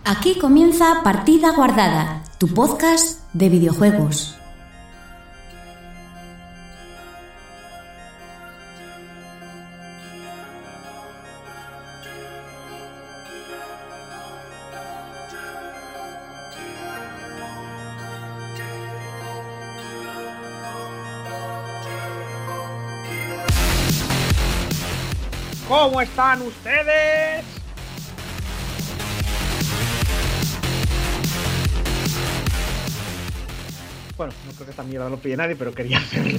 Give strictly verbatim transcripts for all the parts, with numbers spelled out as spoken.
Aquí comienza Partida Guardada, tu podcast de videojuegos. ¿Cómo están ustedes? Bueno, no creo que esta mierda lo pille nadie, pero quería hacerlo.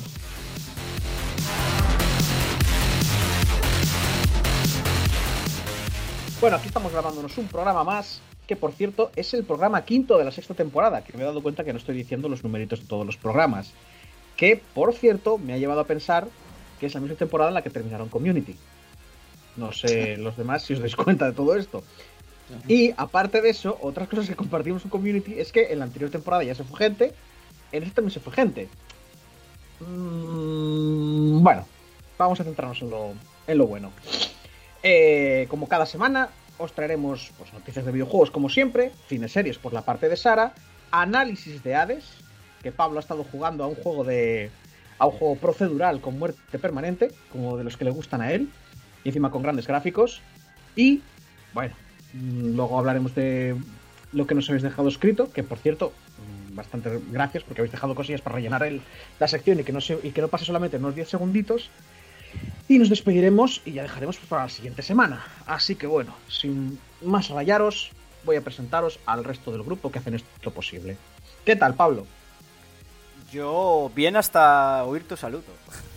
Bueno, aquí estamos grabándonos un programa más, que por cierto es el programa quinto de la sexta temporada, que me he dado cuenta que no estoy diciendo los numeritos de todos los programas, que por cierto me ha llevado a pensar que es la misma temporada en la que terminaron Community. No sé los demás si os dais cuenta de todo esto. Y aparte de eso, otras cosas que compartimos en Community es que en la anterior temporada ya se fue gente, en esta también se fue gente. Mm, bueno, vamos a centrarnos en lo, en lo bueno. Eh, como cada semana, os traeremos pues, noticias de videojuegos como siempre, cine series por la parte de Sara, análisis de Hades, que Pablo ha estado jugando a un juego de a un juego procedural con muerte permanente, como de los que le gustan a él. Y encima con grandes gráficos. Y, bueno, luego hablaremos de lo que nos habéis dejado escrito, que por cierto, bastante gracias, porque habéis dejado cosillas para rellenar el, la sección y que, no se, y que no pase solamente unos diez segunditos. Y nos despediremos y ya dejaremos para la siguiente semana. Así que bueno, sin más rayaros, voy a presentaros al resto del grupo que hacen esto posible. ¿Qué tal, Pablo? Yo bien hasta oír tu saludo.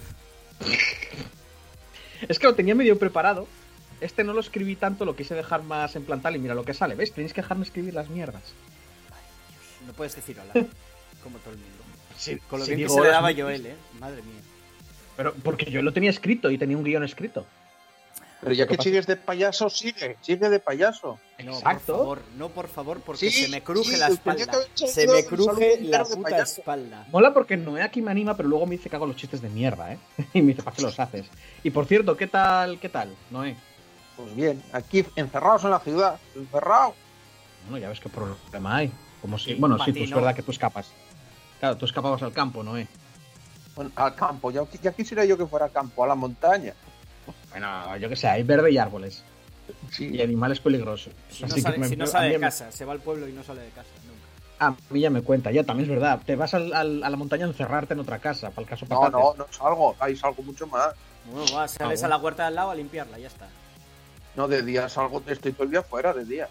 Es que lo tenía medio preparado. Este no lo escribí tanto, lo quise dejar más en plan tal y mira lo que sale. ¿Ves? Tenéis que dejarme escribir las mierdas. Ay, Dios, no puedes decir hola, como todo el mundo. Sí, Con lo sí, bien que digo, se le daba hola, Joel, ¿eh? Madre mía. Pero porque yo lo tenía escrito y tenía un guión escrito. Pero ya que sigues de payaso, sigue, sigue de payaso. No, Exacto. Por favor, no, por favor, porque Sí, se me cruje sí, la el proyecto espalda. de Se me Chelo, cruje solo la de puta payaso. espalda. Mola porque Noé aquí me anima, pero luego me dice que hago los chistes de mierda, ¿eh? Y me dice, ¿para qué los haces? Y por cierto, ¿qué tal, qué tal, Noé? Pues bien, aquí encerrados en la ciudad, encerrado. Bueno, ya ves qué problema hay. Como si... Sí, bueno, pa' sí, ti, pues es ¿no? verdad que tú escapas. Claro, tú escapabas al campo, Noé. Bueno, al campo, ya, ya quisiera yo que fuera al campo, a la montaña. Bueno, yo qué sé, hay verde y árboles. Sí. Y animales peligrosos. Si no Así sale, que me- si no a sale mí de me- casa, se va al pueblo y no sale de casa, nunca. A mí ya me cuenta, ya también es verdad. Te vas al, al- a la montaña a encerrarte en otra casa, para el caso No, patates. no, no salgo, ahí salgo mucho más. Bueno, va, sales Ah, bueno. a la huerta de al lado a limpiarla, ya está. No, de día salgo, estoy todo el día fuera, de día.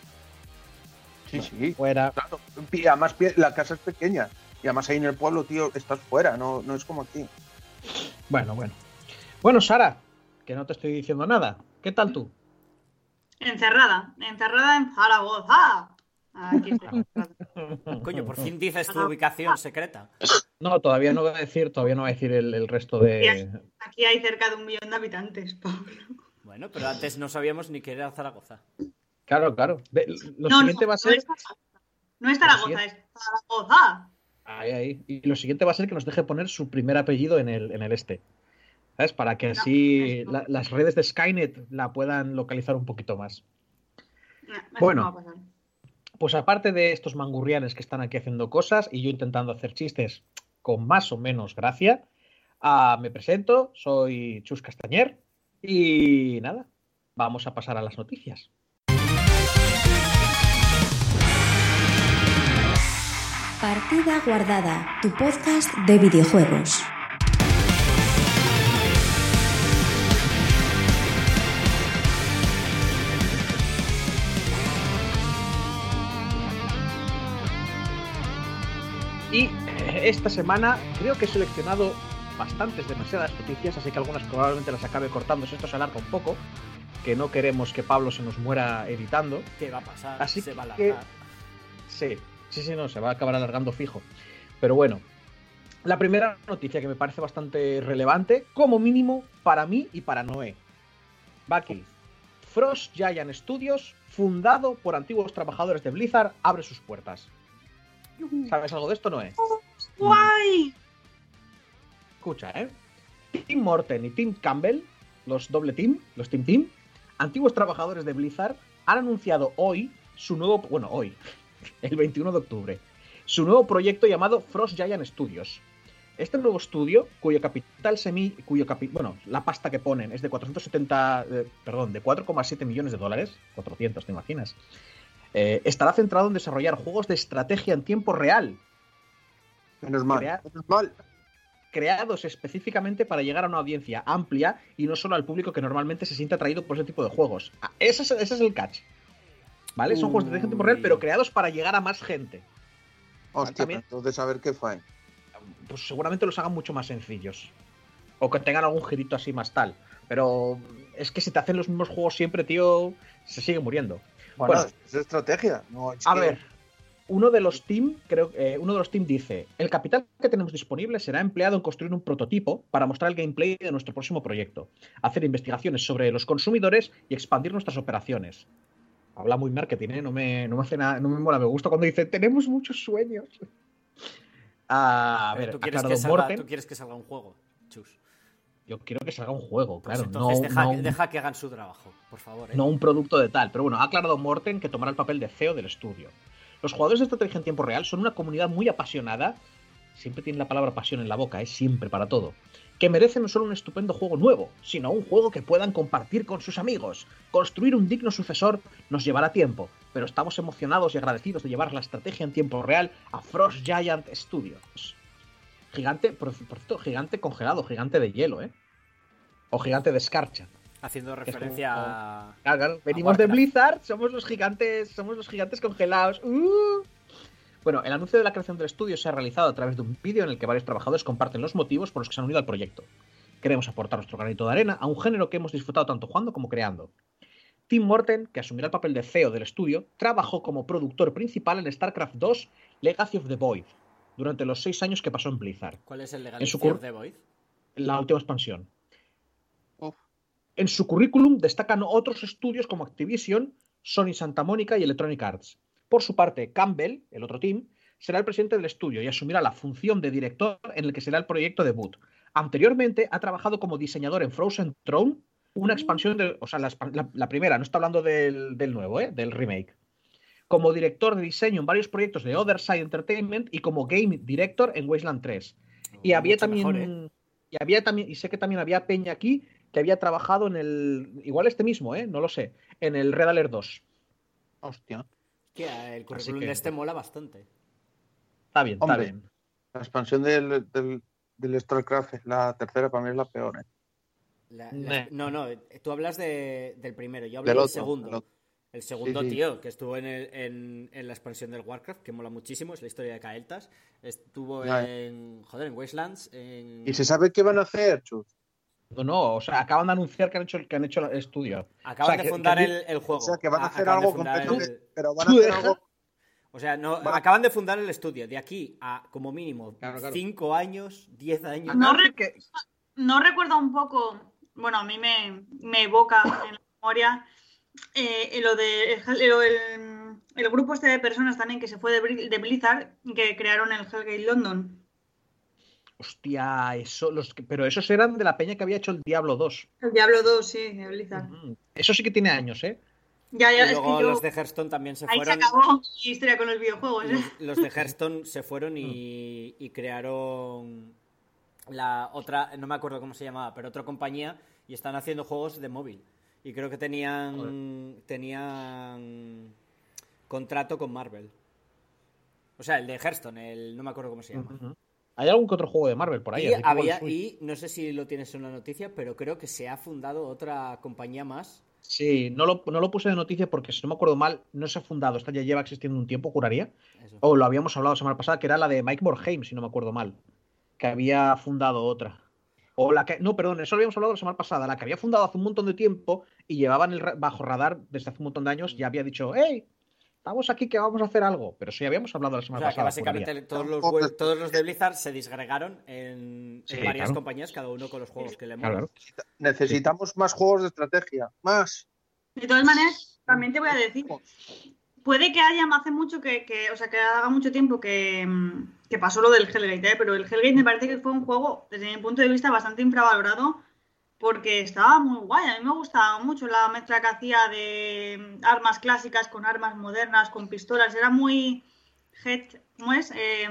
Sí, sí, Fuera. claro. Y además la casa es pequeña. Y además ahí en el pueblo, tío, estás fuera, no, no es como aquí. Bueno, bueno. Bueno, Sara, que no te estoy diciendo nada. ¿Qué tal tú? Encerrada, encerrada en Zaragoza. Aquí estoy. encerrada. Coño, por fin dices tu ubicación secreta. No, todavía no voy a decir, todavía no voy a decir el, el resto de. Aquí hay cerca de un millón de habitantes, Pablo. Bueno, pero antes no sabíamos ni que era Zaragoza. Claro, claro. De- lo No, siguiente no, va a ser. no es Zaragoza, no es Zaragoza, es Zaragoza. Ahí, ahí. Y lo siguiente va a ser que nos deje poner su primer apellido en el, en el este. ¿Sabes? Para que No, así eso- la- las redes de Skynet la puedan localizar un poquito más. No, eso Bueno. no va a pasar. Pues aparte de estos mangurrianes que están aquí haciendo cosas y yo intentando hacer chistes con más o menos gracia, ah, me presento, soy Chus Castañer y nada, vamos a pasar a las noticias. Partida Guardada, tu podcast de videojuegos. Y eh, esta semana creo que he seleccionado bastantes, demasiadas noticias, así que algunas probablemente las acabe cortando si esto se alarga un poco, que no queremos que Pablo se nos muera editando. ¿Qué va a pasar? Así Se va a que- alargar. Sí, sí, sí, no, se va a acabar alargando fijo. Pero bueno, la primera noticia que me parece bastante relevante, como mínimo para mí y para Noé. Va aquí. Frost Giant Studios, fundado por antiguos trabajadores de Blizzard, abre sus puertas. ¿Sabes algo de esto, Noé? ¡Guay! Escucha, ¿eh? Tim Morten y Tim Campbell, los doble team, los Team Team, antiguos trabajadores de Blizzard, han anunciado hoy su nuevo, bueno, hoy, el veintiuno de octubre, su nuevo proyecto llamado Frost Giant Studios. Este nuevo estudio, cuyo capital semi, cuyo capi, bueno, la pasta que ponen es de cuatrocientos setenta, eh, perdón, de cuatro coma siete millones de dólares, cuatrocientos, ¿te imaginas? Eh, estará centrado en desarrollar juegos de estrategia en tiempo real. Menos mal, Crea- menos mal. creados específicamente para llegar a una audiencia amplia y no solo al público que normalmente se siente atraído por ese tipo de juegos. Ah, Ese es, ese es el catch. ¿Vale? Son juegos de estrategia en tiempo real, Uy. pero creados para llegar a más gente. Hostia, También- pero entonces a ver qué fue. Pues seguramente los hagan mucho más sencillos. O que tengan algún girito así más tal. Pero es que si te hacen los mismos juegos siempre, tío, se sigue muriendo. Bueno, Bueno. es estrategia. No, es A que- ver, uno de los team, creo, eh, uno de los team dice: el capital que tenemos disponible será empleado en construir un prototipo para mostrar el gameplay de nuestro próximo proyecto, hacer investigaciones sobre los consumidores y expandir nuestras operaciones. Habla muy marketing, ¿eh? No me, no me hace nada, no me mola. Me gusta cuando dice: tenemos muchos sueños. Ah, a Pero ver, ¿tú, ha quieres que aclarado salga, Morten. tú quieres que salga un juego, Chus. Yo quiero que salga un juego, Pues claro. entonces no, deja, no que- un- deja que hagan su trabajo, por favor. ¿eh? no un producto de tal. Pero bueno, ha aclarado Morten que tomará el papel de C E O del estudio. Los jugadores de estrategia en tiempo real son una comunidad muy apasionada. Siempre tienen la palabra pasión en la boca, es siempre para todo. Que merecen no solo un estupendo juego nuevo, sino un juego que puedan compartir con sus amigos. Construir un digno sucesor nos llevará tiempo, pero estamos emocionados y agradecidos de llevar la estrategia en tiempo real a Frost Giant Studios. Gigante, por, por cierto, gigante congelado, gigante de hielo, ¿eh? O gigante de escarcha. Haciendo es referencia como- a... Claro, claro, venimos de Warcraft. Blizzard, somos los gigantes, somos los gigantes congelados. ¡Uh! Bueno, el anuncio de la creación del estudio se ha realizado a través de un vídeo en el que varios trabajadores comparten los motivos por los que se han unido al proyecto. Queremos aportar nuestro granito de arena a un género que hemos disfrutado tanto jugando como creando. Tim Morten, que asumirá el papel de C E O del estudio, trabajó como productor principal en StarCraft dos Legacy of the Void durante los seis años que pasó en Blizzard, ¿Cuál es el En su Legacy cur- of the Void? la última expansión. Uf. En su currículum destacan otros estudios como Activision, Sony Santa Mónica y Electronic Arts. Por su parte, Campbell, el otro team, será el presidente del estudio y asumirá la función de director en el que será el proyecto debut. Anteriormente ha trabajado como diseñador en Frozen Throne, una expansión de, o sea, la, expan- la- la primera, no está hablando del, del nuevo, ¿eh? Del remake. Como director de diseño en varios proyectos de Other Side Entertainment y como game director en Wasteland tres. Y había Mucho también, mejor, ¿eh? y había también, y sé que también había peña aquí que había trabajado en el, igual este mismo, ¿eh? No lo sé, en el Red Alert dos. Hostia. Que el currículum que- de este mola bastante. Está bien, Hombre. está bien. La expansión del, del, del StarCraft es la tercera, para mí es la peor. ¿eh? La- Meh. las- no, no, tú hablas de, del primero, yo hablo Del del, otro, segundo. del otro. El segundo, Sí, sí. tío, que estuvo en, el- en, en la expansión del Warcraft, que mola muchísimo, es la historia de Kael'thas. Estuvo Ya, en, joder, en Wastelands, en... ¿Y se sabe qué van a hacer, Chus? No, no, o sea, acaban de anunciar que han hecho, que han hecho el estudio. Acaban o sea, de que- fundar que- el, el juego. O sea, que van a A- hacer acaban de algo fundar completamente... el- Pero van a ¿Tú hacer deja? algo... O sea, no, Vale. acaban de fundar el estudio. De aquí a, como mínimo, Claro, claro. cinco años, diez años... No Acaban de re- que- ¿No recuerda un poco, bueno, a mí me, me evoca en la memoria eh, lo de el, lo- el- el grupo este de personas también que se fue de, Bri- de Blizzard, que crearon el Hellgate London? Hostia, eso, los, que- pero esos eran de la peña que había hecho el Diablo dos. El Diablo dos, sí, de Blizzard. Ujú. Eso sí que tiene años, ¿eh? Ya, ya, Y es que luego yo- los de Hearthstone también se ahí se fueron. acabó mi historia con los videojuegos, ¿eh? Los, los de Hearthstone se fueron y, y crearon la otra, no me acuerdo cómo se llamaba, pero otra compañía y están haciendo juegos de móvil. Y creo que tenían tenían contrato con Marvel. O sea, el de Hearthstone, el no me acuerdo cómo se llama. Ujú. Hay algún que otro juego de Marvel por ahí. Y así que igual había, es suyo. y no sé si lo tienes en la noticia, pero creo que se ha fundado otra compañía más. Sí, no lo, no lo puse de noticia porque, si no me acuerdo mal, no se ha fundado. Esta ya lleva existiendo un tiempo, juraría. Eso. O lo habíamos hablado la semana pasada, que era la de Mike Morhaime, si no me acuerdo mal. Que había fundado otra. O la que. No, perdón, eso lo habíamos hablado la semana pasada. La que había fundado hace un montón de tiempo y llevaba en el ra- bajo radar desde hace un montón de años, ya había dicho: ¡Hey! Estamos aquí que vamos a hacer algo. Pero sí, habíamos hablado la O semana sea, que pasada. básicamente juraría. todos los, web- todos los de Blizzard se disgregaron en, en Sí, varias claro. compañías, cada uno con los juegos que le Claro, molan. claro. Necesitamos más juegos de estrategia. Más. De todas maneras, también te voy a decir, puede que haya hace mucho que, que- o sea, que haga mucho tiempo que, mm, que pasó lo del Hellgate, ¿eh? Pero el Hellgate me parece que fue un juego, desde mi punto de vista, bastante infravalorado porque estaba muy guay. A mí me gustaba mucho la mezcla que hacía de armas clásicas con armas modernas, con pistolas. Era muy... ¿Cómo es? Eh,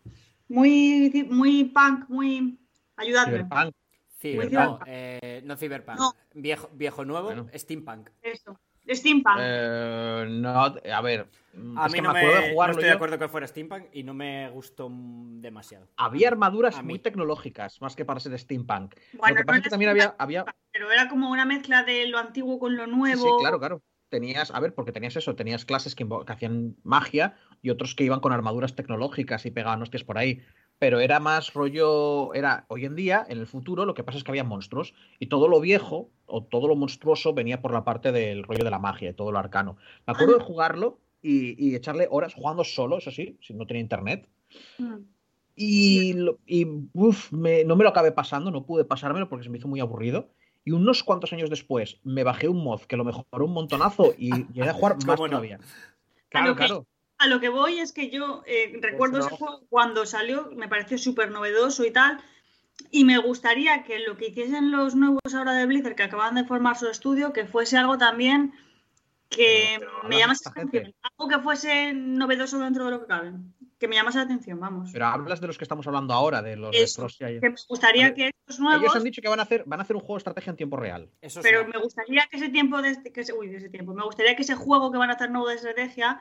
muy, muy punk, muy... Ayudadme. Cyberpunk. Ciber, no, eh, no Cyberpunk. No. Viejo, viejo nuevo, Bueno. Steampunk. Eso. Steampunk. Eh, no, a ver. A es mí que no, me acuerdo me, de no jugarlo estoy de yo. acuerdo que fuera Steampunk y no me gustó mm, demasiado. Había armaduras A mí. muy tecnológicas, más que para ser steampunk. Bueno, lo que pasa no es que era también había, steampunk, había... Pero era como una mezcla de lo antiguo con lo Sí, nuevo. sí, claro, claro. Tenías, a ver, porque tenías eso, tenías clases que, invo- que hacían magia y otros que iban con armaduras tecnológicas y pegaban hostias por ahí. Pero era más rollo, era hoy en día, en el futuro, lo que pasa es que había monstruos y todo lo viejo o todo lo monstruoso venía por la parte del rollo de la magia y todo lo arcano. Me acuerdo de jugarlo y, y echarle horas jugando solo, eso sí, si no tenía internet. Mm. Y, lo- y uf, me- no me lo acabé pasando, no pude pasármelo porque se me hizo muy aburrido. Y unos cuantos años después me bajé un mod que lo mejoró un montonazo y llegué a jugar más ¿Cómo no? todavía. A Claro, lo que- claro. A lo que voy es que yo eh, recuerdo no. ese juego cuando salió, me pareció súper novedoso y tal, y me gustaría que lo que hiciesen los nuevos ahora de Blizzard, que acaban de formar su estudio, que fuese algo también que Pero- pero me hablas de llamase esta la atención, gente. algo que fuese novedoso dentro de lo que cabe, que me llamase la atención, vamos. Pero hablas de los que estamos hablando ahora, de los Eso, de Frosty. que me gustaría A ver, que estos nuevos, Ellos han dicho que van a hacer, van a hacer un juego de estrategia en tiempo real. Eso pero no. me gustaría que ese tiempo, de, que ese, uy, de ese tiempo, me gustaría que ese juego que van a hacer nuevo de estrategia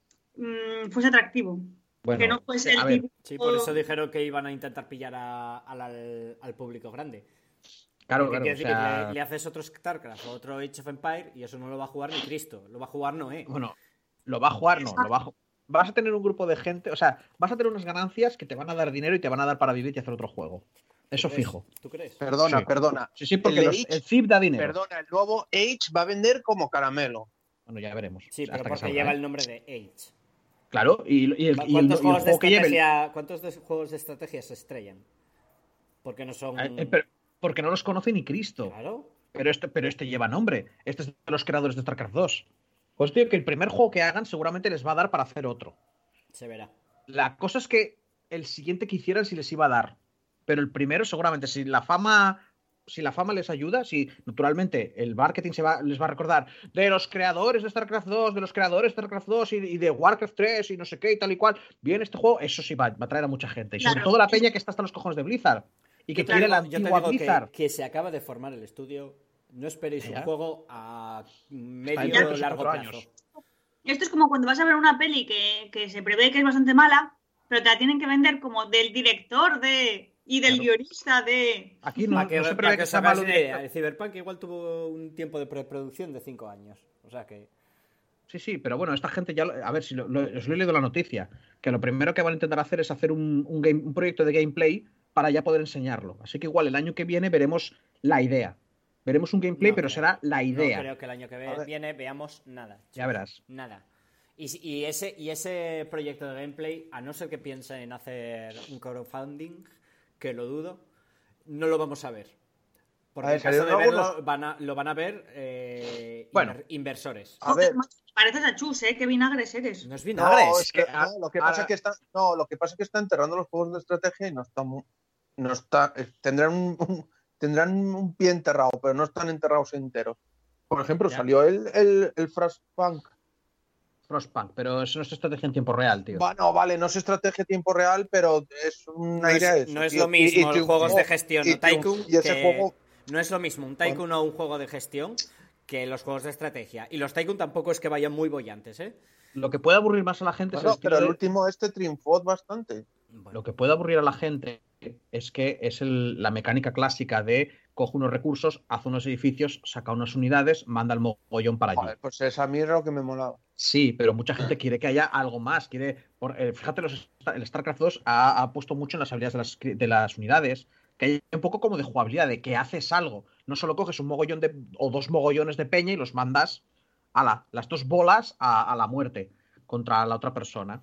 mmm, fuese atractivo. Bueno, que no fuese a el ver, típico... Sí, por eso dijeron que iban a intentar pillar a- al, al- al público grande. claro, Porque claro. quiere O decir que sea, le, le haces otro StarCraft o otro Age of Empire y eso no lo va a jugar ni Cristo. Lo va a jugar Noé. bueno, lo va a jugar, no, lo va a ju- Vas a tener un grupo de gente, o sea, vas a tener unas ganancias que te van a dar dinero y te van a dar para vivir y hacer otro juego. Eso ¿Tú crees? fijo. ¿Tú crees? Perdona, Sí. perdona. Sí, sí, porque El los- Age- el C I B da dinero. Perdona, el nuevo Age va a vender como caramelo. Bueno, ya veremos. Sí, hasta pero que porque salga, lleva ¿eh? el nombre de Age. Claro, y, y el, y el- y el ¿Cuántos, juegos, de juego que lleve. estrategia, ¿Cuántos de juegos de estrategia se estrellan? Porque no son... Eh, eh, pero- porque no los conoce ni Cristo. Claro. Pero este, pero este lleva nombre. Este es de los creadores de StarCraft dos. Pues digo que el primer juego que hagan seguramente les va a dar para hacer otro. Se verá. La cosa es que el siguiente que hicieran sí les iba a dar. Pero el primero seguramente, si la fama, si la fama les ayuda, si naturalmente el marketing se va, les va a recordar de los creadores de StarCraft dos, de los creadores de StarCraft dos y, y de Warcraft tres y no sé qué y tal y cual, bien este juego, eso sí va, va a traer a mucha gente. Y sobre Claro. todo la peña que está hasta los cojones de Blizzard. Y que Yo te quiere la digo- yo te antigua digo que- Blizzard. Que, se acaba de formar el estudio. No esperéis Ya. un juego a Está medio en tres o largo cuatro plazo. años. Esto es como cuando vas a ver una peli que, que se prevé que es bastante mala, pero te la tienen que vender como del director de y del Claro. guionista de... Aquí no, Para que, no se para prevé que que os sea hagáis malo una idea, director. el Cyberpunk igual tuvo un tiempo de preproducción de cinco años. O sea que... Sí, sí, pero bueno, esta gente ya, lo- a ver, si lo, lo- os lo he leído la noticia, que lo primero que van a intentar hacer es hacer un, un, game- un proyecto de gameplay para ya poder enseñarlo. Así que igual el año que viene veremos la idea. Veremos un gameplay, No pero creo. será la No idea. creo que el año que ve- A ver. viene veamos nada. Ya chicos. verás. Nada. Y, si- y ese, y ese proyecto de gameplay, a no ser que piensen en hacer un crowdfunding, que lo dudo, no lo vamos a ver. Porque A ver, en caso de salieron verlo, algunos- van a- lo van a ver eh, Bueno. inver- inversores. A ver. Pareces a Chus, ¿eh? Qué vinagres eres. No es No, vinagres. es que, a- no, lo que ahora- pasa es que está, no, lo que pasa es que está enterrando los juegos de estrategia y no está, mu- no está, eh, tendrán un, un- tendrán un pie enterrado, pero no están enterrados enteros. Por ejemplo, Ya. salió el, el, el Frostpunk. Frostpunk, pero eso no es estrategia en tiempo real, tío. Bueno, vale, no es estrategia a tiempo real, pero es un No aire a es, eso, no es tío. lo Y- mismo y los triunfó, juegos de gestión y o Tycoon triunfó, y ese que- juego, no es lo mismo un Tycoon o un juego de gestión que los juegos de estrategia. Y los Tycoon tampoco es que vayan muy bollantes, ¿eh? Lo que puede aburrir más a la gente bueno, es el pero estilo el de- último este triunfó bastante. Bueno, Lo que puede aburrir a la gente es que es el- la mecánica clásica de coge unos recursos, hace unos edificios, saca unas unidades, manda el mogollón para allí. Joder, pues esa mierda lo que me molaba. Sí, pero mucha gente quiere que haya algo más. Quiere, por- eh, fíjate, los, el StarCraft dos ha, ha puesto mucho en las habilidades de las, cri- de las unidades, que hay un poco como de jugabilidad, de que haces algo. No solo coges un mogollón de, o dos mogollones de peña y los mandas a la, las dos bolas a, a la muerte contra la otra persona.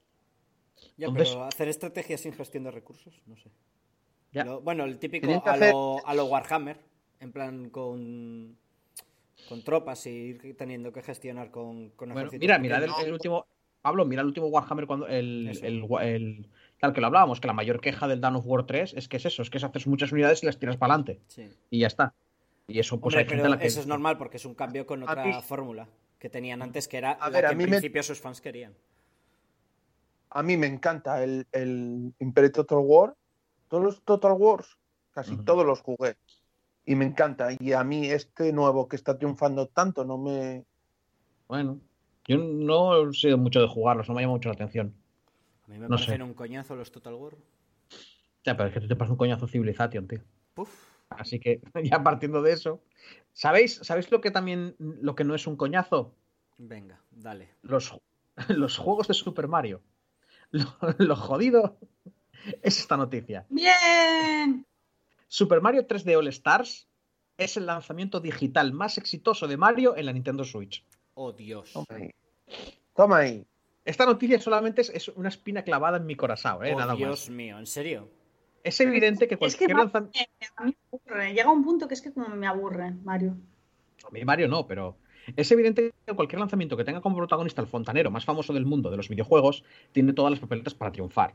ya, entonces- pero hacer estrategia sin gestión de recursos, no sé. Ya. Lo- bueno, el típico Tienen que a, hacer- lo, a lo Warhammer, en plan con, con tropas y ir teniendo que gestionar con, con Bueno, ejércitos mira, mira el, pequeños. el último. Pablo, mira el último Warhammer cuando. El, Eso. el, el- tal que lo hablábamos, que la mayor queja del Dawn of War tres es que es eso, es que haces muchas unidades y las tiras para adelante. Sí. Y ya está. Y eso, pues Hombre, hay gente pero a la que... eso es normal porque es un cambio con A otra mí- fórmula que tenían antes, que era A la ver, que a en mí me- principio sus fans querían. A mí me encanta el, el Imperial Total War. Todos los Total Wars, casi Ujú. todos los jugué. Y me encanta. Y a mí este nuevo que está triunfando tanto no me... Bueno, yo no he sido mucho de jugarlos, no me llama mucho la atención. A mí me No parecen sé. un coñazo los Total War. Ya, pero es que tú te pasas un coñazo Civilization, tío. Puf. Así que, ya partiendo de eso... ¿Sabéis, ¿Sabéis lo que también, lo que no es un coñazo? Venga, dale. Los, los juegos de Super Mario. Lo, lo jodido es esta noticia. ¡Bien! Super Mario tres D All Stars es el lanzamiento digital más exitoso de Mario en la Nintendo Switch. Oh, Dios. Toma ahí. Toma ahí. Esta noticia solamente es, es una espina clavada en mi corazón, ¿eh? Oh, Nada Dios más. mío, ¿en serio? Es evidente que Es cualquier que lanzamiento... a mí me aburre. Llega un punto que es que como me aburre, Mario. A mí Mario no, pero es evidente que cualquier lanzamiento que tenga como protagonista el fontanero más famoso del mundo de los videojuegos tiene todas las papeletas para triunfar.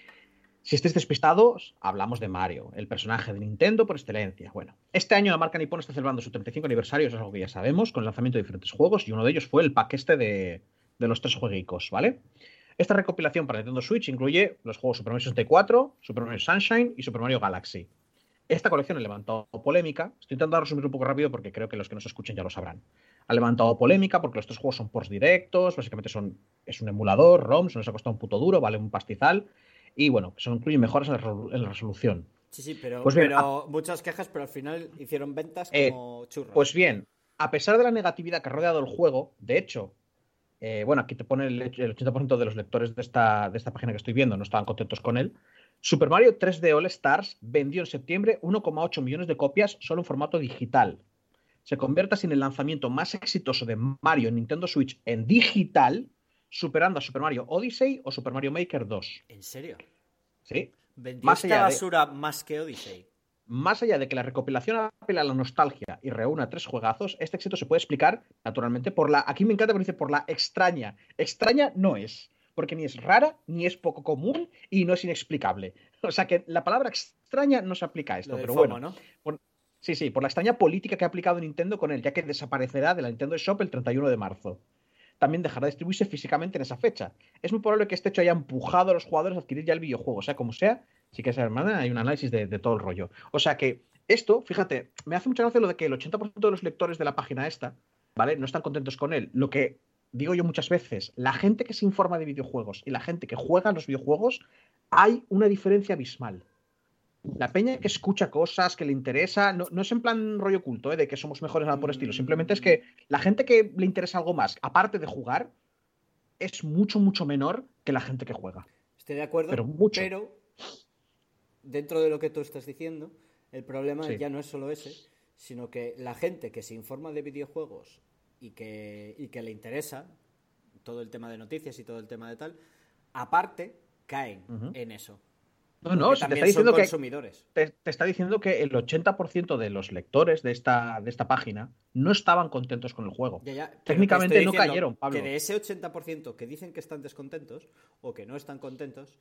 Si estáis despistados, hablamos de Mario, el personaje de Nintendo por excelencia. Bueno, este año la marca nipona está celebrando su treinta y cinco aniversario, eso es algo que ya sabemos, con el lanzamiento de diferentes juegos, y uno de ellos fue el pack este de, de los tres jueguicos, ¿vale? Esta recopilación para Nintendo Switch incluye los juegos Super Mario sesenta y cuatro, Super Mario Sunshine y Super Mario Galaxy. Esta colección ha levantado polémica. Estoy intentando resumir un poco rápido porque creo que los que nos escuchen ya lo sabrán. Ha levantado polémica porque los tres juegos son ports directos, básicamente son, es un emulador, ROM, se nos ha costado un puto duro, vale un pastizal. Y bueno, se incluyen mejoras en la, en la resolución. Sí, sí, pero, Pues bien, pero muchas quejas, pero al final hicieron ventas Eh, como churros. Pues bien, a pesar de la negatividad que ha rodeado el juego, de hecho, eh, bueno, aquí te pone el, el ochenta por ciento de los lectores de esta, de esta página que estoy viendo no estaban contentos con él. Super Mario tres D All Stars vendió en septiembre uno coma ocho millones de copias solo en formato digital. Se convierte así en el lanzamiento más exitoso de Mario en Nintendo Switch en digital, superando a Super Mario Odyssey o Super Mario Maker dos. ¿En serio? ¿Sí? ¿Vendió Más esta allá de- basura más que Odyssey? Más allá de que la recopilación apela a la nostalgia y reúna tres juegazos, este éxito se puede explicar, naturalmente, por la... Aquí me encanta porque dice por la extraña. Extraña no es, porque ni es rara, ni es poco común y no es inexplicable. O sea que la palabra extraña no se aplica a esto, Lo del pero FOMO, bueno. ¿no? Por- sí, sí, por la extraña política que ha aplicado Nintendo con él, ya que desaparecerá de la Nintendo Shop el treinta y uno de marzo. También dejará de distribuirse físicamente en esa fecha. Es muy probable que este hecho haya empujado a los jugadores a adquirir ya el videojuego, sea como sea. Sí que esa hermana hay un análisis de, de todo el rollo. O sea que esto, fíjate, me hace mucha gracia lo de que el ochenta por ciento de los lectores de la página esta, ¿vale? No están contentos con él. Lo que digo yo muchas veces, la gente que se informa de videojuegos y la gente que juega a los videojuegos, hay una diferencia abismal. La peña que escucha cosas, que le interesa, no, no es en plan rollo culto, ¿eh? De que somos mejores nada por estilo. Simplemente es que la gente que le interesa algo más, aparte de jugar, es mucho, mucho menor que la gente que juega. Estoy de acuerdo, Pero mucho. pero dentro de lo que tú estás diciendo, el problema Sí. ya no es solo ese, sino que la gente que se informa de videojuegos y que, y que le interesa todo el tema de noticias y todo el tema de tal, aparte caen Ujú. en eso. No, no, Porque si te también está diciendo son que consumidores. te, te está diciendo que el ochenta por ciento de los lectores de esta, de esta página no estaban contentos con el juego. Ya, ya, pero Técnicamente te estoy no diciendo cayeron, Pablo. Que de ese ochenta por ciento que dicen que están descontentos o que no están contentos,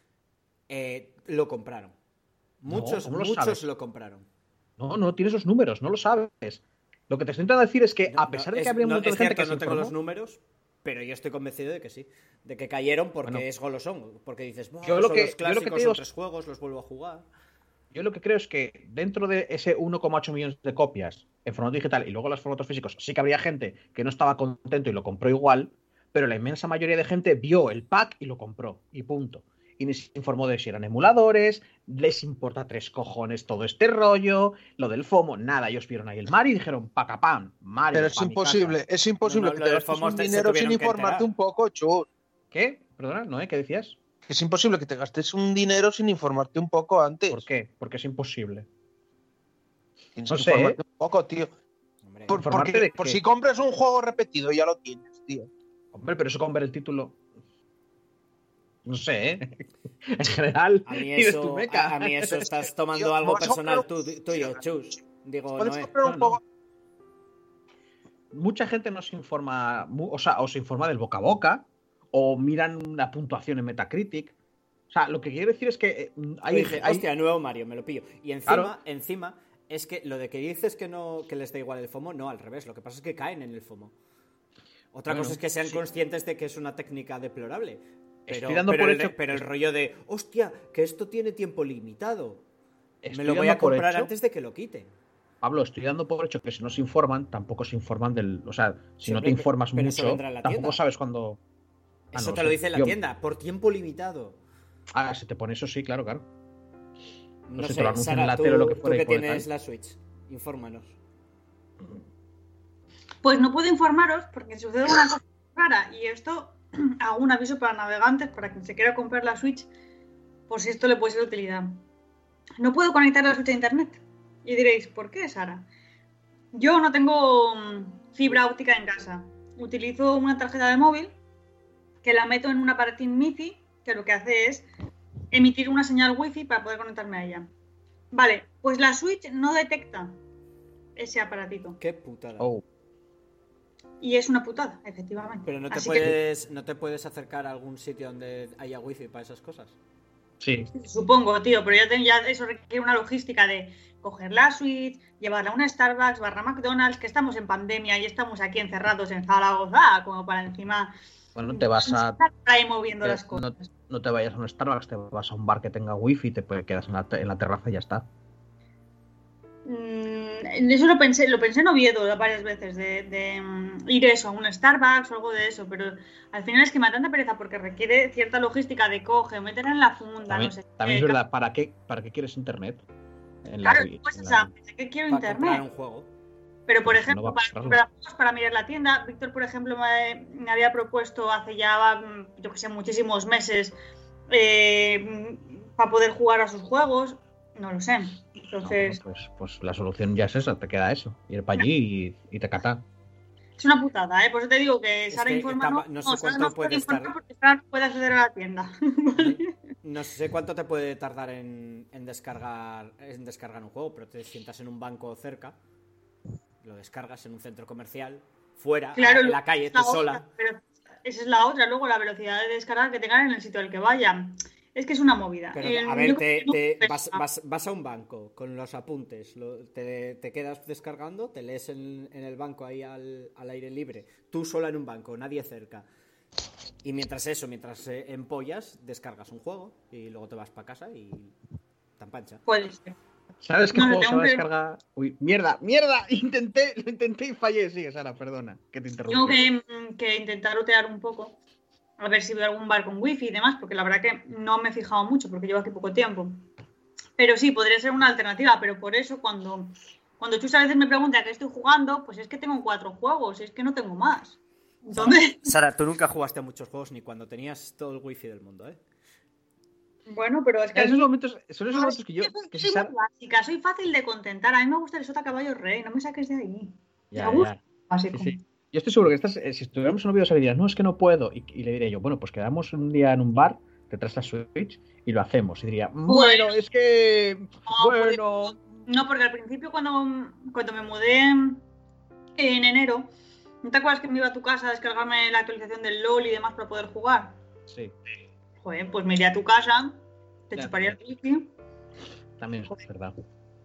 eh, lo compraron. Muchos, ¿cómo lo muchos sabes? lo compraron. No, no tienes los números, no lo sabes. Lo que te estoy intentando decir es que, No, a pesar no, de que es- habría un no, montón es de gente cierto, que se no tengo informó, los números, pero yo estoy convencido de que sí. De que cayeron porque Bueno, es golosón. Porque dices, "Buah, yo lo son que- los yo lo que clásicos, te digo son es- tres juegos, los vuelvo a jugar". yo lo que creo es que dentro de ese uno coma ocho millones de copias en formato digital y luego los formatos físicos, sí que habría gente que no estaba contento y lo compró igual, pero la inmensa mayoría de gente vio el pack y lo compró, y punto. Y ni se informó de si eran emuladores, les importa tres cojones todo este rollo, lo del FOMO, nada, ellos vieron ahí el Mario y dijeron, pacapam, Mario, Pero es pa' mi imposible, casa. es imposible No, no, que lo te del gastes FOMO un se dinero sin tuvieron que informarte enterar. un poco, chus. ¿Qué? Perdona, ¿no? ¿Qué decías? Es imposible que te gastes un dinero sin informarte un poco antes. ¿Por qué? Porque es imposible. Tienes No que sé, informarte ¿eh? un poco, tío. Hombre, Por, ¿Informarte porque- de por qué? si compras un juego repetido ya lo tienes, tío. Hombre, pero eso con ver el título. No sé, ¿eh? En general, a mí tienes eso, tu meca. a, a mí eso estás tomando Tío, algo vas a comprar personal un- tu- tuyo, chus. Digo, Puedes no, eh. comprar un no, no. juego. Mucha gente no se informa, mu- o sea, o se informa del boca a boca, o miran una puntuación en Metacritic. O sea, lo que quiero decir es que eh, Yo hay, dije, hay- hostia, nuevo Mario, me lo pillo. Y encima, Claro. encima, Es que lo de que dices que no que les da igual el FOMO, no, al revés. Lo que pasa es que caen en el FOMO. Otra Bueno, cosa es que sean sí. conscientes de que es una técnica deplorable. Pero, Estoy dando pero por el, hecho- pero el rollo de, hostia, que esto tiene tiempo limitado. Estoy Me lo voy dando a por comprar hecho- antes de que lo quiten. Pablo, estoy dando por hecho que si no se informan, tampoco se informan del. O sea, si Sí, no hombre, te informas pero eso mucho, vendrá en la tampoco tienda. sabes cuándo. Ah, Eso no te sé. lo dice en la Yo- tienda, por tiempo limitado. Ah, si te pone eso, sí, claro, claro. No, sé, sé, te lo anuncian Sara, en la tú, tele o lo que tú fuera y que pone tienes tal. la Switch, infórmanos. Pues no puedo informaros porque sucede una cosa rara y esto hago un aviso para navegantes, para quien se quiera comprar la Switch, por si esto le puede ser de utilidad. No puedo conectar la Switch a internet. Y diréis, ¿por qué, Sara? Yo no tengo mm, fibra óptica en casa. Utilizo una tarjeta de móvil que la meto en un aparatín MiFi que lo que hace es emitir una señal wifi para poder conectarme a ella. Vale, pues la Switch no detecta ese aparatito. Qué putada. Oh, Y es una putada, efectivamente. Pero no te Así que puedes no te puedes acercar a algún sitio donde haya wifi para esas cosas. sí. supongo, tío, pero ya, te- ya eso requiere una logística de coger la Switch, llevarla a una Starbucks, barra McDonald's, que estamos en pandemia y estamos aquí encerrados en Zaragoza, como para encima Bueno, te vas a. estar por ahí moviendo te- las cosas. no, no te vayas a un Starbucks, te vas a un bar que tenga wifi, te puedes- quedas en la, te- en la terraza y ya está. Mm, eso lo pensé, lo pensé en Oviedo varias veces, de, de, mm, ir eso, a un Starbucks o algo de eso, pero al final es que me da tanta pereza porque requiere cierta logística de coge, meter en la funda, También, no sé también qué. es verdad, ¿para qué, ¿para qué quieres internet? En la Claro, Wii- pues en o la sea, Wii. ¿de qué quiero Para internet? comprar un juego. Pero, por Pues no ejemplo, va a para comprarlo. comprar juegos, para mirar la tienda, Víctor, por ejemplo, me, me había propuesto hace ya, mm, yo que sé, muchísimos meses, eh, mm, para poder jugar a sus juegos. No lo sé. No, Entonces, bueno, pues, pues la solución ya es esa, te queda eso. Ir para allí y, y te cata. es una putada, ¿eh? Por eso te digo que Es Sara que informa. estaba- No, no sé no, Sara cuánto no puede puede informar estar- porque Sara no puede acceder a la tienda. No sé cuánto te puede tardar en, en descargar en descargar un juego, pero te sientas en un banco cerca, lo descargas en un centro comercial, fuera, Claro, en la calle, es la tú otra, sola. pero esa es la otra, luego la velocidad de descarga que tengan en el sitio al que vayan. Es que es una movida. Pero, Eh, a yo ver, creo te, que no te- pesa. vas, vas- vas a un banco con los apuntes, lo- te, te quedas descargando, te lees en, en el banco ahí al, al aire libre, tú sola en un banco, nadie cerca. Y mientras eso, mientras eh, empollas, descargas un juego y luego te vas para casa y tan pancha. Puede ser. ¿Sabes qué No, juego tengo se va a que- descargar? Uy, mierda, mierda, intenté, lo intenté y fallé. Sigue, Sara, perdona, que te interrumpí. Tengo que, mm, que intentar otear un poco, a ver si veo algún bar con wifi y demás, porque la verdad que no me he fijado mucho, porque llevo aquí poco tiempo. Pero sí, podría ser una alternativa, pero por eso cuando, cuando Chus a veces me pregunta a qué estoy jugando, pues es que tengo cuatro juegos, es que no tengo más. Entonces, Sara, tú nunca jugaste a muchos juegos ni cuando tenías todo el wifi del mundo, ¿eh? bueno, pero es que... En esos aquí- momentos, son esos No, momentos que yo. soy Que soy si muy Sara- básica, soy fácil de contentar. A mí me gusta el sota caballo rey, no me saques de ahí. Ya, me gusta ya. básico. Sí, sí. Yo estoy seguro que estás, eh, si estuviéramos en un vídeo, se dirías, no, es que no puedo. Y, y le diría yo, bueno, pues quedamos un día en un bar, te traes la Switch y lo hacemos. Y diría, bueno, es que. No, Bueno. No, porque al principio cuando, cuando me mudé en enero, ¿no te acuerdas que me iba a tu casa a descargarme la actualización del LOL y demás para poder jugar? Sí, Joder, pues me iría a tu casa, te Ya, chuparía el ya. wifi. también es verdad.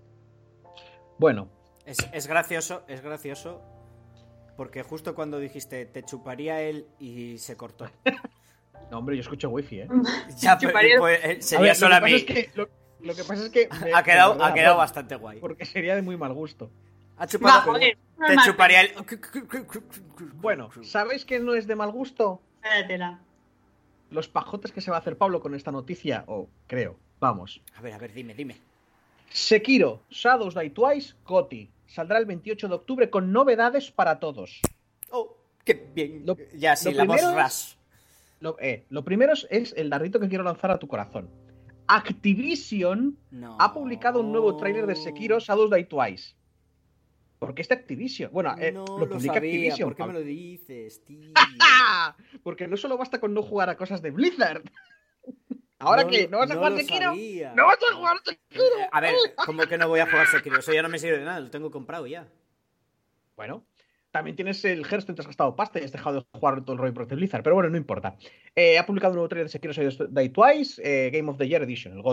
Bueno, Es, es gracioso, es gracioso, porque justo cuando dijiste te chuparía él y se cortó. no, hombre, yo escucho wifi, ¿eh? Ya, Te pero, chuparía el- pues, eh, A sería ver, solo a lo que mí. pasa es que- lo, lo que pasa es que. me- Ha quedado, me ha quedado perdona, bastante guay. Porque sería de muy mal gusto. Ha Va, chupado. joder, Te normal. chuparía el. Bueno, ¿sabéis que no es de mal gusto? Espératela. Los pajotes que se va a hacer Pablo con esta noticia, o creo, vamos. A ver, a ver, dime, dime. Sekiro, Shadows Die Twice, Goti. Saldrá el veintiocho de octubre con novedades para todos. Oh, qué bien. Lo- ya, sí, lo la voz primero es- Rush. Lo, eh, lo primero es, es el darrito que quiero lanzar a tu corazón. Activision No. ha publicado un nuevo tráiler de Sekiro, Shadows Die Twice. ¿Por qué está Activision? Bueno, eh, No lo lo, publica sabía. Activision. ¿Por qué me Pablo. lo dices, tío? ¡Ah! Porque no solo basta con no jugar a cosas de Blizzard. ¿Ahora No qué? lo- ¿No vas a no jugar lo Sekiro? sabía. ¡No vas a jugar Sekiro! Eh, A ver, ¿cómo que no voy a jugar Sekiro? Eso ya no me sirve de nada, lo tengo comprado ya. Bueno, también tienes el Hearthstone, te has gastado pasta y has dejado de jugar todo el rollo de Blizzard, pero bueno, no importa. Eh, ha publicado un nuevo trailer de Sekiro Shadows Die Twice, eh, Game of the Year Edition, el GOTY.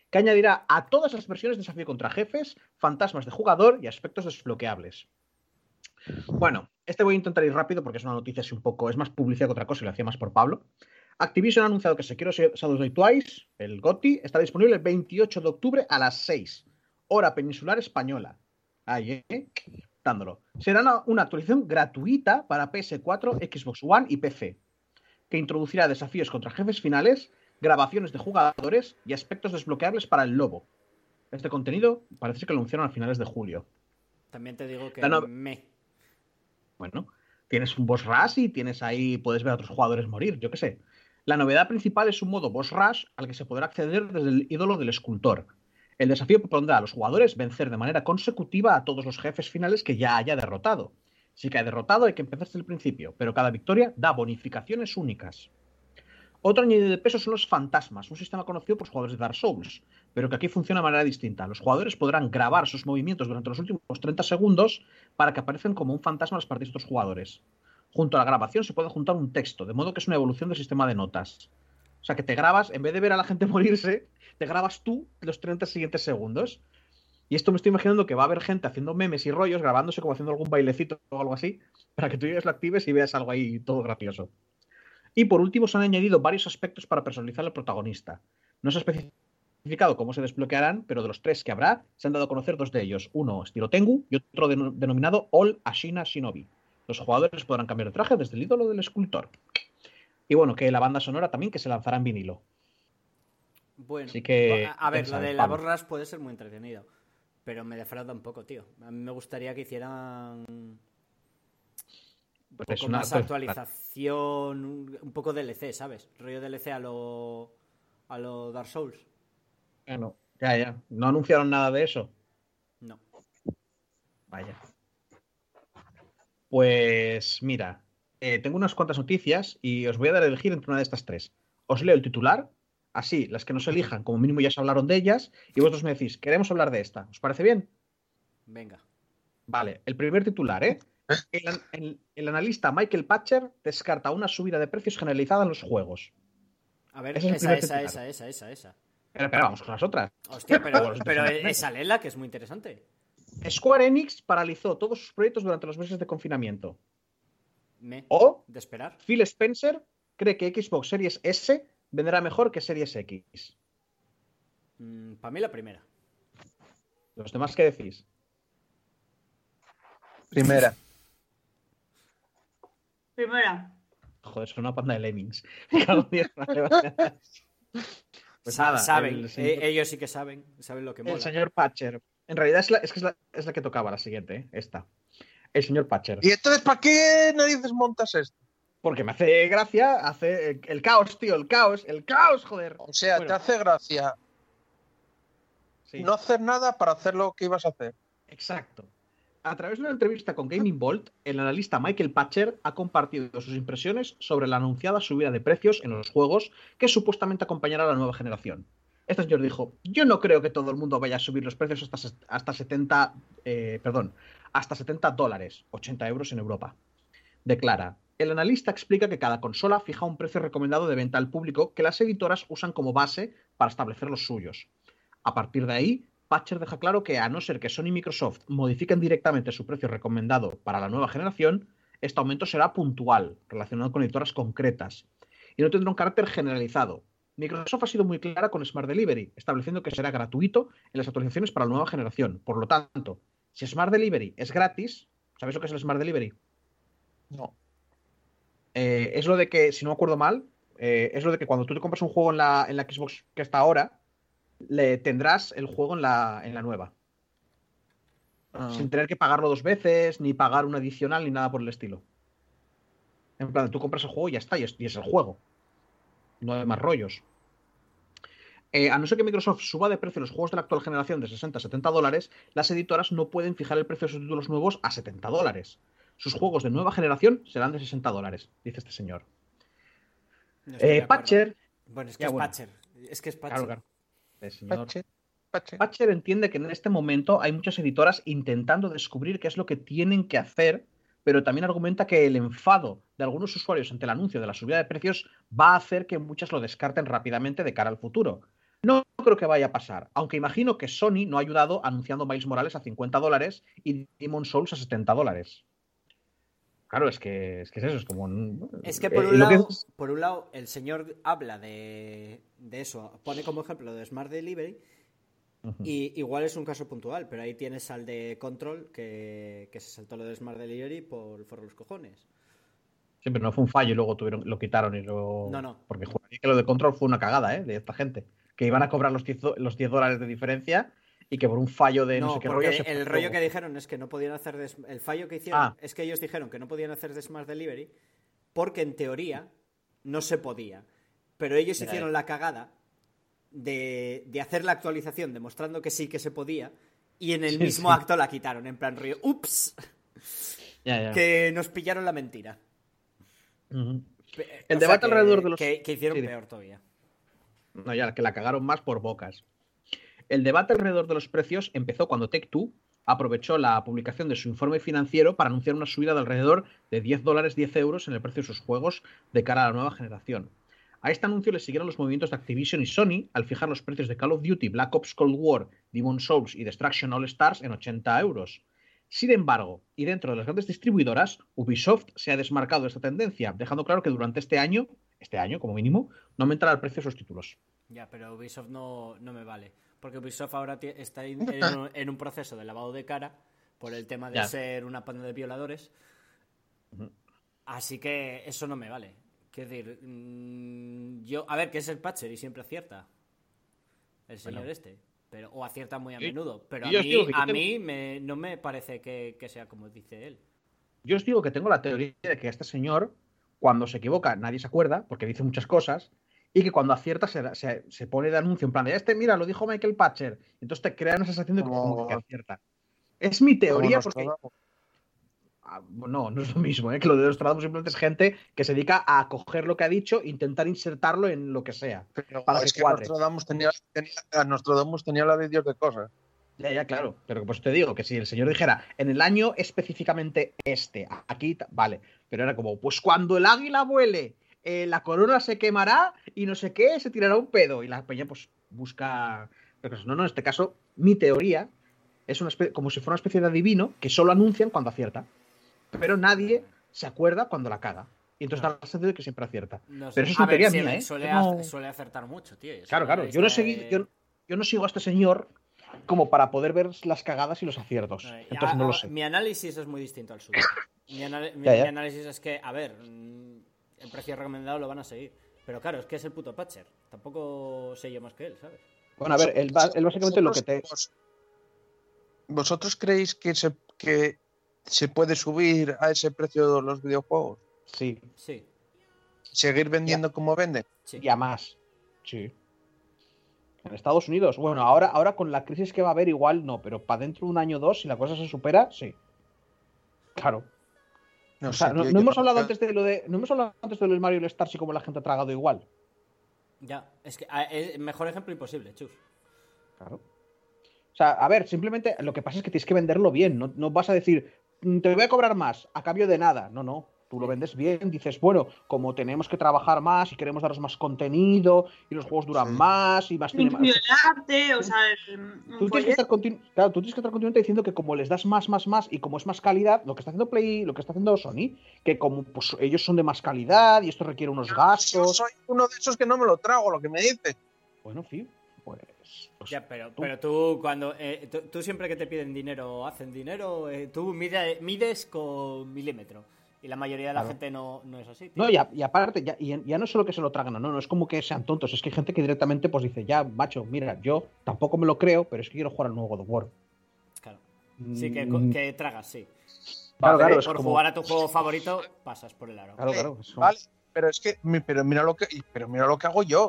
que añadirá a todas las versiones desafío contra jefes, fantasmas de jugador y aspectos desbloqueables. Bueno, este voy a intentar ir rápido porque es una noticia así un poco, es más publicidad que otra cosa y lo hacía más por Pablo. Activision ha anunciado que Sekiro Shadows Die Twice, el G O T Y, estará disponible el veintiocho de octubre a las seis, hora peninsular española. Ahí, ¿eh? Dándolo. Será una, una actualización gratuita para P S cuatro, Xbox One y P C, que introducirá desafíos contra jefes finales, grabaciones de jugadores y aspectos desbloqueables para el lobo. Este contenido parece que lo anunciaron a finales de julio. También te digo que no... me... Bueno, tienes un boss rush y tienes ahí, puedes ver a otros jugadores morir, yo qué sé. La novedad principal es un modo boss rush al que se podrá acceder desde el ídolo del escultor. El desafío propondrá a los jugadores vencer de manera consecutiva a todos los jefes finales que ya haya derrotado. Si que ha derrotado hay que empezar desde el principio, pero cada victoria da bonificaciones únicas. Otro añadido de peso son los fantasmas, un sistema conocido por los jugadores de Dark Souls, pero que aquí funciona de manera distinta. Los jugadores podrán grabar sus movimientos durante los últimos treinta segundos para que aparezcan como un fantasma a las partidas de otros jugadores. Junto a la grabación se puede juntar un texto, de modo que es una evolución del sistema de notas. O sea que te grabas, en vez de ver a la gente morirse, te grabas tú los treinta siguientes segundos. Y esto me estoy imaginando que va a haber gente haciendo memes y rollos, grabándose como haciendo algún bailecito o algo así, para que tú ya lo actives y veas algo ahí todo gracioso. Y por último se han añadido varios aspectos para personalizar al protagonista. No se ha especificado cómo se desbloquearán, pero de los tres que habrá, se han dado a conocer dos de ellos. Uno estilo Tengu y otro denominado All Ashina Shinobi. Los jugadores podrán cambiar de traje desde el ídolo del escultor. Y bueno, que la banda sonora también que se lanzará en vinilo. Bueno, así que, a ver, lo de la borras puede ser muy entretenido, pero me defrauda un poco, tío. A mí me gustaría que hicieran un pues poco una, más pues, actualización, un, un poco D L C, ¿sabes? Rollo D L C a lo, a lo Dark Souls. Bueno, ya, ya. ¿No anunciaron nada de eso? No. Vaya. Pues mira, eh, tengo unas cuantas noticias y os voy a dar a elegir entre una de estas tres. Os leo el titular, así las que nos elijan, como mínimo ya se hablaron de ellas, y vosotros me decís, queremos hablar de esta. ¿Os parece bien? Venga. Vale, el primer titular, ¿eh? El, el, el analista Michael Patcher descarta una subida de precios generalizada en los juegos. A ver, esa, esa, esa, esa, esa, esa, esa. Pero, pero vamos con las otras. Hostia, pero, pero esa lela que es muy interesante. Square Enix paralizó todos sus proyectos durante los meses de confinamiento. Me, o de esperar. Phil Spencer cree que Xbox Series S venderá mejor que Series X. Mm, para mí la primera. ¿Los demás qué decís? Primera. Primera. Joder, son una panda de lemmings. Pues nada, saben, el señor, eh, ellos sí que saben, saben lo que mola. El señor Patcher. En realidad es, la, es que es la, es la que tocaba, la siguiente, ¿eh? Esta. El señor Patcher. ¿Y entonces para qué narices montas esto? Porque me hace gracia, hace el, el caos, tío, el caos, el caos, joder. O sea, bueno, te hace gracia sí. no hacer nada para hacer lo que ibas a hacer. Exacto. A través de una entrevista con Gaming Vault, el analista Michael Patcher ha compartido sus impresiones sobre la anunciada subida de precios en los juegos que supuestamente acompañará a la nueva generación. Este señor dijo, yo no creo que todo el mundo vaya a subir los precios hasta, hasta setenta, eh, perdón, hasta setenta dólares, ochenta euros en Europa. Declara, el analista explica que cada consola fija un precio recomendado de venta al público que las editoras usan como base para establecer los suyos. A partir de ahí, Patcher deja claro que a no ser que Sony y Microsoft modifiquen directamente su precio recomendado para la nueva generación, este aumento será puntual, relacionado con editoras concretas, y no tendrá un carácter generalizado. Microsoft ha sido muy clara con Smart Delivery, estableciendo que será gratuito en las actualizaciones para la nueva generación. Por lo tanto, si Smart Delivery es gratis, ¿sabéis lo que es el Smart Delivery? No. Eh, es lo de que, si no me acuerdo mal, eh, es lo de que cuando tú te compras un juego en la, en la Xbox que está ahora, le tendrás el juego en la, en la nueva. Ah. Sin tener que pagarlo dos veces, ni pagar un adicional, ni nada por el estilo. En plan, tú compras el juego y ya está, y es, y es el juego. No hay más rollos. Eh, a no ser que Microsoft suba de precio los juegos de la actual generación de sesenta a setenta dólares, las editoras no pueden fijar el precio de sus títulos nuevos a setenta dólares. Sus juegos de nueva generación serán de sesenta dólares, dice este señor. No eh, Patcher... Bueno, es que es bueno. Patcher. Es que es Patcher. Claro, claro. El señor... Patcher, Patcher. Patcher entiende que en este momento hay muchas editoras intentando descubrir qué es lo que tienen que hacer, pero también argumenta que el enfado de algunos usuarios ante el anuncio de la subida de precios va a hacer que muchas lo descarten rápidamente de cara al futuro. No creo que vaya a pasar, aunque imagino que Sony no ha ayudado anunciando Miles Morales a cincuenta dólares y Demon's Souls a setenta dólares. Claro, es que, es que es eso, es como... Es que por eh, un, lo lado, que es- por un lado, el señor habla de, de eso, pone como ejemplo de Smart Delivery, Ujú. y igual es un caso puntual, pero ahí tienes al de Control que, que se saltó lo de Smart Delivery por forro los cojones. Siempre no fue un fallo y luego tuvieron, lo quitaron y lo... No, no. Porque juraría que lo de Control fue una cagada, ¿eh? De esta gente. Que iban a cobrar los diez, do- los diez dólares de diferencia y que por un fallo de no, No, sé qué porque rollo... se el fue rollo todo. que dijeron es que no podían hacer de, el fallo que hicieron Ah. es que ellos dijeron que no podían hacer de Smart Delivery porque en teoría no se podía, pero ellos Ya, hicieron ya. la cagada de, de hacer la actualización demostrando que sí que se podía y en el Sí, mismo sí. acto la quitaron, en plan río, ups, Ya, ya. que nos pillaron la mentira. Ujú. Pe- El o sea, debate que- alrededor de los- que, que hicieron Sí, de- peor todavía. No, ya, que la cagaron más por bocas. El debate alrededor de los precios empezó cuando Take-Two aprovechó la publicación de su informe financiero para anunciar una subida de alrededor de diez dólares, diez euros en el precio de sus juegos de cara a la nueva generación. A este anuncio le siguieron los movimientos de Activision y Sony al fijar los precios de Call of Duty, Black Ops Cold War, Demon's Souls y Destruction All Stars en ochenta euros. Sin embargo, y dentro de las grandes distribuidoras, Ubisoft se ha desmarcado de esta tendencia, dejando claro que durante este año, este año como mínimo, no aumentará el precio de sus títulos. Ya, pero Ubisoft no, no me vale. Porque Ubisoft ahora ti- está en, en un, en un proceso de lavado de cara por el tema de Ya. ser una panda de violadores. Ujú. Así que eso no me vale. Quiero decir, mm, yo, a ver, que es el Patcher y siempre acierta. El señor Bueno. este. Pero, o acierta muy a Sí. menudo. Pero Y a yo os mí, digo que yo a tengo- mí me, no me parece que, que sea como dice él. Yo os digo que tengo la teoría de que este señor, cuando se equivoca, nadie se acuerda, porque dice muchas cosas, y que cuando acierta se, se- se pone de anuncio en plan de este, mira, lo dijo Michael Patcher. Entonces te crea una sensación de que, Como- como que acierta. Es mi teoría Como porque... Nostradamus. Ah, no, no es lo mismo, ¿eh? Que lo de Nostradamus simplemente es gente que se dedica a coger lo que ha dicho e intentar insertarlo en lo que sea. Pero Para es que que cuadre. Nostradamus tenía, tenía, Nostradamus tenía la de Dios de cosas. Ya, ya, claro. Pero pues te digo que si el señor dijera en el año específicamente este, aquí, ta- vale. Pero era como, pues cuando el águila vuele, eh, la corona se quemará y no sé qué, se tirará un pedo. Y la peña, pues, busca. Pero no, no, en este caso, mi teoría es una especie, como si fuera una especie de adivino que solo anuncian cuando acierta. Pero nadie se acuerda cuando la caga. Y entonces da la sensación de que siempre acierta. No sé. Pero eso es A una ver, teoría sí, mía, ¿eh? Suele, Yo no- ac- suele acertar mucho, tío. Eso Claro, claro. Yo no, está, seguí, eh, yo, yo no sigo a este señor como para poder ver las cagadas y los aciertos. No, eh, Entonces a- no lo a- sé. Mi análisis es muy distinto al suyo. Mi, anal- mi- Ya, ya. mi análisis es que, a ver, mm, el precio recomendado lo van a seguir. Pero claro, es que es el puto Patcher. Tampoco sé yo más que él, ¿sabes? Bueno, a ver, él, va- él básicamente lo que te... Vosotros- ¿Vosotros creéis que se, que se puede subir a ese precio los videojuegos? Sí, Sí, ¿Seguir vendiendo como venden? sí. y a más. Sí. En Estados Unidos, bueno, ahora, ahora con la crisis que va a haber igual no, pero para dentro de un año o dos, si la cosa se supera, sí. Claro. No O sea, sé, no, tío, no yo hemos creo hablado que- antes de lo de. No hemos hablado antes de lo del Mario All Stars y cómo la gente ha tragado igual. Ya, es que a- es mejor ejemplo imposible, chus. Claro. O sea, a ver, simplemente lo que pasa es que tienes que venderlo bien. No, no vas a decir, "Mm, te voy a cobrar más a cambio de nada. No, no. Tú lo vendes bien, dices, bueno, como tenemos que trabajar más y queremos daros más contenido y los juegos duran Sí. más y más cinema- Incluye el arte, o sea, el- un Tú tienes, que folleto. estar continu- claro, tú tienes que estar continuamente diciendo que como les das más, más, más y como es más calidad, lo que está haciendo Play, lo que está haciendo Sony, que como pues ellos son de más calidad y esto requiere unos Yo gastos. soy uno de esos que no me lo trago, lo que me dice. Bueno, en fin, pues. pues Ya, pero, tú- pero tú cuando eh, tú, tú siempre que te piden dinero, hacen dinero, eh, tú mide- mides con milímetro. Y la mayoría de la Claro. gente no, no es así. tío. No, y, a- y aparte, ya, y ya no es solo que se lo tragan, no, no es como que sean tontos, es que hay gente que directamente pues dice, ya, macho, mira, yo tampoco me lo creo, pero es que quiero jugar al nuevo God of War. Claro. Sí, que, Mm, que tragas, sí. Claro, claro, es Por como- jugar a tu juego favorito, pasas por el aro. Claro, claro. es como- Vale, pero es que, mi- pero mira lo que, pero mira lo que hago yo.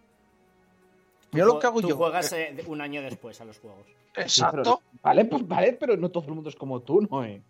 Mira Tú lo que hago tú yo. juegas eh, un año después a los juegos. Sí, pero- Exacto. vale, pues vale, pero no todo el mundo es como tú, ¿no? eh?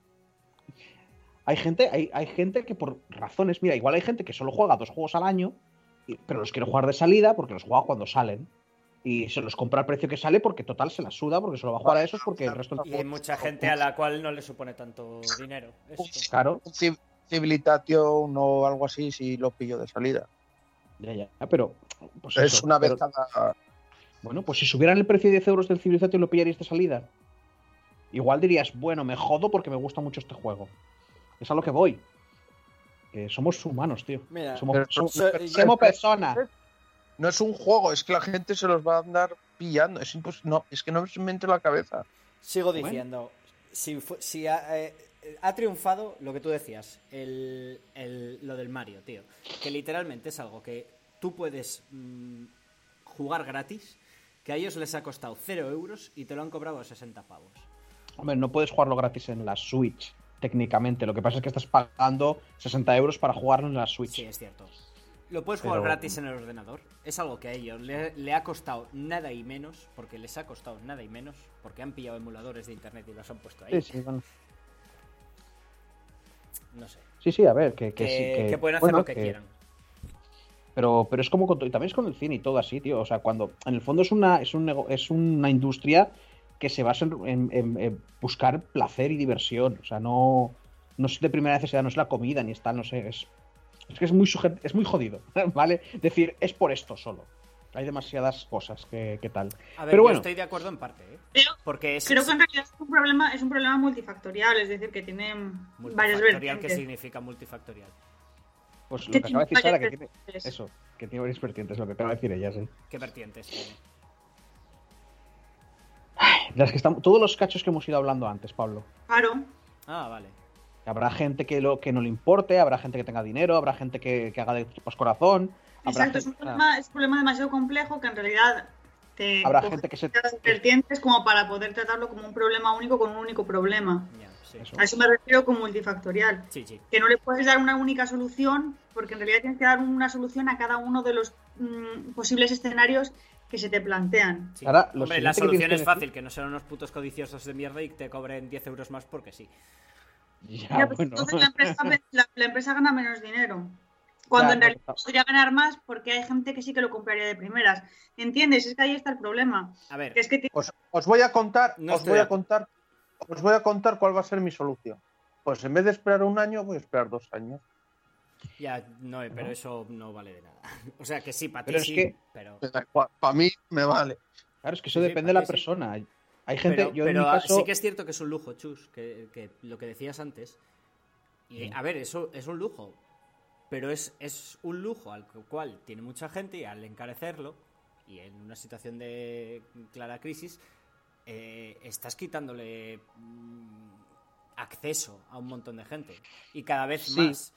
Hay gente, hay, hay gente que por razones, mira, igual hay gente que solo juega dos juegos al año, y- pero los quiere jugar de salida porque los juega cuando salen. Y se los compra al precio que sale porque total se la suda, porque se lo va a jugar a esos porque el resto Y hay mucha gente a la cual no le supone tanto dinero. Esto. Claro, Un Civ- Civilization o algo así, si lo pillo de salida. ya, ya, pero pues es eso, una vez pero- cada. Bueno, pues si subieran el precio de diez euros del Civilization lo pillarías de salida. Igual dirías, bueno, me jodo porque me gusta mucho este juego. Es a lo que voy. Que somos humanos, tío. Mira, somos pero- somos- so- somos personas. No es un juego, es que la gente se los va a andar pillando. Es impos- no, es que no se me entra en la cabeza. Sigo Bueno. diciendo, si, fu- si ha, eh, ha triunfado lo que tú decías, el, el- lo del Mario, tío. Que literalmente es algo que tú puedes mm, jugar gratis, que a ellos les ha costado cero euros y te lo han cobrado a sesenta pavos. Hombre, no puedes jugarlo gratis en la Switch, técnicamente. Lo que pasa es que estás pagando sesenta euros para jugarlo en la Switch. Sí, es cierto. Lo puedes jugar Pero- gratis en el ordenador. Es algo que a ellos le, le ha costado nada y menos, porque les ha costado nada y menos, porque han pillado emuladores de internet y los han puesto ahí. Sí, sí, bueno. No sé. Sí, sí, a ver, que, que Que, sí. Que, que pueden hacer bueno, lo que, quieran. Pero, pero es como con, y también es con el cine y todo así, tío. O sea, cuando en el fondo es una, es un nego- es una industria que se basa en, en- en- en buscar placer y diversión. O sea, no, no es de primera necesidad, no es la comida ni está, no sé, es, es que es muy sujet- es muy jodido, ¿vale? Decir, es por esto solo. Hay demasiadas cosas que, que tal. A ver, Pero yo bueno. estoy de acuerdo en parte, ¿eh? Pero Porque es creo que en realidad es un problema, es un problema multifactorial, es decir, que tiene varias multifactorial. ¿Qué vertientes. significa multifactorial? Pues lo Que que acaba de decir tiene Sara, que varias tiene vertientes. eso, que tiene varias vertientes, lo que acaba de decir ella, sí. ¿Qué vertientes tiene? Las que estamos, todos los cachos que hemos ido hablando antes, Pablo. Claro. Ah, vale. Habrá gente que, lo, que no le importe, habrá gente que tenga dinero, habrá gente que, que haga de corazón. Habrá Exacto, es un, gente, problema, es un problema demasiado complejo que en realidad te habrá coge gente que se. las vertientes como para poder tratarlo como un problema único con un único problema. Ya, sí. Eso. A eso me refiero con multifactorial. Sí, sí. Que no le puedes dar una única solución, porque en realidad tienes que dar una solución a cada uno de los mm, posibles escenarios que se te plantean. Sí. Ahora, lo Hombre, la siguiente que solución tienes es que fácil, que no sean unos putos codiciosos de mierda y te cobren diez euros más porque sí. Ya, Ya, pues bueno. entonces la empresa, la, la empresa gana menos dinero. Cuando Ya, en realidad no, podría ganar más porque hay gente que sí que lo compraría de primeras. ¿Entiendes? Es que ahí está el problema. A ver, Que es que Os, os voy a contar, No os estoy voy de a acuerdo. contar, os voy a contar cuál va a ser mi solución. Pues en vez de esperar un año, voy a esperar dos años. ya, no, pero eso no vale de nada. O sea, que sí, para ti Pero es sí, que- pero... Para mí me vale. Claro, es que eso Sí, sí, depende de la para ti sí. persona. Hay gente, Pero, yo en pero, mi ah, caso. sí que es cierto que es un lujo, Chus, que, que lo que decías antes. Y, a ver, eso es un lujo, pero es, es un lujo al cual tiene mucha gente y al encarecerlo, y en una situación de clara crisis, eh, estás quitándole mm, acceso a un montón de gente. Y cada vez Sí. más.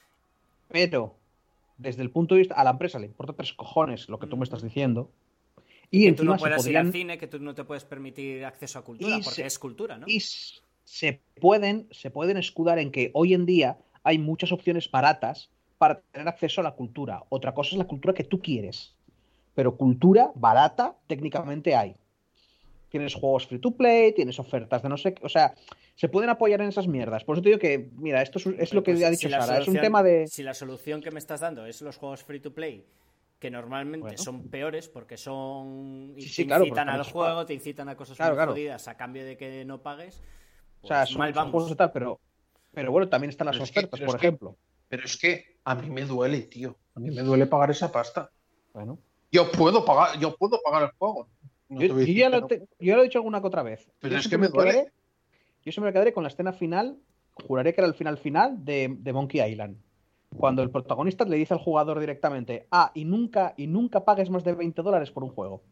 Pero, desde el punto de vista. A la empresa le importa tres cojones lo que tú me estás diciendo. Y, Que tú encima no puedas se ir al podrían. cine, que tú no te puedes permitir acceso a cultura, Y porque se- es cultura, ¿no? Y s- se pueden, se pueden escudar en que hoy en día hay muchas opciones baratas para tener acceso a la cultura. Otra cosa es la cultura que tú quieres. Pero cultura barata técnicamente hay. Tienes juegos free to play, tienes ofertas de no sé qué. O sea, se pueden apoyar en esas mierdas. Por eso te digo que, mira, esto es, es lo que Pues ha si dicho la Sara. Es un solución- tema de. Si la solución que me estás dando es los juegos free to play, que normalmente Bueno. son peores porque son. Sí, te sí, claro, incitan porque al están juego, hechos te incitan a cosas Claro, muy claro. jodidas a cambio de que no pagues. O sea, pues son, mal son vamos. juegos de tal, pero. Pero bueno, también están las Pero es que- ofertas, pero por es que- ejemplo. Pero es que a mí me duele, tío. A mí me duele pagar esa pasta. Bueno. Yo puedo pagar, yo puedo pagar el juego. No te Yo, voy a yo decir ya que lo no. te- yo ya lo he dicho alguna que otra vez. Pero Yo es que siempre me duele. quedaré- yo siempre me quedaré con la escena final, juraré que era el final final de, de Monkey Island. Cuando el protagonista le dice al jugador directamente, ah, y nunca, y nunca pagues más de veinte dólares por un juego.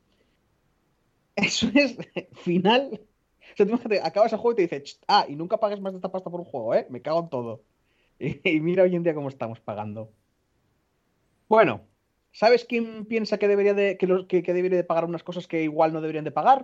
Eso es final. O sea, tú imagínate, acabas el juego y te dice, "Cht, ah, y nunca pagues más de esta pasta por un juego, ¿eh? Me cago en todo. Y, y mira hoy en día cómo estamos pagando. Bueno, ¿sabes quién piensa que debería de, que, los, que, que debería de pagar unas cosas que igual no deberían de pagar?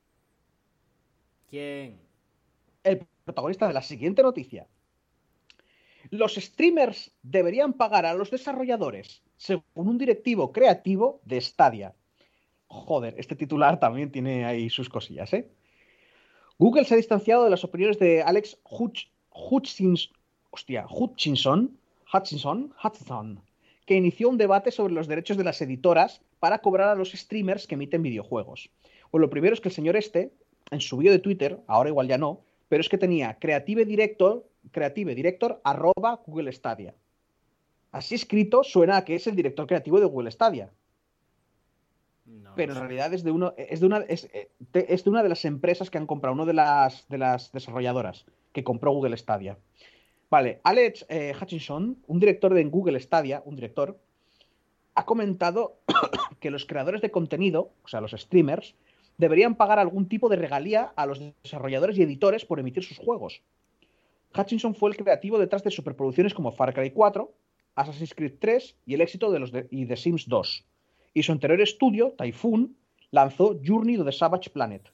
¿Quién? El protagonista de la siguiente noticia. Los streamers deberían pagar a los desarrolladores según un directivo creativo de Stadia. Joder, este titular también tiene ahí sus cosillas, ¿eh? Google se ha distanciado de las opiniones de Alex Hutch, Hutchins, hostia, Hutchinson, Hutchinson, Hutchinson, que inició un debate sobre los derechos de las editoras para cobrar a los streamers que emiten videojuegos. Pues lo primero es que el señor este, en su vídeo de Twitter, ahora igual ya no, pero es que tenía creative director, creative director arroba Google Stadia. Así escrito suena a que es el director creativo de Google Stadia. No, pero no en sé. realidad es de uno, es de una, es, es de una de las empresas que han comprado, una de las, de las desarrolladoras que compró Google Stadia. Vale, Alex eh, Hutchinson, un director de Google Stadia, un director, ha comentado que los creadores de contenido, o sea, los streamers, deberían pagar algún tipo de regalía a los desarrolladores y editores por emitir sus juegos. Hutchinson fue el creativo detrás de superproducciones como Far Cry cuatro, Assassin's Creed tres y el éxito de los de, y The Sims dos. Y su anterior estudio, Typhoon, lanzó Journey to the Savage Planet.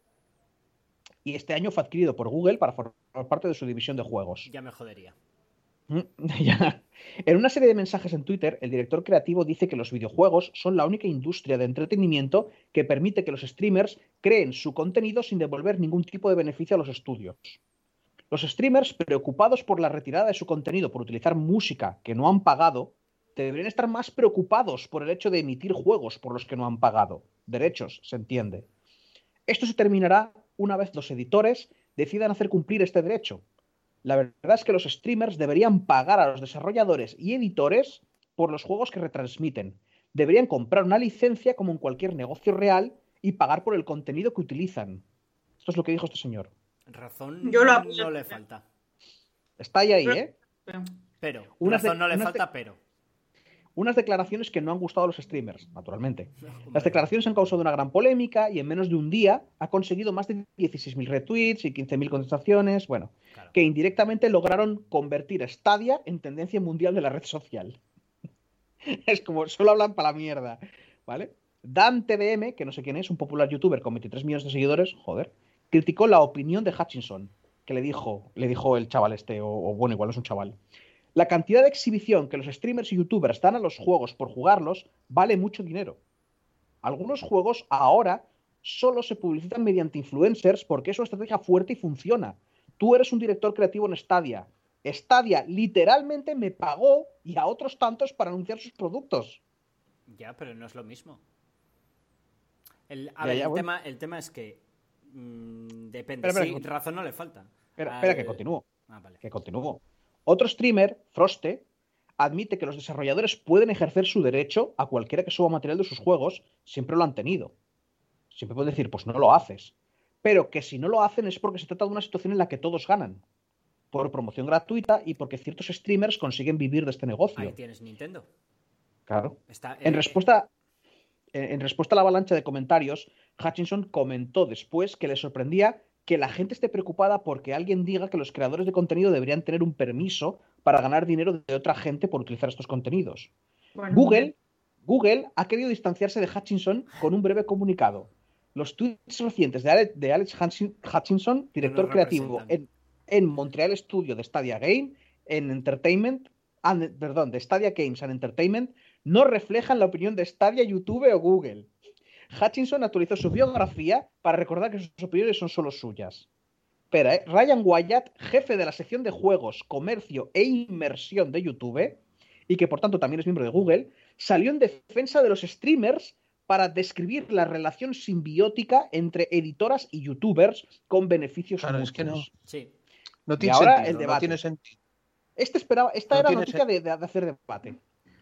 Y este año fue adquirido por Google para formar parte de su división de juegos. Ya me jodería. Ya. En una serie de mensajes en Twitter, el director creativo dice que los videojuegos son la única industria de entretenimiento que permite que los streamers creen su contenido sin devolver ningún tipo de beneficio a los estudios. Los streamers, preocupados por la retirada de su contenido por utilizar música que no han pagado, deberían estar más preocupados por el hecho de emitir juegos por los que no han pagado. Derechos, se entiende. Esto se terminará una vez los editores decidan hacer cumplir este derecho. La verdad es que los streamers deberían pagar a los desarrolladores y editores por los juegos que retransmiten. Deberían comprar una licencia como en cualquier negocio real y pagar por el contenido que utilizan. Esto es lo que dijo este señor. Razón Yo lo apoyo. no le falta. Está ahí, ahí, ¿eh? Pero, Unas razón de- no le unas falta, de- pero. Unas declaraciones que no han gustado a los streamers, naturalmente. Hombre, Las declaraciones han causado una gran polémica y en menos de un día ha conseguido más de dieciséis mil retweets y quince mil contestaciones, bueno, claro. que indirectamente lograron convertir a Stadia en tendencia mundial de la red social. Es como, solo hablan para la mierda, ¿vale? Dan T V M, que no sé quién es, un popular youtuber con veintitrés millones de seguidores, joder, criticó la opinión de Hutchinson, que le dijo, le dijo el chaval este, o, o bueno, igual es un chaval. La cantidad de exhibición que los streamers y youtubers dan a los juegos por jugarlos vale mucho dinero. Algunos juegos ahora solo se publicitan mediante influencers porque es una estrategia fuerte y funciona. Tú eres un director creativo en Stadia. Stadia literalmente me pagó y a otros tantos para anunciar sus productos. Ya, pero no es lo mismo. El, a Ya, ver, ya, el, bueno. tema, el tema es que mmm, depende. Espera, espera, sí, que- razón no le falta. Espera, Al- espera que continúo. Ah, vale. Que continúo. Otro streamer, Froste, admite que los desarrolladores pueden ejercer su derecho a cualquiera que suba material de sus juegos, siempre lo han tenido. Siempre pueden decir, pues no lo haces. Pero que si no lo hacen es porque se trata de una situación en la que todos ganan. Por promoción gratuita y porque ciertos streamers consiguen vivir de este negocio. Ahí tienes Nintendo. Claro. Está, En eh, respuesta, en en respuesta a la avalancha de comentarios, Hutchinson comentó después que le sorprendía que la gente esté preocupada porque alguien diga que los creadores de contenido deberían tener un permiso para ganar dinero de otra gente por utilizar estos contenidos. Bueno, Google, Google ha querido distanciarse de Hutchinson con un breve comunicado. Los tweets recientes de Alex, de Alex Hutchin- Hutchinson, director No nos creativo representan. en, en Montreal Studio de Stadia Game, en Entertainment, and- perdón, de Stadia Games and Entertainment, no reflejan la opinión de Stadia, YouTube o Google. Hutchinson actualizó su biografía para recordar que sus opiniones son solo suyas. Espera, ¿eh? Ryan Wyatt, jefe de la sección de juegos, comercio e inmersión de YouTube, y que por tanto también es miembro de Google, salió en defensa de los streamers para describir la relación simbiótica entre editoras y youtubers con beneficios Claro, es mutuos. que no. Sí. No tiene ahora sentido. el No debate. tiene sentido. Este esperaba, esta No era la tiene noticia de, de hacer debate.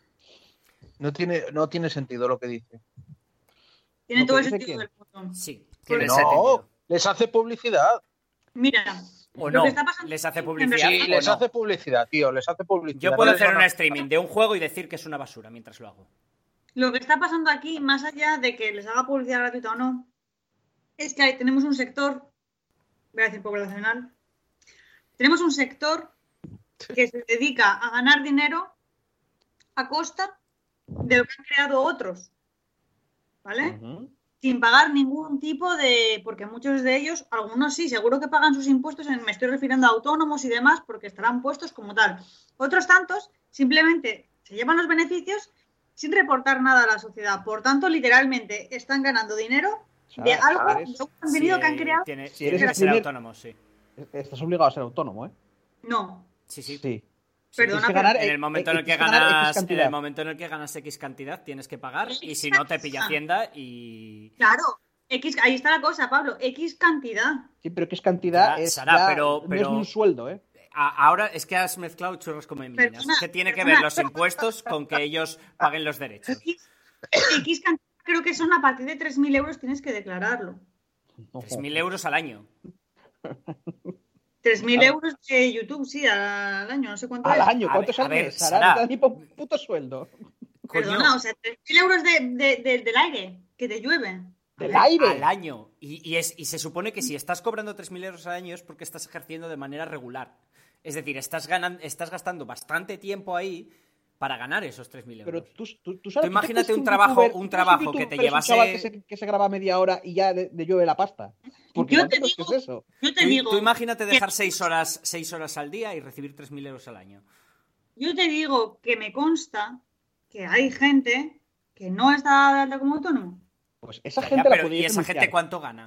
No tiene, no tiene sentido lo que dice. tiene lo todo que el dice sentido que- del mundo. Sí. Porque Tiene No, sentido. les hace publicidad. Mira, O lo no, que está pasando les hace en publicidad. Sí, o les no. hace publicidad, tío. Les hace publicidad. Yo No puedo les hacer van un a- streaming de un juego y decir que es una basura mientras lo hago. Lo que está pasando aquí, más allá de que les haga publicidad gratuita o no, es que ahí tenemos un sector, voy a decir poblacional, tenemos un sector que se dedica a ganar dinero a costa de lo que han creado otros, ¿vale? Ujú. Sin pagar ningún tipo de... Porque muchos de ellos, algunos sí, seguro que pagan sus impuestos, en, me estoy refiriendo a autónomos y demás, porque estarán puestos como tal. Otros tantos simplemente se llevan los beneficios sin reportar nada a la sociedad. Por tanto, literalmente, están ganando dinero O sea, de algo, eres- de un contenido Sí, que han creado. Tiene, Si tiene eres que ser streamer- autónomo, sí. Estás obligado a ser autónomo, ¿eh? No, Sí, sí. Sí. perdona, Tienes que pero- ganar, En eh, el momento en el eh, que tienes ganar X ganas, en cantidad. el momento en el que ganas X cantidad, tienes que pagar y si no te pilla Hacienda y claro, X, ahí está la cosa, Pablo, X cantidad. Sí, pero ¿qué es cantidad? Ya, es Sara, ya- pero- no pero- es ni un sueldo, ¿eh? A- ahora es que has mezclado churros con meninas. Perdona, ¿Qué tiene que perdona. ver los impuestos con que ellos paguen los derechos? X, X cantidad creo que son a partir de tres mil euros tienes que declararlo. tres mil euros al año. tres mil euros de YouTube, sí, al año, no sé cuánto Al es. año, A ¿cuántos ver, a años? ver, Sara, Sara. no te da ni po- puto sueldo. Perdona, Coño, o sea, tres mil euros de, de- de- del aire, que te llueve. ¡Del aire! al año. Y, y es, y se supone que si estás cobrando tres mil euros al año es porque estás ejerciendo de manera regular. Es decir, estás, ganan, estás gastando bastante tiempo ahí para ganar esos tres mil euros. Pero tú, tú, tú sabes, Tú imagínate ¿tú te crees un que trabajo- youtuber- un tú trabajo crees que te youtuber es un llevase- chaval que se, que se graba media hora y ya de, de llueve la pasta. Porque Yo igual te no es que digo- es eso. Yo te Tú, digo, tú imagínate que- dejar seis horas, seis horas al día y recibir tres mil euros al año. yo te digo que me consta que hay gente que no está de alta como autónomo. Pues esa Ya, gente la pero ¿y podría esa denunciar. gente cuánto gana?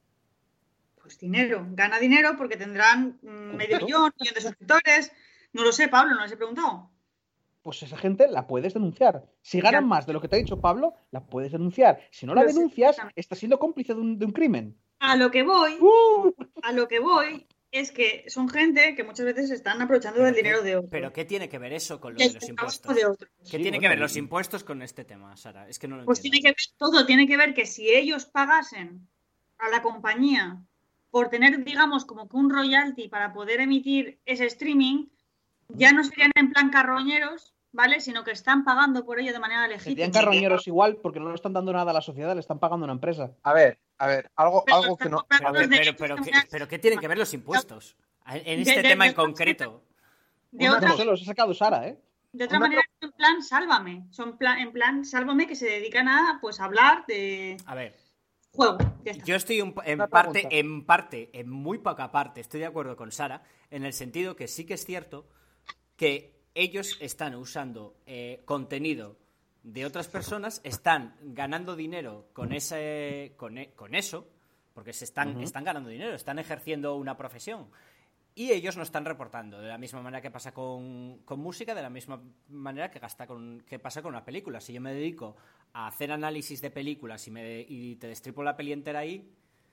Pues dinero, gana dinero porque tendrán mm, medio Claro. millón, un millón de suscriptores. No lo sé, Pablo, no les he preguntado. Pues esa gente la puedes denunciar. Si ganan Ya. más de lo que te ha dicho Pablo, la puedes denunciar. Si no la Pero sí, denuncias, exactamente. estás siendo cómplice de un, de un crimen. A lo que voy, ¡Uh! a lo que voy es que son gente que muchas veces se están aprovechando ¿Pero del qué- dinero de otros. ¿Pero qué tiene que ver eso con lo Del de los trabajo impuestos? de otros. ¿Qué Sí, tiene bueno, que ver y- los impuestos con este tema, Sara? Es que no lo Pues entiendo. tiene que ver todo, tiene que ver que si ellos pagasen a la compañía por tener, digamos, como que un royalty para poder emitir ese streaming, ya no serían en plan carroñeros, ¿vale? Sino que están pagando por ello de manera legítima. Serían carroñeros igual porque no le están dando nada a la sociedad, le están pagando a una empresa. A ver, a ver, algo, Pero algo están que no. comprando A Pero, ver, los pero, derechos pero, de ¿qué, manera pero ¿qué tienen que ver los impuestos? En De- este de- tema de en otra concreto. De Una otra, cosa los ha sacado Sara, ¿eh? de otra una manera, en plan, sálvame. Son plan, en plan, sálvame, que se dedican a pues hablar de A ver, juego. Ya está. yo estoy un- en Una parte, pregunta. en parte, en muy poca parte, estoy de acuerdo con Sara, en el sentido que sí que es cierto que ellos están usando eh, contenido de otras personas, están ganando dinero con ese, con, e- con eso, porque se están, Ujú. están ganando dinero, están ejerciendo una profesión. Y ellos no están reportando, de la misma manera que pasa con, con música, de la misma manera que, gasta con, que pasa con una película. Si yo me dedico a hacer análisis de películas y, me, y te destripo la peli entera ahí,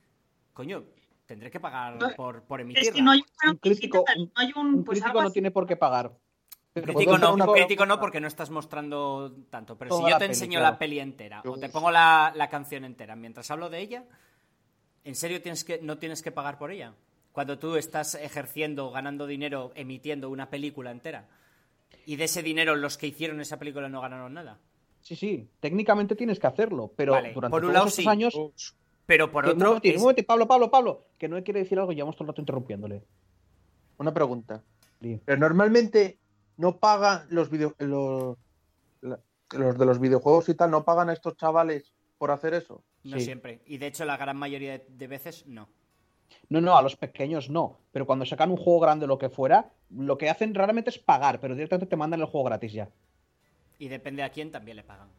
coño, tendré que pagar No, por, por Es emitirla. que no hay un, Un crítico, digital, un- no hay un, Un pues, crítico algo no así. tiene por qué pagar. Un Pero crítico puedo no, hacer una un cosa- crítico no porque no estás mostrando tanto. Pero si Toda yo la te peli, enseño claro. la peli entera o te Uf. pongo la, la canción entera mientras hablo de ella, ¿en serio tienes que, no tienes que pagar por ella? Cuando tú estás ejerciendo, ganando dinero, emitiendo una película entera. Y de ese dinero los que hicieron esa película no ganaron nada. Sí, sí, técnicamente tienes que hacerlo, pero Vale, durante por un todos lado estos sí. años... Pero por Que, un otro... momentito, es- un momentito, Pablo, Pablo, Pablo, que no quiere decir algo y llevamos todo el rato interrumpiéndole. una pregunta. Sí. Pero normalmente no pagan los video, los, la- los de los videojuegos y tal, no pagan a estos chavales por hacer eso. No Sí. siempre. Y de hecho la gran mayoría de, de veces no. No, no, a los pequeños no, pero cuando sacan un juego grande o lo que fuera, lo que hacen raramente es pagar, pero directamente te mandan el juego gratis ya. Y depende a quién también le pagan.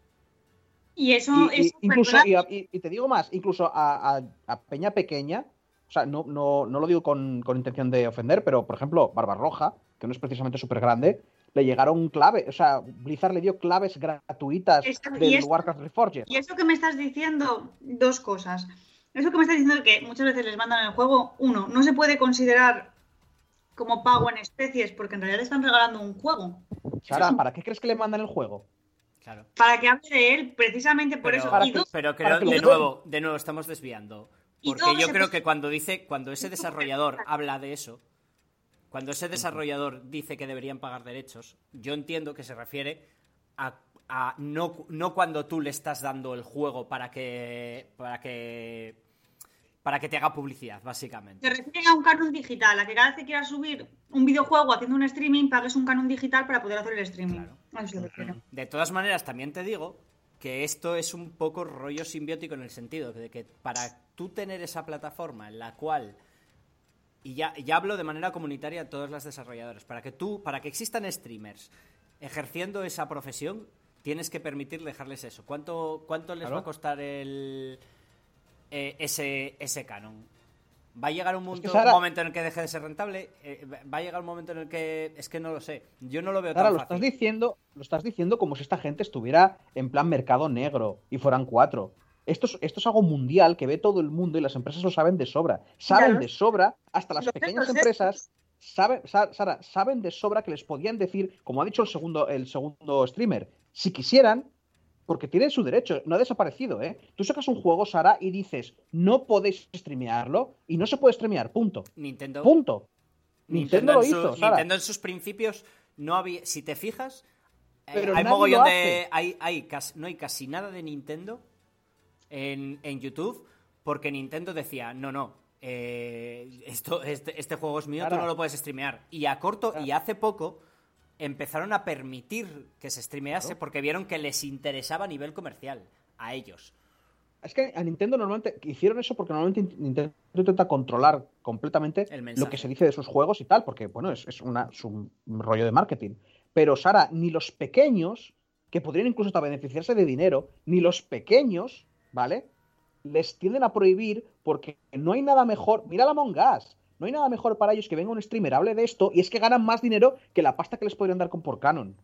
Y eso, Y, y- eso incluso, perdona, y, a- y- y te digo más, incluso a, a- a Peña pequeña, o sea, no, no, no lo digo con, con intención de ofender, pero por ejemplo, Barbarroja, que no es precisamente súper grande, le llegaron claves, o sea, Blizzard le dio claves gratuitas Exacto, del y es- Warcraft Reforged. y eso que me estás diciendo, dos cosas. Eso que me estás diciendo que muchas veces les mandan el juego, uno, no se puede considerar como pago en especies porque en realidad te están regalando un juego. Sara, ¿para qué crees que le mandan el juego? Claro. Para que hable de él, precisamente por Pero, eso. para Y que- dos, pero para creo, que lo de jueguen. nuevo, de nuevo estamos desviando. Y Porque todo yo se creo puede- que cuando dice, cuando ese desarrollador habla de eso, cuando ese desarrollador dice que deberían pagar derechos, yo entiendo que se refiere a, a no, no cuando tú le estás dando el juego para que para que para que te haga publicidad, básicamente. se refieren a un canon digital, a que cada vez que quieras subir un videojuego haciendo un streaming, pagues un canon digital para poder hacer el streaming. Claro. A eso se refiere. De todas maneras, también te digo que esto es un poco rollo simbiótico en el sentido de que para tú tener esa plataforma en la cual, y ya, ya hablo de manera comunitaria a todas las desarrolladoras, para que tú, para que existan streamers ejerciendo esa profesión, tienes que permitir dejarles eso. ¿Cuánto, cuánto les Claro. va a costar el eh, ese, ese canon? ¿Va a llegar un, Es que momento, Sara- un momento en el que deje de ser rentable? Eh, ¿Va a llegar un momento en el que...? Es que no lo sé. Yo no lo veo Sara, tan lo fácil. estás diciendo, lo estás diciendo como si esta gente estuviera en plan mercado negro y fueran cuatro. Esto es, esto es algo mundial que ve todo el mundo y las empresas lo saben de sobra. Saben Claro. de sobra, hasta las Lo sé, pequeñas lo sé. empresas, saben, Sa- Sara, saben de sobra que les podían decir, como ha dicho el segundo, el segundo streamer, si quisieran, Porque tienen su derecho, no ha desaparecido, ¿eh? Tú sacas un juego, Sara, y dices, no podéis streamearlo, y no se puede streamear, punto. Nintendo. Punto. Nintendo, Nintendo lo en su- hizo, Sara. Nintendo en sus principios no había. Si te fijas, eh, Pero hay nadie mogollón lo de. hace. Hay, hay casi, no hay casi nada de Nintendo en, en YouTube, porque Nintendo decía, no, no. eh, esto, este, este juego es mío, Sara. tú no lo puedes streamear. Y a corto, Sara. y hace poco empezaron a permitir que se streamease Claro. porque vieron que les interesaba a nivel comercial a ellos. Es que a Nintendo normalmente hicieron eso porque normalmente Nintendo intenta controlar completamente El mensaje. lo que se dice de sus juegos y tal, porque bueno, es, es, una, es un rollo de marketing. Pero Sara, ni los pequeños, que podrían incluso hasta beneficiarse de dinero, ni los pequeños, ¿vale? Les tienden a prohibir porque no hay nada mejor. Mira la Among Us. No hay nada mejor para ellos que venga un streamer, hable de esto, y es que ganan más dinero que la pasta que les podrían dar con por Canon.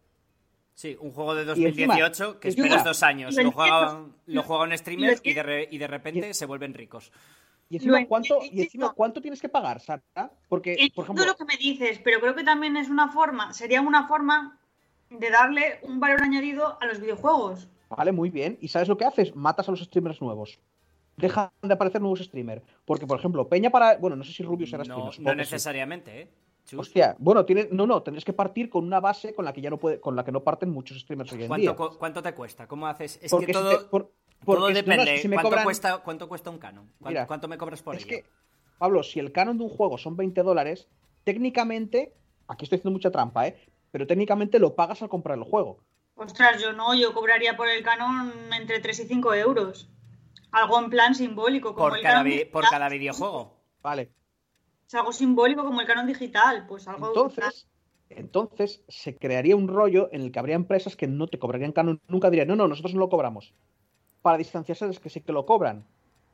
Sí, un juego de dos Y mil encima- dieciocho que encima- esperas dos años, lo lo entiendo. juega, lo juega un streamer Lo y de, re- y de repente se vuelven ricos. Y encima, Lo ¿cuánto, entiendo. y encima, ¿cuánto tienes que pagar, Sara? Porque, Entiendo por ejemplo, lo que me dices, pero creo que también es una forma, sería una forma de darle un valor añadido a los videojuegos. vale, muy bien. ¿Y sabes lo que haces? Matas a los streamers nuevos. Dejan de aparecer nuevos streamers. Porque, por ejemplo, Peña para. Bueno, no sé si Rubius era No, streamer. no supongo que sí. necesariamente, ¿eh? Chus. Hostia, bueno, tienes, no, no, tendrías que partir con una base con la que ya no puede, con la que no parten muchos streamers hoy en ¿Cuánto, día. co- ¿Cuánto te cuesta? ¿Cómo haces? Es Porque que si todo, te- por- todo porque si- no, no, depende. si me ¿Cuánto, cobran- cuesta, ¿Cuánto cuesta un canon? ¿Cuánto, Mira, cuánto me cobras por es ello? que, Pablo, si el canon de un juego son veinte dólares, técnicamente, aquí estoy haciendo mucha trampa, ¿eh? Pero técnicamente lo pagas al comprar el juego. Ostras, yo no, yo cobraría por el canon entre tres y cinco euros. Algo en plan simbólico, como por, el cada canon vi- por digital. cada videojuego. Vale. Es algo simbólico como el canon digital, pues algo. Entonces, entonces se crearía un rollo en el que habría empresas que no te cobrarían canon, nunca dirían, no, no, nosotros no lo cobramos. Para distanciarse es que sí que lo cobran.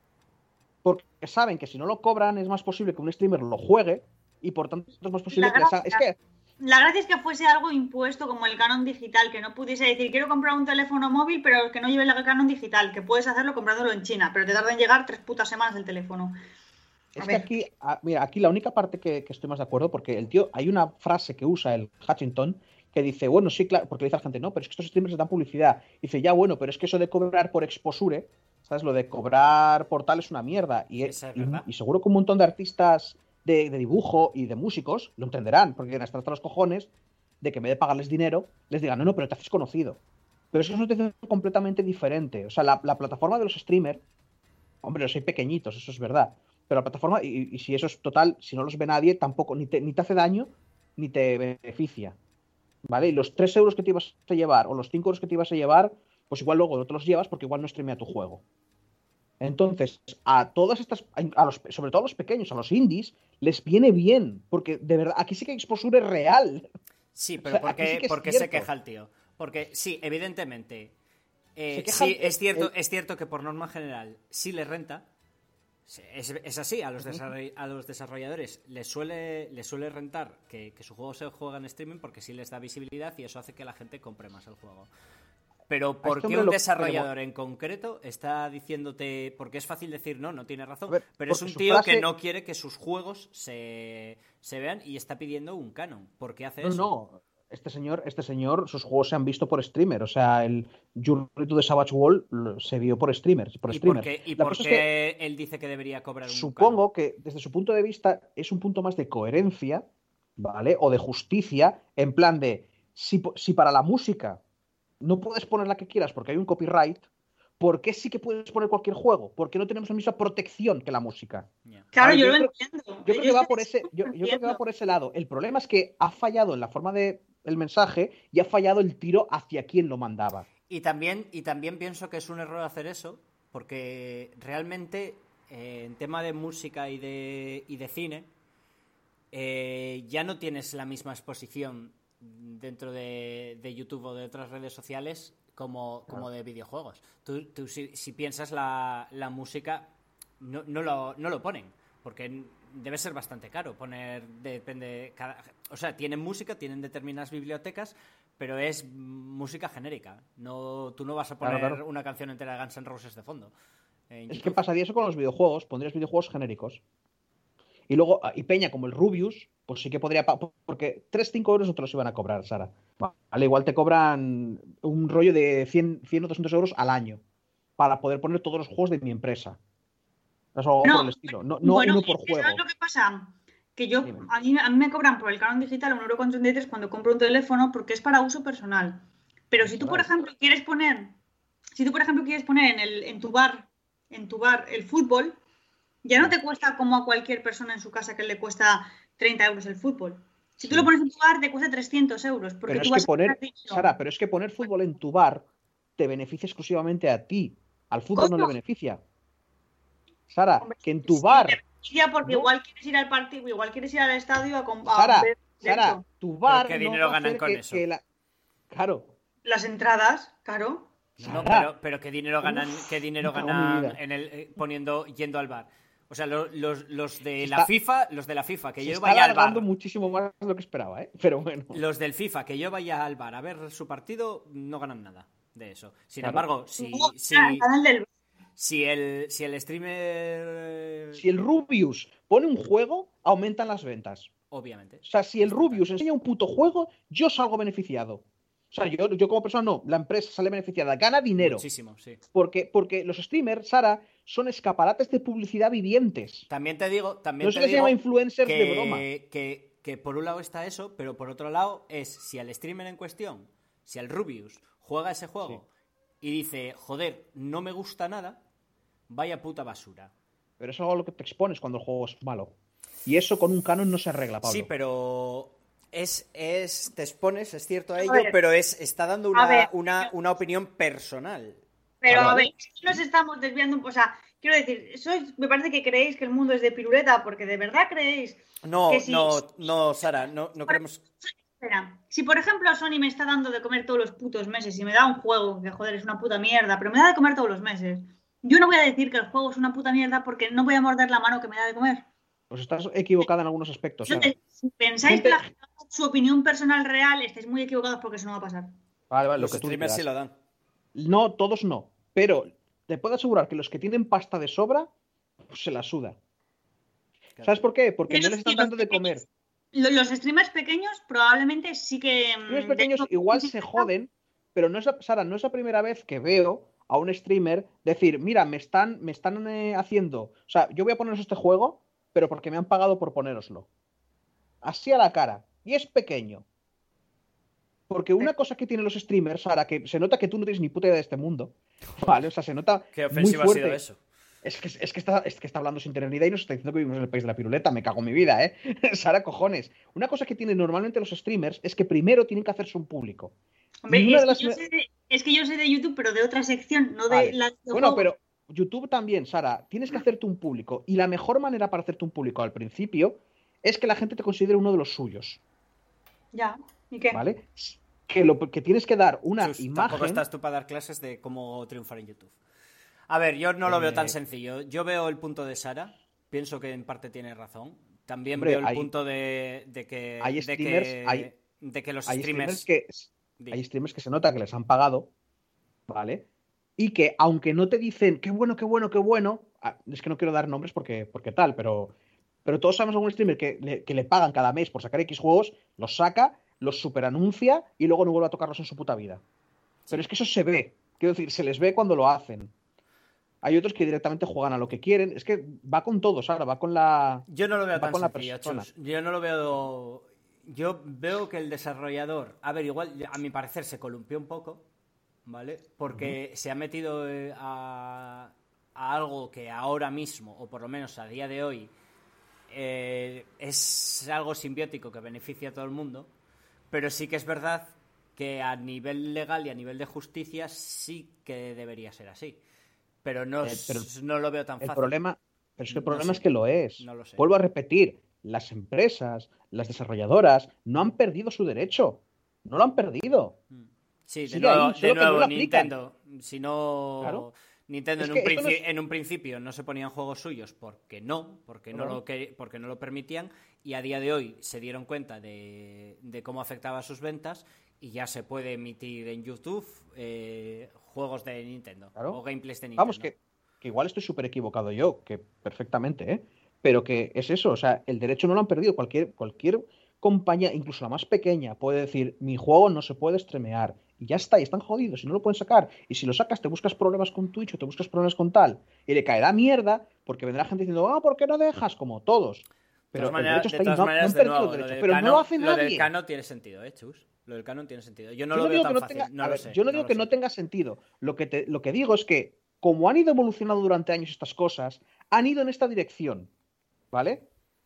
Porque saben que si no lo cobran es más posible que un streamer lo juegue y por tanto es más posible La que... les haga- Es que La gracia es que fuese algo impuesto como el canon digital, que no pudiese decir quiero comprar un teléfono móvil, pero que no lleve el canon digital, que puedes hacerlo comprándolo en China, pero te tarda en llegar tres putas semanas el teléfono. A Es que ver. aquí, a- mira, aquí la única parte que, que estoy más de acuerdo, porque el tío, hay una frase que usa el Hutchinson que dice, bueno, sí, claro, porque le dice a la gente, no, pero es que estos streamers les dan publicidad. Y dice, ya, bueno, pero es que eso de cobrar por exposure, ¿sabes? Lo de cobrar por tal es una mierda. Y, Eso es y- verdad. y seguro que un montón de artistas de, de dibujo y de músicos lo entenderán, porque van a estar hasta los cojones de que en vez de pagarles dinero, les digan, no, no, pero te haces conocido. Pero eso es una situación completamente diferente. O sea, la, la plataforma de los streamers, hombre, los hay pequeñitos, eso es verdad. Pero la plataforma, y, y si eso es total, si no los ve nadie, tampoco, ni te, ni te hace daño, ni te beneficia. ¿Vale? Y los tres euros que te ibas a llevar, o los cinco euros que te ibas a llevar, pues igual luego no te los llevas porque igual no streamea tu juego. Entonces, a todas estas, a los, sobre todo a los pequeños, a los indies, les viene bien. Porque de verdad, aquí sí que hay exposure real. Sí, O pero sea, ¿por aquí qué, sí que es por qué se cierto. queja el tío? Porque sí, evidentemente. eh, Se queja sí, el- es cierto, el- es cierto que por norma general sí les renta. Es, es así, a los, desarroll- a los desarrolladores les suele, les suele rentar que, que su juego se juega en streaming porque sí les da visibilidad y eso hace que la gente compre más el juego. Pero ¿por este qué hombre un lo- desarrollador en concreto está diciéndote, porque es fácil decir no, no tiene razón, A ver, pero es porque un su tío frase- que no quiere que sus juegos se, se vean y está pidiendo un canon? ¿Por qué hace No, eso? no. Este señor, este señor, sus juegos se han visto por streamer. O sea, el Journey to the Savage World lo- se vio por streamers. Por ¿Y por streamers. qué, y La por cosa es qué que él dice que debería cobrar un supongo que desde su punto de vista es un punto más de coherencia, ¿vale? O de justicia, en plan de, si, po- si para la música no puedes poner la que quieras porque hay un copyright, ¿por qué sí que puedes poner cualquier juego? ¿Por qué no tenemos la misma protección que la música? canon? Ya. Claro, Vale, yo, yo lo creo- entiendo. Yo creo que Yo va es por que ese, yo, yo creo que va por ese lado. El problema es que ha fallado en la forma de el mensaje y ha fallado el tiro hacia quien lo mandaba. Y también, y también pienso que es un error hacer eso, porque realmente eh, en tema de música y de, y de cine eh, ya no tienes la misma exposición dentro de, de YouTube o de otras redes sociales como, como de videojuegos. Tú, tú si, si piensas la, la música, no, no, lo, no lo ponen, porque debe ser bastante caro poner, depende, cada, o sea, tienen música, tienen determinadas bibliotecas, pero es música genérica. No, tú no vas a poner Claro, claro. una canción entera de Guns N' Roses de fondo. en Es YouTube. que pasaría eso con los videojuegos, pondrías videojuegos genéricos. Y luego, y Peña como el Rubius, pues sí que podría... pa- Porque tres cinco euros no te los iban a cobrar, Sara. Vale, igual te cobran un rollo de cien, cien o doscientos euros al año para poder poner todos los juegos de mi empresa. O sea, algo por No, el estilo. No, no bueno, uno por es que juego. ¿sabes lo que pasa? Que yo, Dime. a mí, a mí me cobran por el canon digital un euro con treinta y tres cuando compro un teléfono porque es para uso personal. Pero si tú, por Personal. ejemplo, quieres poner, si tú, por ejemplo, quieres poner en, el, en tu bar, en tu bar el fútbol, ya no te cuesta como a cualquier persona en su casa que le cuesta treinta euros el fútbol. Si tú Sí. lo pones en tu bar, te cuesta trescientos euros. Porque Pero tú es vas que poner, a ganar dinero. Sara, pero es que poner fútbol en tu bar te beneficia exclusivamente a ti. Al fútbol no Coño. le beneficia. Sara, Hombre, que en tu sí, bar. me beneficia porque ¿no? igual quieres ir al partido, igual quieres ir al estadio a, com- a Sara, ver Sara, directo. tu bar ¿qué no dinero va a ganan hacer con que, eso? que la... Claro. Las entradas, claro. No, Sara, pero, pero qué dinero ganan, qué dinero me cago en mi ganan vida. en el, eh, poniendo, yendo al bar. O sea, lo- los, los de Se la está- FIFA, los de la FIFA, que Se yo está vaya al alargando bar. muchísimo más de lo que esperaba, ¿eh? Pero bueno. Los del FIFA, que yo vaya al bar a ver su partido, no ganan nada de eso. Sin Claro. embargo, si, No, si, el canal del si el, si el streamer... Si el Rubius pone un juego, aumentan las ventas. Obviamente. O sea, si el Rubius enseña un puto juego, yo salgo beneficiado. O sea, yo, yo como persona no, la empresa sale beneficiada, gana dinero. Muchísimo, sí. Porque, porque los streamers, Sara, son escaparates de publicidad vivientes. También te digo, también No se te les digo llama influencers que, de broma. Que, que por un lado está eso, pero por otro lado es si al streamer en cuestión, si al Rubius juega ese juego y dice, joder, no me gusta nada, vaya puta basura. Pero eso es algo a lo que te expones cuando el juego es malo. Y eso con un canon no se arregla, Pablo. Sí, pero es, es te expones, es cierto a A ello, ver. pero es está dando A una, ver. una, una opinión personal. Pero Vale. a ver, aquí nos estamos desviando un poco. O sea, quiero decir, sois, me parece que creéis que el mundo es de piruleta, porque de verdad creéis No, que si. no, no, Sara, no, no creemos. Espera, si por ejemplo Sony me está dando de comer todos los putos meses y me da un juego que joder es una puta mierda, pero me da de comer todos los meses, yo no voy a decir que el juego es una puta mierda porque no voy a morder la mano que me da de comer. Pues estás equivocada en algunos aspectos, Sara. Entonces, si pensáis Gente- que la gente da su opinión personal real, estáis muy equivocados porque eso no va a pasar. Vale, vale, lo Los que tú streamers digas. sí lo dan. No, todos no. Pero te puedo asegurar que los que tienen pasta de sobra, pues se la suda. Claro. ¿Sabes por qué? Porque Pero no les sí, están los dando de comer. pequeños- Lo- Los streamers pequeños probablemente sí que. mm, Los pequeños de hecho, igual se joden, pero no es, la- Sara, no es la primera vez que veo a un streamer decir, mira, me están, me están eh, haciendo, o sea, yo voy a poneros este juego, pero porque me han pagado por ponéroslo. Así a la cara. Y es pequeño. Porque una cosa que tienen los streamers, Sara, que se nota que tú no tienes ni puta idea de este mundo, ¿vale? O sea, se nota Qué muy ofensivo ha fuerte. sido eso. Es que, es, que está, es que está hablando sin tener ni idea y nos está diciendo que vivimos en el país de la piruleta. Me cago en mi vida, ¿eh? Sara, cojones. Una cosa que tienen normalmente los streamers es que primero tienen que hacerse un público. Hombre, Y una es, de las que yo me- sé de, es que yo sé de YouTube, pero de otra sección, no de Vale. la de Bueno, juegos. pero YouTube también, Sara. Tienes que hacerte un público. Y la mejor manera para hacerte un público al principio es que la gente te considere uno de los suyos. Ya, ¿y qué? ¿Vale? Que, lo, que tienes que dar una Chus, imagen. Tampoco estás tú para dar clases de cómo triunfar en YouTube. A ver, yo no lo veo tan Eh, sencillo. Yo veo el punto de Sara. Pienso que en parte tiene razón. También Hombre, veo el hay- punto de, de que, hay de, streamers- que hay- de que los Hay streamers. streamers que Di. hay streamers que se nota que les han pagado, ¿vale? Y que aunque no te dicen qué bueno, qué bueno, qué bueno, ah, es que no quiero dar nombres porque, porque tal, pero, pero todos sabemos algún streamer que le, que le pagan cada mes por sacar X juegos, los saca, los superanuncia y luego no vuelve a tocarlos en su puta vida. Pero es que eso se ve, quiero decir, se les ve cuando lo hacen. Hay otros que directamente juegan a lo que quieren, es que va con todos, ahora va con la... Yo no lo veo va tan con la sencillo, persona. Chus. Yo no lo veo. Yo veo que el desarrollador, a ver, igual a mi parecer se columpió un poco, ¿vale? Porque se ha metido eh, a, a algo que ahora mismo, o por lo menos a día de hoy, eh, es algo simbiótico que beneficia a todo el mundo, pero sí que es verdad que a nivel legal y a nivel de justicia sí que debería ser así. Pero no, Eh, pero s- no lo veo tan El fácil. problema, pero es que el No problema sé. es que lo es. No lo sé. Vuelvo a repetir, las empresas, las desarrolladoras, no han perdido su derecho. No lo han perdido. Sí, de Sigue nuevo, ahí, de solo que no nuevo lo aplican. Nintendo. Si no. Claro. Nintendo Es en, que un esto no princi- es- en un principio no se ponían juegos suyos porque no, porque no, Claro. lo que- porque no lo permitían, y a día de hoy se dieron cuenta de, de cómo afectaba a sus ventas y ya se puede emitir en YouTube eh, juegos de Nintendo Claro. o gameplays de Nintendo. Vamos, que, que igual estoy súper equivocado yo, que perfectamente, ¿eh? pero que es eso, o sea, el derecho no lo han perdido. Cualquier, cualquier compañía, incluso la más pequeña, puede decir, mi juego no se puede streamear. Y ya está, y están jodidos, y no lo pueden sacar. Y si lo sacas, te buscas problemas con Twitch o te buscas problemas con tal, y le caerá mierda, porque vendrá gente diciendo, ah, ¿por qué no dejas? Como todos. Pero de todas maneras, el derecho de está ahí, todas no, maneras, no han de perdido nuevo, el lo derecho, del pero canon, no lo hace lo nadie. del canon tiene sentido, ¿eh, Chus? Lo del canon tiene sentido. Yo no Yo lo no veo digo tan que no fácil, tenga, no a lo ver, sé. yo no no digo lo que sé. no tenga sentido. Lo que, te- lo que digo es que, como han ido evolucionando durante años estas cosas, han ido en esta dirección, ¿vale?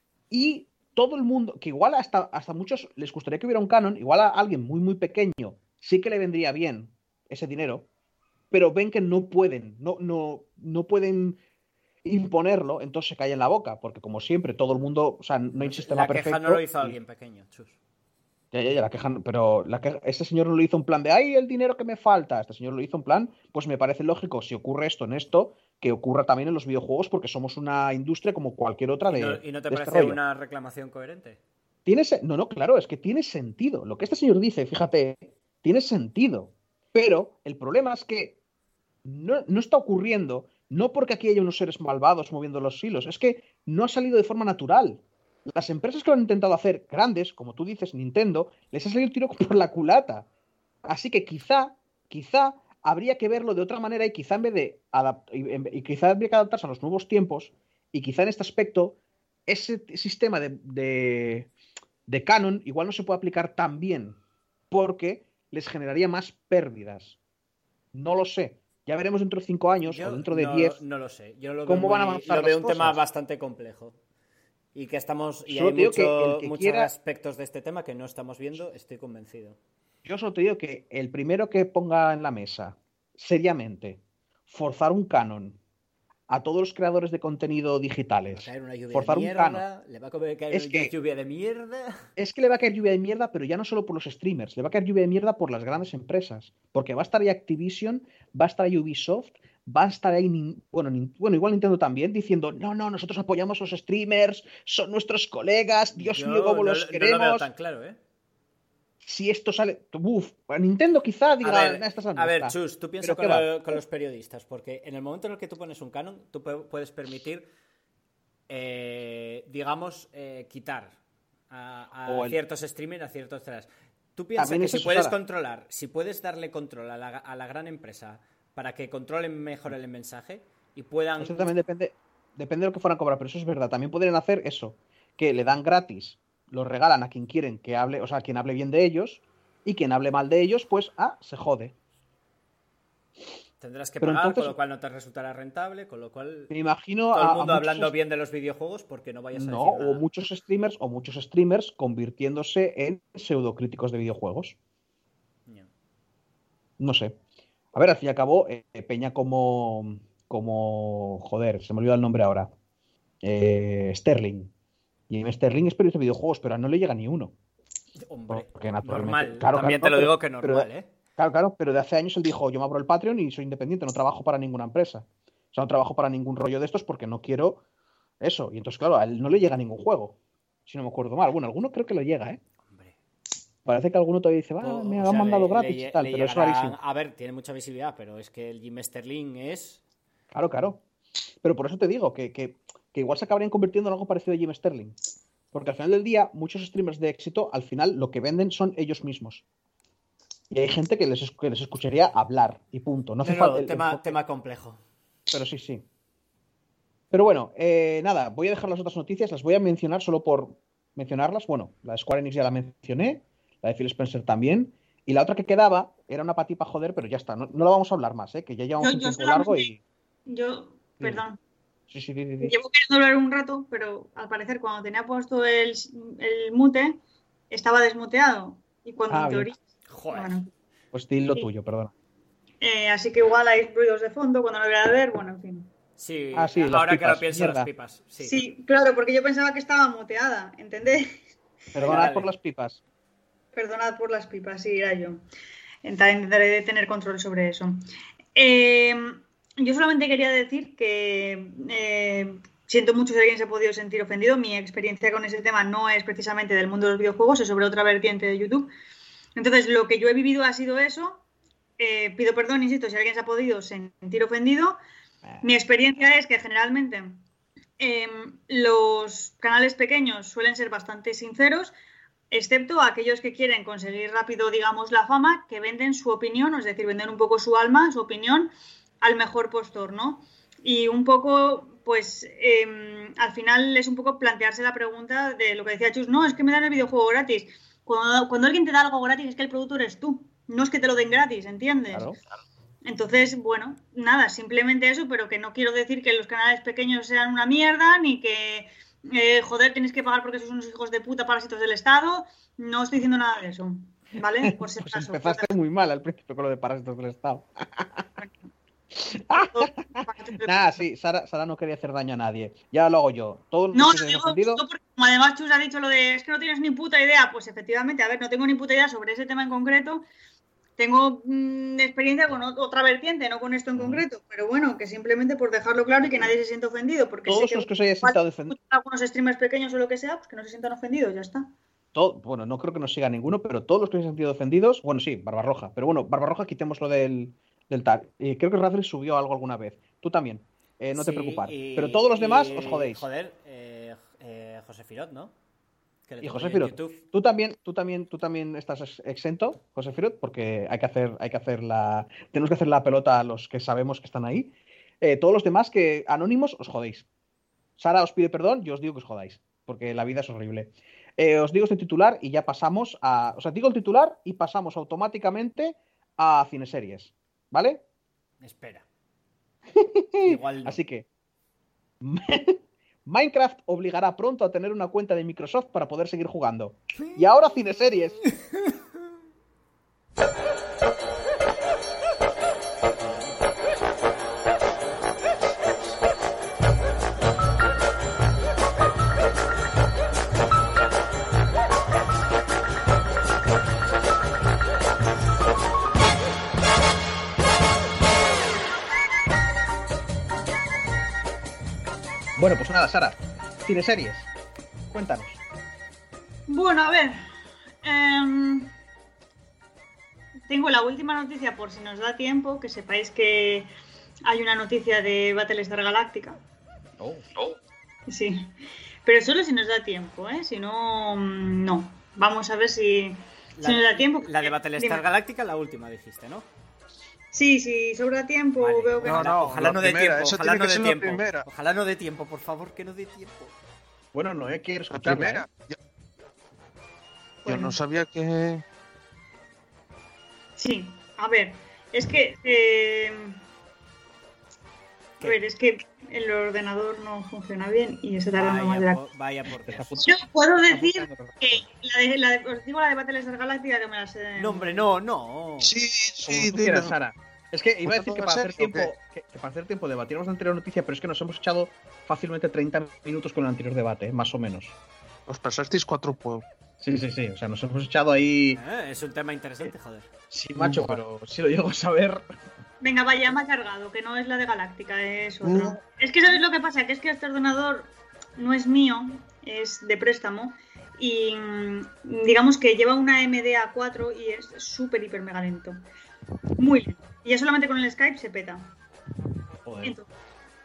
Y todo el mundo, que igual hasta, hasta muchos les gustaría que hubiera un canon, igual a alguien muy, muy pequeño sí que le vendría bien ese dinero, pero ven que no pueden, no, no, no pueden imponerlo, entonces se callan la boca, porque como siempre, todo el mundo, o sea, no hay No sé, sistema la queja perfecto. no lo hizo y- alguien pequeño, Chus. Ya, ya, ya, la queja, pero la queja- este señor no lo hizo en plan de, ay, el dinero que me falta. Este señor lo hizo en plan, pues me parece lógico, si ocurre esto en esto, que ocurra también en los videojuegos, porque somos una industria como cualquier otra ¿Y no, de, y no te de este parece rollo. una reclamación coherente? Tiene se- no, no, claro, es que tiene sentido. Lo que este señor dice, fíjate, tiene sentido. Pero el problema es que no, no está ocurriendo, no porque aquí haya unos seres malvados moviendo los hilos, es que no ha salido de forma natural. Las empresas que lo han intentado hacer grandes, como tú dices, Nintendo, les ha salido el tiro por la culata. Así que quizá, quizá habría que verlo de otra manera y quizá en vez de adapt- y, en- y quizá habría que adaptarse a los nuevos tiempos y quizá en este aspecto ese t- sistema de, de, de canon igual no se puede aplicar tan bien porque les generaría más pérdidas. No lo sé. Ya veremos dentro de cinco años o Yo dentro de no, diez no lo sé. Yo lo veo, cómo van a muy- avanzar lo veo las un tema cosas. bastante complejo. Y que estamos. Y Solo hay te digo que mucho- el que muchos quiera- aspectos de este tema que no estamos viendo, estoy convencido. Yo solo te digo que el primero que ponga en la mesa, seriamente, forzar un canon a todos los creadores de contenido Le va a digitales, caer una lluvia forzar de un canon, mierda. Le va a caer Es una que- lluvia de mierda. es que le va a caer lluvia de mierda, pero ya no solo por los streamers, le va a caer lluvia de mierda por las grandes empresas, porque va a estar ahí Activision, va a estar ahí Ubisoft, va a estar ahí, Nin- bueno, Nin- bueno, igual Nintendo también, diciendo, no, no, nosotros apoyamos a los streamers, son nuestros colegas, Dios Yo mío, cómo no, los lo- no queremos. lo veo tan claro, ¿eh? Si esto sale, uf, a Nintendo quizá diga, A ver, "Nah, esta es la a ver, nuestra". Chus, tú piensas Pero con, ¿qué va? lo- con los periodistas, porque en el momento en el que tú pones un canon, tú pu- puedes permitir, eh, digamos, eh, quitar a, a O el- ciertos streamers, a ciertos tras. Tú piensas También que es si eso, puedes Sara. controlar, si puedes darle control a la, a la gran empresa para que controlen mejor el mensaje y puedan... Eso también depende, depende de lo que fueran a cobrar, pero eso es verdad. También podrían hacer eso, que le dan gratis, los regalan a quien quieren que hable, o sea, a quien hable bien de ellos, y quien hable mal de ellos, pues, ah, se jode. Tendrás que Pero pagar, entonces- con lo cual no te resultará rentable, con lo cual... Me imagino Todo a, el a mundo muchos hablando est- bien de los videojuegos porque no vayas a no, decir o nada. muchos streamers, o muchos streamers convirtiéndose en pseudocríticos de videojuegos. Ya. No sé. A ver, al fin y al cabo, eh, Peña como, como, joder, se me olvidó el nombre ahora. Eh, Sterling. Y Sterling es periodista de videojuegos, pero a no le llega ni uno. Hombre, Porque naturalmente- normal. claro, También claro, te lo pero- digo que pero- normal, ¿eh? Claro, claro, pero de hace años él dijo, yo me abro el Patreon y soy independiente, no trabajo para ninguna empresa. O sea, no trabajo para ningún rollo de estos porque no quiero eso. Y entonces, claro, a él no le llega ningún juego. Si no me acuerdo mal. Bueno, alguno creo que le llega, ¿eh? Hombre. Parece que alguno todavía dice, va, O- me o han sea, mandado le- gratis le- y tal, le pero es llegarán- rarísimo. A ver, tiene mucha visibilidad, pero es que el Jim Sterling es... Claro, claro. Pero por eso te digo que, que, que igual se acabarían convirtiendo en algo parecido a Jim Sterling. Porque al final del día, muchos streamers de éxito, al final lo que venden son ellos mismos. Y hay gente que les, es- que les escucharía hablar y punto. No hace No, falta. no, el- tema, el- tema complejo. Pero sí, sí. Pero bueno, eh, nada, voy a dejar las otras noticias, las voy a mencionar solo por mencionarlas. Bueno, la de Square Enix ya la mencioné, la de Phil Spencer también. Y la otra que quedaba era una patipa joder, pero ya está. No, no la vamos a hablar más, ¿eh? Que ya llevamos Yo- un yo tiempo largo y. Yo, perdón, Sí, sí, sí, sí, sí. llevo queriendo hablar un rato, pero al parecer cuando tenía puesto el, el mute, estaba desmuteado. Y cuando Ah, en bien. teoría... Joder. Bueno, Pues di lo Sí. tuyo, perdona. eh, así que igual hay ruidos de fondo cuando no debería de ver, bueno, en fin. Sí, Ah, sí, las ahora que pipas, lo pienso, mierda. las pipas. Sí. Sí. claro, porque yo pensaba que estaba muteada, ¿entendés? Perdona Dale. por las pipas. Perdonad por las pipas, sí, era yo. Intentaré, intentaré tener control sobre eso. Eh, yo solamente quería decir que eh, siento mucho si alguien se ha podido sentir ofendido. Mi experiencia con ese tema no es precisamente del mundo de los videojuegos, es sobre otra vertiente de YouTube. Entonces, lo que yo he vivido ha sido eso. Eh, pido perdón, insisto, si alguien se ha podido sentir ofendido. Mi experiencia es que generalmente eh, los canales pequeños suelen ser bastante sinceros, excepto aquellos que quieren conseguir rápido, digamos, la fama, que venden su opinión, es decir, venden un poco su alma, su opinión, al mejor postor, ¿no? Y un poco, pues, eh, al final es un poco plantearse la pregunta de lo que decía Chus, no, es que me dan el videojuego gratis. Cuando, cuando alguien te da algo gratis es que el producto eres tú, no es que te lo den gratis, ¿entiendes? Claro. Entonces, bueno, nada, simplemente eso, pero que no quiero decir que los canales pequeños sean una mierda, ni que, eh, joder, tienes que pagar porque sois unos hijos de puta parásitos del Estado. No estoy diciendo nada de eso, ¿vale? Por si Pues acaso. empezaste muy mal al principio con lo de parásitos del Estado. Nada, sí, Sara, Sara no quería hacer daño a nadie. Ya lo hago yo. Todo lo No, que lo se digo, ofendido... digo porque como además Chus ha dicho lo de es que no tienes ni puta idea, pues efectivamente, a ver, no tengo ni puta idea sobre ese tema en concreto. Tengo mmm, experiencia con otra vertiente, no con esto en concreto, pero bueno, que simplemente por dejarlo claro y que nadie se sienta ofendido, porque Todos sé que los que os hayáis sentado defendidos, algunos streamers pequeños o lo que sea, pues que no se sientan ofendidos, ya está. todo, bueno, no creo que nos siga ninguno, pero todos los que se han sentido ofendidos, bueno, sí, Barbarroja, pero bueno, Barbarroja quitemos lo del, del tal. Y creo que Rafael subió algo alguna vez. Tú también, eh, no Sí, te preocupes. y- Pero todos los demás y, os jodéis. Joder, eh, eh, José Firot, ¿no? Que le Y tengo José yo en Firot, YouTube. tú también, tú también, tú también estás ex- exento, José Firot, porque hay que hacer, hay que hacer la, tenemos que hacer la pelota a los que sabemos que están ahí. Eh, todos los demás que anónimos os jodéis. Sara os pide perdón, yo os digo que os jodáis, porque la vida es horrible. Eh, os digo este titular y ya pasamos a, o sea, digo el titular y pasamos automáticamente a cineseries, ¿vale? Espera. Igual no. Así que Minecraft obligará pronto a tener una cuenta de Microsoft para poder seguir jugando. Y ahora cineseries. Bueno, pues nada, Sara, cineseries. Cuéntanos. Bueno, a ver. em, tengo la última noticia por si nos da tiempo, que sepáis que hay una noticia de Battlestar Galactica. Oh, Sí, pero solo si nos da tiempo, ¿eh? Si no, mm, no. Vamos a ver si, La, si nos da tiempo. la de Battlestar Dime. Galactica, la última dijiste, ¿no? Sí, sí, sobra tiempo, Vale. veo que No, Ojalá, no, ojalá la no dé primera, tiempo. esa Ojalá tiene no que dé ser la tiempo. primera. Ojalá no dé tiempo, por favor, que no dé tiempo. bueno, no quiero La escucharla, primera. ¿eh? Yo, yo Bueno. no sabía que. Sí, a ver, es que... eh, a ¿Qué? ver, es que el ordenador no funciona bien y se tarda más de Vaya, la... por, vaya por Está Dios. Yo puedo decir que la de, la de, os digo la de Battlestar Galactica que me la sé... No, hombre, no, no. Sí, Como sí, tú quieras, dilo. Sara. Es que iba a decir que para hacer ¿Serio o tiempo, que, que para hacer tiempo debatíamos la anterior noticia, pero es que nos hemos echado fácilmente treinta minutos con el anterior debate, ¿eh? Más o menos. Os pasasteis cuatro pueblos. Sí, sí, sí. O sea, nos hemos echado ahí. Eh, es un tema interesante, joder. Sí, macho, pero si lo llego a saber. Venga, vaya, me ha cargado, que no es la de Galáctica, es otro. No. Es que ¿sabes lo que pasa? Que es que este ordenador no es mío, es de préstamo y mm, digamos que lleva una M D A cuatro y es súper, hiper, mega lento. Muy lento. Y ya solamente con el Skype se peta. Joder. Entonces,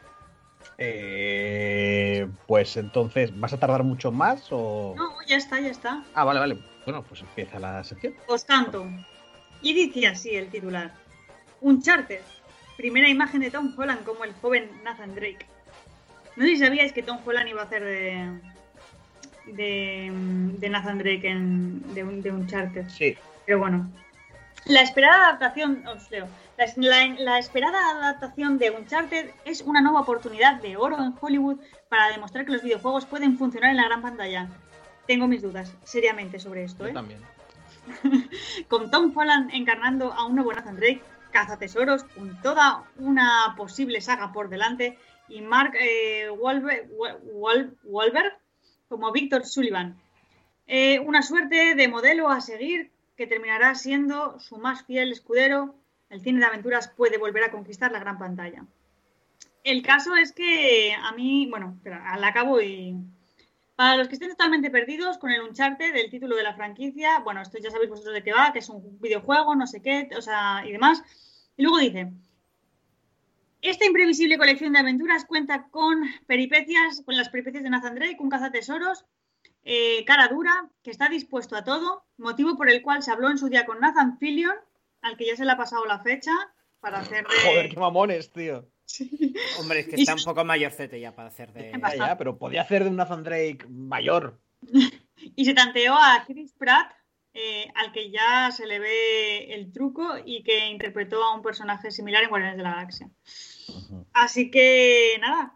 Eh, pues entonces, ¿vas a tardar mucho más o...? no, ya está, ya está. Ah, vale, vale. Bueno, pues empieza la sección. Os canto. Y dice así el titular. Uncharted. Primera imagen de Tom Holland como el joven Nathan Drake. No sé si sabíais que Tom Holland iba a hacer de... de, de Nathan Drake en, de, un- de Uncharted. Sí. Pero bueno. La esperada adaptación, os leo. La, la- la esperada adaptación de Uncharted es una nueva oportunidad de oro en Hollywood para demostrar que los videojuegos pueden funcionar en la gran pantalla. Tengo mis dudas, seriamente, sobre esto, Yo ¿eh? también. Con Tom Holland encarnando a un nuevo Nathan Drake, cazatesoros, con toda una posible saga por delante, y Mark eh, Wahlberg, Wahl- Wahlberg como Victor Sullivan. Eh, una suerte de modelo a seguir que terminará siendo su más fiel escudero. El cine de aventuras puede volver a conquistar la gran pantalla. El caso es que a mí, bueno, espera, al acabo y... Para los que estén totalmente perdidos con el Uncharted, el título de la franquicia, bueno, esto ya sabéis vosotros de qué va, que es un videojuego, no sé qué, o sea, y demás. Y luego dice, Esta imprevisible colección de aventuras cuenta con peripecias, con las peripecias de Nathan Drake, un cazatesoros, eh, cara dura, que está dispuesto a todo, motivo por el cual se habló en su día con Nathan Fillion, al que ya se le ha pasado la fecha para hacer de... Joder, qué mamones, tío. Sí. Hombre, es que está un poco mayorcete ya para hacer de... Ya, ya, pero podía hacer de un Nathan Drake mayor. Y se tanteó a Chris Pratt, eh, al que ya se le ve el truco y que interpretó a un personaje similar en Guardianes de la Galaxia. Uh-huh. Así que, nada,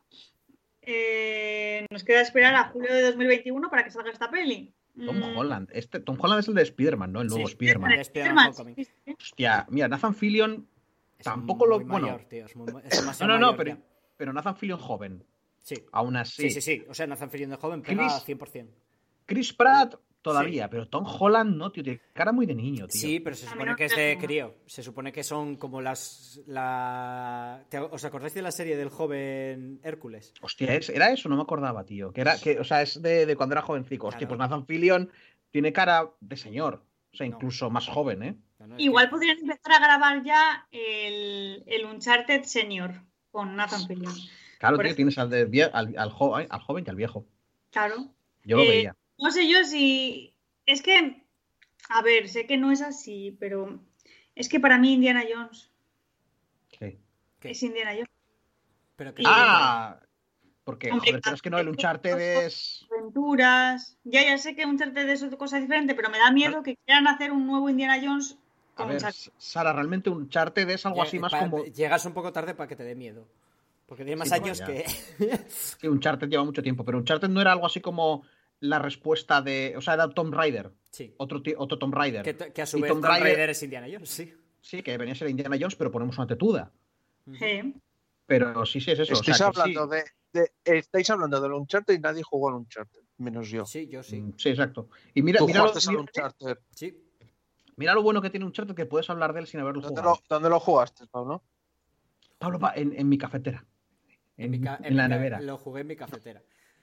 eh, nos queda esperar a julio de dos mil veintiuno para que salga esta peli. Tom mm. Holland. Este, Tom Holland es el de Spider-Man, ¿no? El nuevo Sí, Spider-Man. el Spider-Man Homecoming. Hostia, mira, Nathan Fillion Es tampoco muy lo... Bueno, mayor, tío, es muy- es demasiado no, no, no, mayor pero, ya. pero Nathan Fillion joven. Sí. Aún así. Sí, sí, sí. O sea, Nathan Fillion de joven pega Chris- cien por ciento. Chris Pratt todavía, pero Tom Holland no, tío. Tiene cara muy de niño, tío. Sí, pero se A mí supone no que es me de gusta. crío. Se supone que son como las... La... ¿Te- ¿Os acordáis de la serie del joven Hércules? Hostia, ¿es- era eso, no me acordaba, tío. Que era, que, o sea, es de, de cuando era jovencico. Hostia, Claro. pues Nathan Fillion tiene cara de señor. O sea, No. incluso más joven, ¿eh? No, no, es Igual que- podrían empezar a grabar ya el, el Uncharted Senior con Nathan Fillion. Claro, Por tío, eso- tienes al, de vie- al, al, joven, al joven y al viejo. Claro. Yo lo Eh, veía. No sé yo si... Es que, a ver, sé que no es así, pero es que para mí Indiana Jones Sí. ¿Qué? es Indiana Jones. Pero que... Ah, porque, Hombre, joder, pero es que no, el Uncharted es... Aventuras. Ya, ya sé que Uncharted es otra cosa diferente, pero me da miedo que quieran hacer un nuevo Indiana Jones A con ver, Uncharted. Sara, realmente un Uncharted es algo Lle- así más pa- como... Llegas un poco tarde para que te dé miedo. Porque tiene más Sí, años ya. que... Sí, Uncharted lleva mucho tiempo, pero Uncharted no era algo así como la respuesta de... O sea, era Tomb Raider. Sí. Otro, ti- otro Tomb Raider. Que, que a su Y vez Tomb Tomb Raider... Raider- es Indiana Jones, sí. Sí, que venía a ser Indiana Jones, pero ponemos una tetuda. Sí. Pero sí, sí, es eso. Estáis o sea, que hablando sí. de, de- estáis hablando del Uncharted y nadie jugó al Uncharted, menos yo. Sí, yo sí. Mm, Sí, exacto. Y mira, Tú mira, lo, jugaste al mira, Uncharted. Sí. mira lo bueno que tiene Uncharted, que puedes hablar de él sin haberlo ¿Dónde jugado. lo, ¿Dónde lo jugaste, Pablo? Pablo, va en, en mi cafetera. En, mi ca- en la mi ca- nevera. Lo jugué en mi cafetera.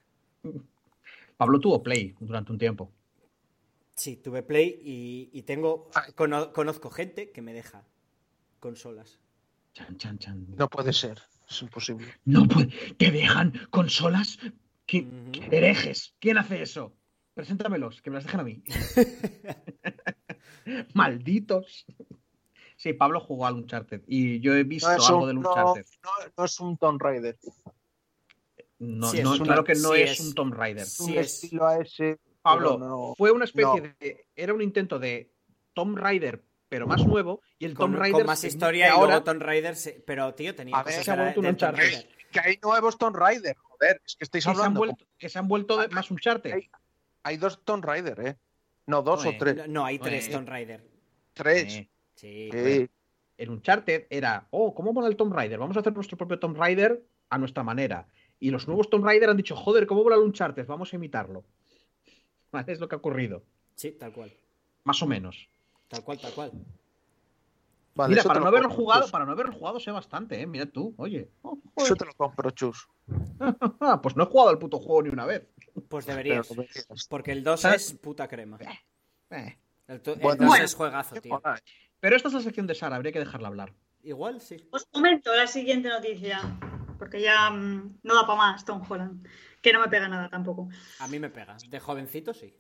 Pablo tuvo Play durante un tiempo. Sí, tuve Play y, y tengo... Ay. cono- conozco gente que me deja consolas. Chan, chan, chan. No puede ser, es imposible. No puede. ¿Te dejan consolas? ¿Qué, Ujú. qué herejes? ¿Quién hace eso? Preséntamelos, que me las dejen a mí. Malditos. Sí, Pablo jugó al Uncharted y yo he visto No es, algo un, del no, Uncharted. no, no es un Tomb Raider. No, Sí, es no, un- claro que no sí es, es. un Tomb Raider. Es Sí un es. estilo a ese. Pablo, pero no- fue una especie no. de... Era un intento de Tomb Raider, pero más nuevo, y el Con, Tomb con Raider... más se- historia que y ahora luego Tomb Raider... se- Pero, tío, tenía A ver, cosas se ha de- vuelto un del Tomb Uncharted. Raider. Que hay nuevos Tomb Raider, joder. Es que estáis que se han hablando. vuelto, que se han vuelto de más Uncharted. Hay, hay dos Tomb Raider, ¿eh? No, dos Joder. o tres. No, no, hay tres Eh. Tomb Raider. Tres. Eh, Sí. Sí. el Uncharted era, oh, ¿cómo mola el Tomb Raider? Vamos a hacer nuestro propio Tomb Raider a nuestra manera. Y los nuevos Tomb Raider han dicho, joder, ¿cómo mola el Uncharted? Vamos a imitarlo. Vale, es lo que ha ocurrido. Sí, tal cual. Más o menos. Tal cual, tal cual. Vale, Mira, eso para te no lo haberlo compro, jugado, Chus. para no haberlo jugado sé bastante, eh. Mira tú, oye. Oh, Eso te lo compro, Chus. joder. Pues no he jugado al puto juego ni una vez. Pues Pero deberías. lo verías. Porque el dos ¿Sabes? es puta crema. Eh. El, to- el Bueno. dos Bueno. es juegazo, Qué tío. mola. Pero esta es la sección de Sara, habría que dejarla hablar. Igual, sí. Os comento la siguiente noticia, porque ya mm, no da para más Tom Holland, que no me pega nada tampoco. A mí me pega. De jovencito, sí.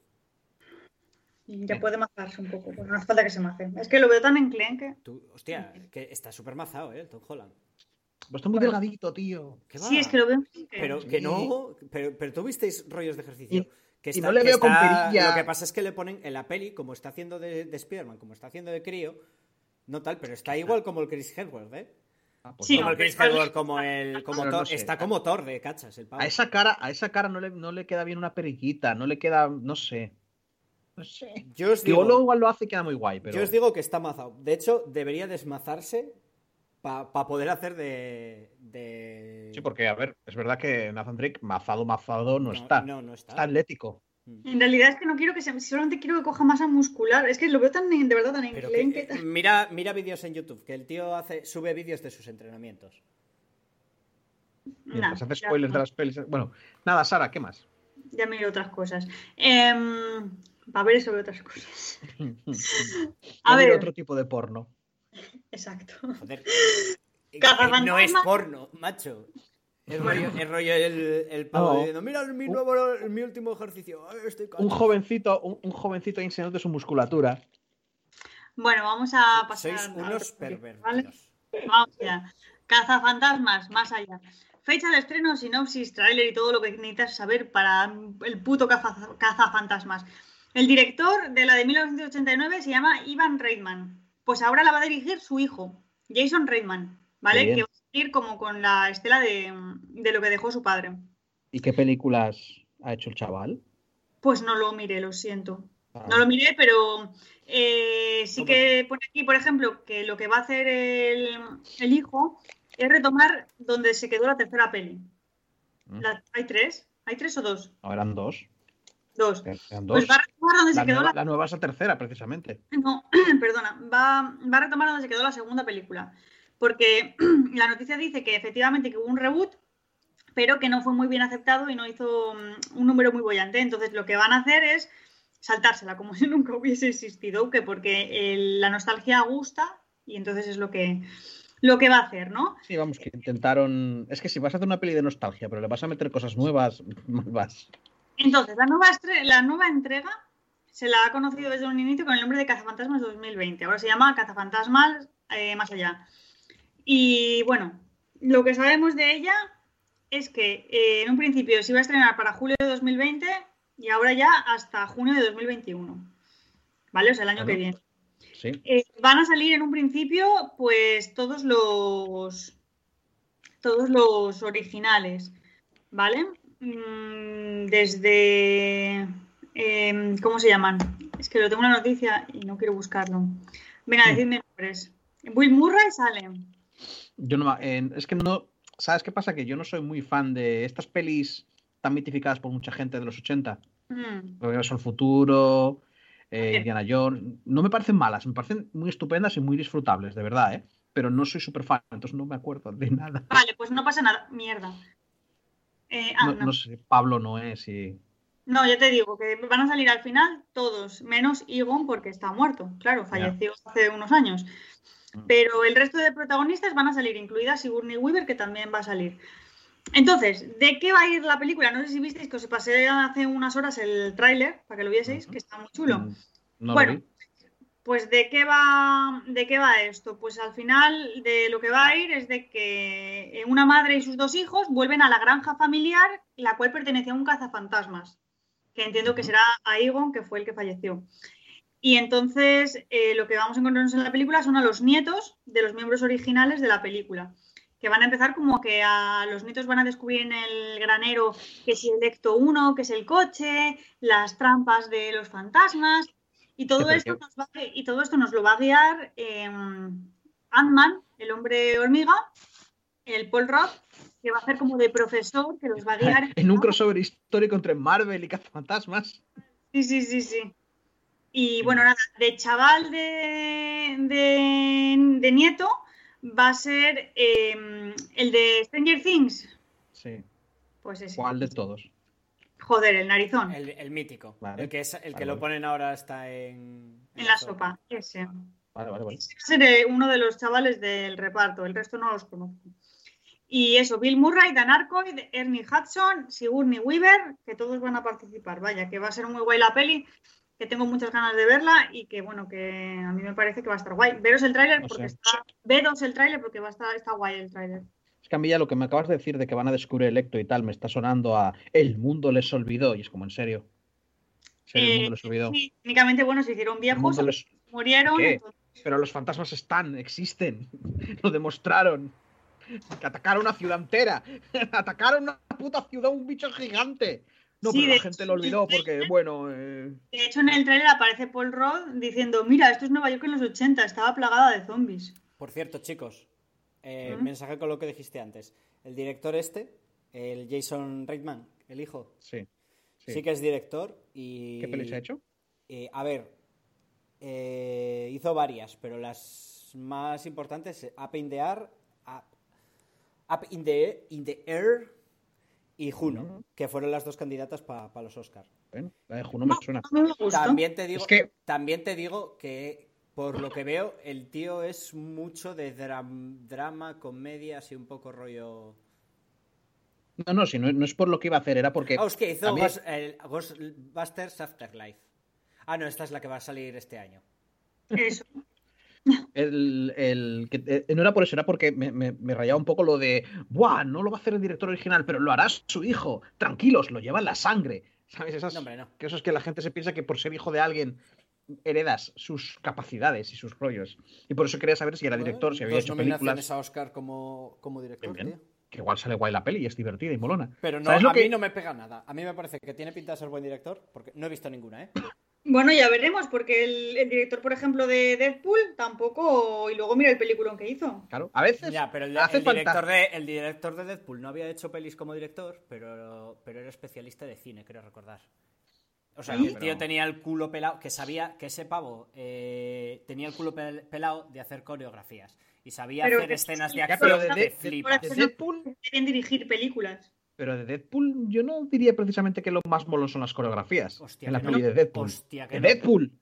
Y ya puede mazarse un poco, pues no hace falta que se mace. Es que lo veo tan enclenque. Tú, hostia, que está súper mazado, ¿eh? El Tom Holland. Pues está muy Bueno. delgadito, tío. ¿Qué va? Sí, es que lo veo enclenque. Pero Sí. que no. Pero, pero tú visteis rollos de ejercicio. Y- que y está, no le que veo con está- perilla. Lo que pasa es que le ponen en la peli, como está haciendo de, de Spider-Man, como está haciendo de crío, no tal, pero está igual como el Chris Hemsworth, ¿eh? Ah, pues Sí, no. Como el hombre, Chris vale. Hemsworth, como el. Como Pero Thor, no sé. Está como Thor de cachas, el pavo. A esa cara, a esa cara no le, no le queda bien una perillita, no le queda, no sé. No sé. Yo os Digo, digo, luego igual lo hace y queda muy guay, pero. yo os digo que está mazado. De hecho, debería desmazarse para poder hacer de, de... Sí, porque, a ver, es verdad que Nathan Drake, mazado, mazado, no, No, está. no, no está. Está atlético. En realidad es que no quiero que se... Solamente quiero que coja masa muscular. Es que lo veo tan, de verdad, tan Pero enclenque. que, eh, mira, mira vídeos en YouTube, que el tío hace, sube vídeos de sus entrenamientos. Mientras Nah, hace ya, spoilers de las pelis. Bueno, nada, Sara, ¿qué más? ya miro otras cosas. Eh, a ver sobre otras cosas. A A ver. ver. Otro tipo de porno. Exacto. Joder. Eh, no es porno, macho. Es rollo, es rollo el, el pavo No. diciendo, mira mi, nuevo, mi último ejercicio. Ay, estoy Un jovencito, un, un jovencito enseñándote su musculatura. Bueno, vamos a pasar. Sois unos pervertidos. ¿Vale? Vamos allá. Cazafantasmas, más allá. Fecha de estreno, sinopsis, tráiler y todo lo que necesitas saber para el puto caza- cazafantasmas. El director de la de mil novecientos ochenta y nueve se llama Ivan Reitman. Pues ahora la va a dirigir su hijo, Jason Reitman, ¿vale? Qué bien. Que va a seguir como con la estela de, de lo que dejó su padre. ¿Y qué películas ha hecho el chaval? Pues no lo miré, lo siento. Ah. No lo miré, pero eh, sí ¿Cómo? que pone aquí, por ejemplo, que lo que va a hacer el, el hijo es retomar donde se quedó la tercera peli. Mm. La- ¿Hay tres? ¿Hay tres o dos? No, eran dos. Dos. Eran dos. Pues va a retomar donde la, se quedó nueva, la... la nueva es la tercera, precisamente. No, perdona. Va, va a retomar donde se quedó la segunda película. Porque la noticia dice que efectivamente que hubo un reboot, pero que no fue muy bien aceptado y no hizo mm, un número muy bollante. Entonces lo que van a hacer es saltársela como si nunca hubiese existido, que porque el- la nostalgia gusta y entonces es lo que, lo que va a hacer, ¿no? Sí, vamos, que intentaron. Es que si vas a hacer una peli de nostalgia, pero le vas a meter cosas nuevas, mal vas. Entonces, la nueva, estre- la nueva entrega se la ha conocido desde un inicio con el nombre de Cazafantasmas dos mil veinte. Ahora se llama Cazafantasmas eh, más allá. Y bueno, lo que sabemos de ella es que eh, en un principio se iba a estrenar para julio de dos mil veinte y ahora ya hasta junio de dos mil veintiuno. ¿Vale? O sea, el año Bueno. que viene. Sí. Eh, van a salir en un principio, pues, todos los todos los originales, ¿vale? Mm, desde eh, ¿cómo se llaman? Es que lo tengo en la noticia y no quiero buscarlo. Venga, Hmm. decidme nombres. Will Murray sale. Yo no, eh, es que no. ¿Sabes qué pasa? Que yo no soy muy fan de estas pelis tan mitificadas por mucha gente de los ochenta. Mm. Regreso al futuro, eh, Bien. Indiana Jones. No me parecen malas, me parecen muy estupendas y muy disfrutables, de verdad, ¿eh? Pero no soy súper fan, entonces no me acuerdo de nada. Vale, pues no pasa nada. Mierda. Eh, ah, No, no. no sé, Pablo no es y. No, ya te digo que van a salir al final todos, menos Egon porque está muerto. Claro, falleció hace unos años. Mm. Pero el resto de protagonistas van a salir, incluida Sigourney Weaver, que también va a salir. Entonces, ¿de qué va a ir la película? No sé si visteis que os pasé hace unas horas el tráiler, para que lo vieseis, Ujú. que está muy chulo. Mm, No Bueno, lo vi. pues ¿de qué va, de qué va esto? Pues al final de lo que va a ir es de que una madre y sus dos hijos vuelven a la granja familiar, la cual pertenecía a un cazafantasmas, que entiendo que Ujú. será a Egon, que fue el que falleció. Y entonces eh, lo que vamos a encontrarnos en la película son a los nietos de los miembros originales de la película, que van a empezar como que a los nietos van a descubrir en el granero que si el Ecto uno, que es el coche, las trampas de los fantasmas, y todo, Pero esto, que- nos va a, y todo esto nos lo va a guiar eh, Ant-Man, el hombre hormiga, el Paul Rudd, que va a hacer como de profesor, que los va a guiar. En un crossover histórico entre Marvel y Cazafantasmas. Sí, sí, sí, sí. Y bueno, nada, de chaval de, de, de nieto va a ser eh, el de Stranger Things. Sí. Pues ese. ¿Cuál de todos? Joder, el narizón. El, el mítico. Vale. El que, es, el Vale, que lo vale. ponen ahora está en... En la sopa, ese. Vale, vale, vale. Ese va a ser eh, uno de los chavales del reparto, el resto no los conozco. Y eso, Bill Murray, Dan Aykroyd, Ernie Hudson, Sigourney Weaver, que todos van a participar. Vaya, que va a ser muy guay la peli, que tengo muchas ganas de verla y que bueno, que a mí me parece que va a estar guay. Veros el tráiler No porque sé. está... Veros el tráiler porque va a estar está guay el tráiler. Es que a mí ya lo que me acabas de decir de que van a descubrir el Ecto y tal me está sonando a El mundo les olvidó. Y es como, en serio. ¿En serio el mundo Eh, les olvidó? sí, técnicamente, bueno, se hicieron El viejos, mundo les- murieron. ¿Qué? entonces- Pero los fantasmas están, existen. Lo demostraron. Que atacaron una ciudad entera. Atacaron una puta ciudad, un bicho gigante. No, Sí, pero de la gente hecho, lo olvidó el porque, bueno. eh, De hecho, en el tráiler aparece Paul Rudd diciendo, mira, esto es Nueva York en los ochenta, estaba plagada de zombies. Por cierto, chicos, eh, ¿Mm? mensaje con lo que dijiste antes. El director este, el Jason Reitman, el hijo, Sí. sí, sí. que es director y... ¿Qué peli se ha hecho? Eh, a ver, eh, hizo varias, pero las más importantes, eh, Up in the Air, Up, Up in the, in the Air y Juno, Ujú. que fueron las dos candidatas para los Oscars. Bueno, la de Juno me suena. A mí me gustó. También te digo, Es que- también te digo que por lo que veo, el tío es mucho de dram- drama, comedia, así un poco rollo... No, no, si no, no es por lo que iba a hacer, era porque... Ah, hostia, hizo también- Ghost- el Ghostbusters Afterlife. Ah, no, esta es la que va a salir este año. Eso. El, el, que, eh, no era por eso, era porque me, me, me rayaba un poco lo de, ¡buah! No lo va a hacer el director original, pero lo hará su hijo. Tranquilos, lo lleva en la sangre. ¿Sabes? Esas, No, hombre, no. Que eso es que la gente se piensa que por ser hijo de alguien heredas sus capacidades y sus rollos. Y por eso quería saber si era director, si había Dos hecho nominaciones películas. a Oscar como, como director, Bien, bien. tío. Que igual sale guay la peli y es divertida y molona. Pero no, ¿Sabes lo a que- mí no me pega nada. A mí me parece que tiene pinta de ser buen director, porque no he visto ninguna, ¿eh? Bueno, ya veremos, porque el, el director, por ejemplo, de Deadpool tampoco. Y luego mira el peliculón que hizo. Claro, a veces Ya, pero el, hace el falta... director de, el director de Deadpool no había hecho pelis como director, pero, pero era especialista de cine, creo recordar. O sea, Claro, el tío pero- tenía el culo pelado, que sabía que ese pavo eh, tenía el culo pel- pelado de hacer coreografías. Y sabía Pero hacer que- escenas de ya, acción pero de- que de- flipas. de Deadpool... Quieren dirigir películas. Pero de Deadpool yo no diría precisamente que lo más molón son las coreografías. Hostia, en la que peli no. de Deadpool. Hostia, que ¡De no. Deadpool!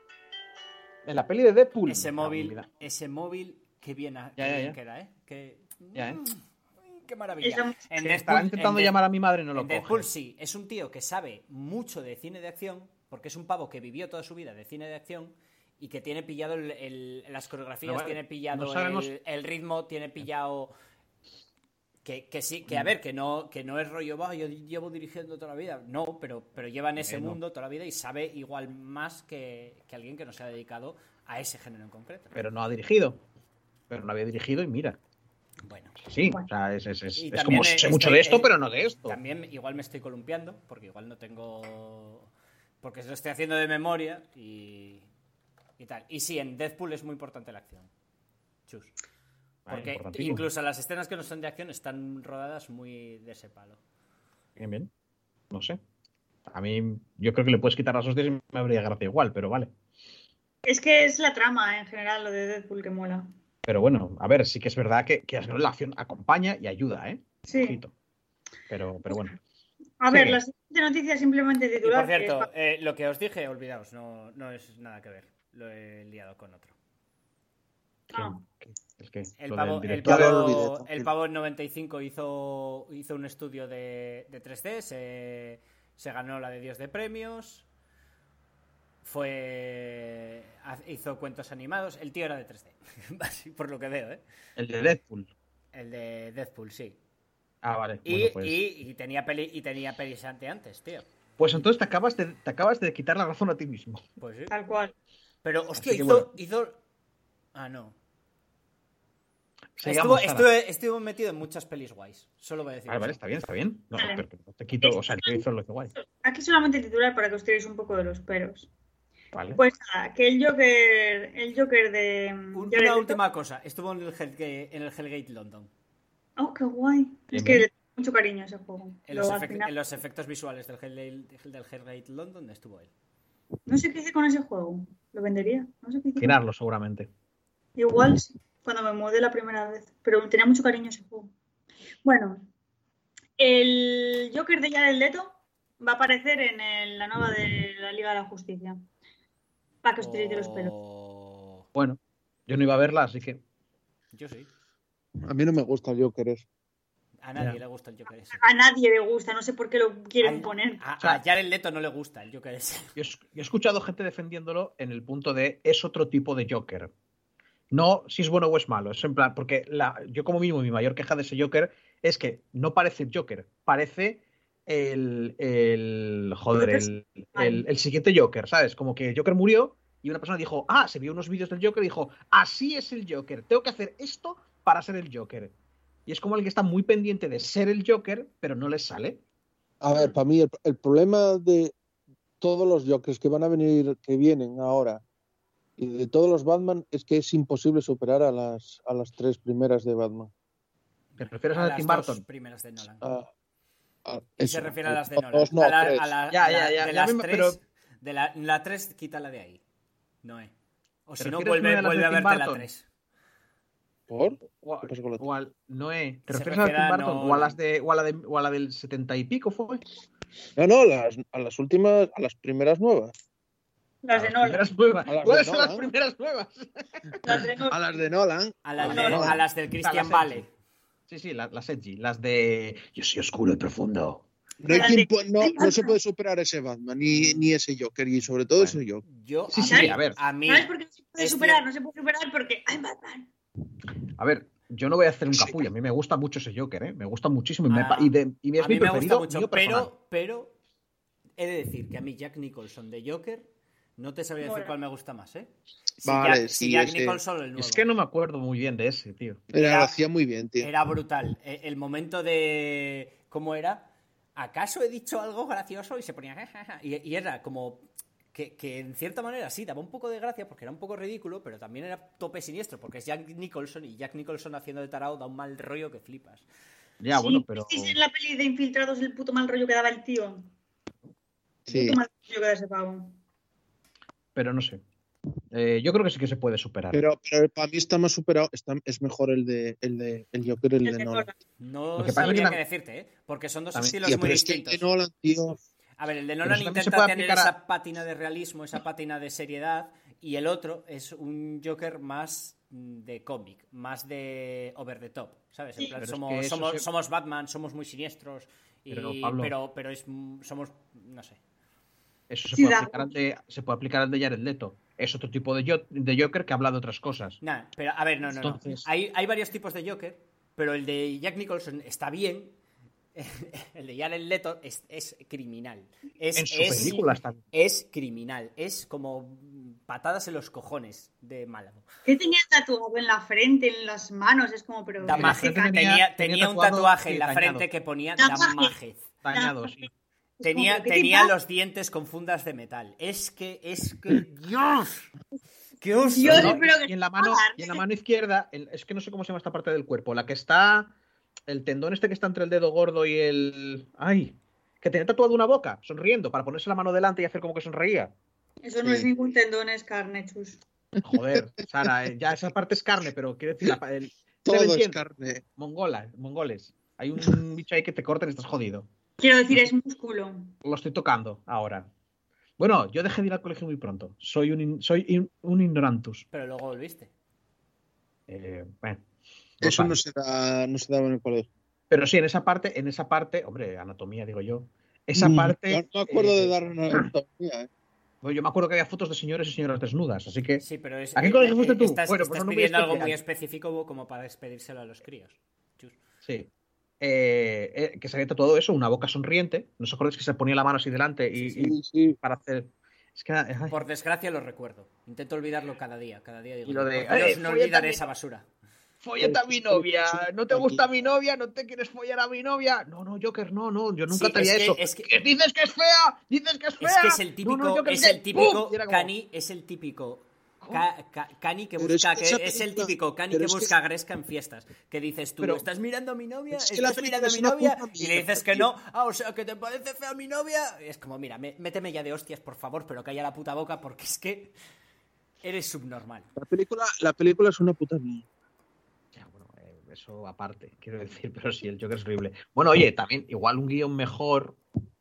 En la peli de Deadpool. Ese Me cago en móvil, mi vida. ese móvil, qué bien, a- Ya, qué ya, bien ya. queda, ¿eh? Qué, Ya, ¿eh? Mm, qué maravilla. Eso- En Que Deadpool- estaba intentando en Dead- llamar a mi madre y no lo En Deadpool coge. sí, es un tío que sabe mucho de cine de acción, porque es un pavo que vivió toda su vida de cine de acción y que tiene pillado el- el- las coreografías, Pero bueno, tiene pillado no sabemos- el, el ritmo, tiene pillado... Que, que sí, que a ver, que no, que no es rollo, va, yo llevo dirigiendo toda la vida. No, pero, pero lleva en ese Eh, no. mundo toda la vida y sabe igual más que, que alguien que no se ha dedicado a ese género en concreto. Pero no ha dirigido. Pero no había dirigido y mira. Bueno. Sí, o sea, es, es, es, Y es también como es- sé mucho estoy- de esto, es- pero no de esto. También igual me estoy columpiando, porque igual no tengo... Porque lo estoy haciendo de memoria y, y tal. Y sí, en Deadpool es muy importante la acción. Chus. Vale, Porque importantísimo. incluso las escenas que no son de acción están rodadas muy de ese palo. Bien, bien. No sé. A mí, yo creo que le puedes quitar las hostias y me habría gracia igual, pero vale. Es que es la trama en general, lo de Deadpool, que mola. Pero bueno, a ver, sí que es verdad que, que la acción acompaña y ayuda, ¿eh? Sí. Ojito. Pero, pero bueno. A ver, Sí. la siguiente noticia simplemente Y por titular. que cierto, es- eh, lo que os dije, olvidaos, no, no es nada que ver. Lo he liado con otro. Ah. ¿Qué? ¿El qué? El Lo pavo, del el director. Ya lo pavo, olvidé, el tranquilo. pavo en noventa y cinco hizo, hizo un estudio de, de tres D, se, se ganó la de Dios de premios, fue hizo cuentos animados, el tío era de tres D, así por lo que veo, ¿eh? El de Deadpool. El de Deadpool, sí. Ah, vale. Y, Bueno, pues, y, y tenía peli y tenía pelis ante antes, tío. pues entonces te acabas, de, te acabas de quitar la razón a ti mismo. Pues sí. Tal cual. Pero, hostia, que hizo, bueno. hizo... Ah, no. Estuvo, Sigamos, Sara. estuve, estuve metido en muchas pelis guays. Solo voy a decir Vale, vale, eso. está bien, está bien. No, Vale. pero que no te quito, o sea, el que hizo lo que guay. Aquí solamente titular para que os tiréis un poco de los peros. Vale. Pues nada, que el Joker, el Joker de Un- Jared Una Leto- última cosa. Estuvo en el, Hellgate, en el Hellgate London. Oh, qué guay. Es Bien, que bien. le tengo mucho cariño a ese juego. En Luego, los, al efect- final- en los efectos visuales del Hellgate, del Hellgate London estuvo él. No sé qué hice con ese juego. Lo vendería. No sé qué hice. Tirarlo seguramente. Igual sí, cuando me mudé la primera vez. Pero tenía mucho cariño a ese juego. Bueno, el Joker de Jared Leto va a aparecer en el- la nueva de la Liga de la Justicia. Para que os tiréis de los pelos. Oh, Bueno, yo no iba a verla, así que. Yo sí. A mí no me gusta el Joker ese. A nadie Ya. le gusta el Joker ese. A nadie le gusta, no sé por qué lo quieren Al- poner. A, O sea- a Jared Leto no le gusta el Joker ese. Yo, es- yo he escuchado gente defendiéndolo en el punto de es otro tipo de Joker. No si es bueno o es malo. Es en plan, porque la, yo como mínimo mi mayor queja de ese Joker es que no parece el Joker, parece el, el joder, el, el, el siguiente Joker, ¿sabes? Como que el Joker murió y una persona dijo, ah, se vio unos vídeos del Joker y dijo, así es el Joker, tengo que hacer esto para ser el Joker. Y es como el que está muy pendiente de ser el Joker, pero no les sale. A ver, para mí el, el problema de todos los Jokers que van a venir, que vienen ahora, y de todos los Batman, es que es imposible superar a las, a las tres primeras de Batman. ¿Te refieres a, A de las Tim dos Burton? primeras de Nolan. A- a- Y eso, se refiere a las de a Nolan. dos, no, a la, tres. a la- Ya, a la- ya, ya, de ya las me- tres, pero- de la, la tres, quítala de ahí. No, eh. O ¿Te si no, refieres, vuelve, Noé, a las vuelve de a Tim verte la Burton? tres. ¿Por? O a, ¿Qué pasa con la o al Noé, ¿te Se refieres a la de refiere Tim a Burton? Nolan. O a las de, o a la de, o a la del setenta y pico fue? No, no, las, a las últimas, a las primeras nuevas. Las de las Nolan. primeras nuevas. A las de ¿Cuáles son las Nolan. primeras nuevas? Las de Nolan. A las de Nolan. A las, No, de- no, no. a las del Christian las Bale. edgy. Sí, sí, las, las edgy, las de yo soy oscuro y profundo. No, hay Las quien de- pu- no, no se puede superar ese Batman, ni, ni ese Joker, y sobre todo Bueno. ese Joker. Yo, Sí, a, sí, mí, a ver. a mí, ¿Sabes por qué no se puede es superar? cier- No se puede superar porque hay Batman. A ver, yo no voy a hacer un capullo. A mí me gusta mucho ese Joker, ¿eh? Me gusta muchísimo y, me, Ah, pa- y, de- y es a mi mí me gusta preferido. mucho, mío personal. pero, pero he de decir que a mí Jack Nicholson de Joker no te sabría decir Mola. cuál me gusta más, ¿eh? Si Vale, Jack, sí, si Jack ese- Nicholson el nuevo. Es que no me acuerdo muy bien de ese, tío. Era, Era- lo hacía muy bien, tío. Era brutal. E- El momento de... ¿Cómo era? ¿Acaso he dicho algo gracioso? Y se ponía... "Ja, ja, ja". Y, y era como... Que, que en cierta manera sí, daba un poco de gracia porque era un poco ridículo, pero también era tope siniestro porque es Jack Nicholson y Jack Nicholson haciendo de tarao da un mal rollo que flipas. Ya, Sí, bueno, pero. ¿visteis en la peli de Infiltrados el puto mal rollo que daba el tío? El Sí. puto mal rollo que da ese pavo. Pero no sé. Eh, yo creo que sí que se puede superar. Pero, pero para mí está más superado, está, es mejor el de el de el Joker, el El de de Nolan. Nolan. No Lo que pasa es que sabría tam- qué decirte, ¿eh? Porque son dos También- estilos Tío, muy pero es que el distintos. de Nolan, tío, A ver, el de Pero Nolan eso también se intenta puede tener aplicar a- esa pátina de realismo, esa pátina de seriedad, y el otro es un Joker más mm, de cómic, más de over the top, ¿sabes? En Sí. plan, Pero es somos, que eso somos, se- somos Batman, somos muy siniestros, y- Pero, pero, Pablo- pero, es, mm, somos, no sé. Eso se Sí, puede, da- aplicar al de, se puede aplicar al de Jared Leto. Es otro tipo de, jo- de Joker que habla de otras cosas. Nada, pero a ver, no, no, Entonces- no. Hay, hay varios tipos de Joker, pero el de Jack Nicholson está bien. El de Jared Leto es, es criminal. Es, En su es- película está. es criminal. Es como patadas en los cojones de Málago. ¿Qué tenía tatuado en la frente, en las manos? Es como, pero. Damage. frente Tenía, tenía- tenía, tenía un tatuado, tatuaje sí, en la dañado. frente que ponía Damage. Damage. Dañado, sí. Tenía, como, ¿qué te tenía pasa? los dientes con fundas de metal. Es que, es que, Dios. ¡Qué oso! Dios, ¿no? espero que Y en la mano, y en la mano izquierda, el- es que no sé cómo se llama esta parte del cuerpo, la que está, el tendón este que está entre el dedo gordo y el, ay, que tenía tatuado una boca, sonriendo, para ponerse la mano delante y hacer como que sonreía. Eso no Sí. es ningún tendón, es carne, chus. Joder, Sara, eh, ya esa parte es carne, pero quiero decir, la- el, todo me es entiendes. carne. Mongola, mongoles. Hay un bicho ahí que te cortan y estás jodido. Quiero decir, es músculo. Lo estoy tocando ahora. Bueno, yo dejé de ir al colegio muy pronto. Soy un, in- soy in- un ignorantus. Pero luego volviste. Eh, bueno, Eso total. no se da, no se daba en el colegio. Pero sí, en esa parte, en esa parte, hombre, anatomía, digo yo. Esa Mm, parte. No me acuerdo eh, de dar una anatomía, ¿eh? Bueno, yo me acuerdo que había fotos de señores y señoras desnudas, así que. Sí, pero es, ¿A qué colegio fuiste tú? Estás, Bueno, estás pues no me pidiendo voy a algo muy especial. específico como para despedírselo a los críos. Chus. Sí. Eh, eh, que se había tatuado eso, una boca sonriente. ¿No os acordáis que se ponía la mano así delante y, Sí, y Sí, sí. para hacer. Es que. ay. Por desgracia lo recuerdo. Intento olvidarlo cada día. Cada día digo, Y lo de, "Por Dios, "Eh, no follate olvidaré a mi esa no- basura". Fóllate a mi novia. ¿No te gusta mi novia? ¿No te quieres follar a mi novia? No, no, Joker, no, no. Yo nunca Sí, te haría es que- eso. es que- ¿Qué dices que es fea? Dices que es fea. Es que es el típico, No, no, Joker, es ¿qué? el típico ¡Pum! Y era como- Cani, es el típico ca- ca- Cani que Pero es busca, que que esa es el película- típico Cani pero que es que- busca a Gresca en fiestas. Que dices tú, Pero- ¿estás mirando a mi novia? Es que la ¿Estás película mirando a es mi una novia? puta Y le mierda, dices que tío. no. Ah, o sea, que te parece fea mi novia. Es como, mira, me- méteme ya de hostias, por favor, pero calla la puta boca porque es que eres subnormal. La película, la película es una puta mierda. Ya, bueno, eh, eso aparte, quiero decir, pero sí, el Joker es horrible. Bueno, oye, también, igual un guión mejor.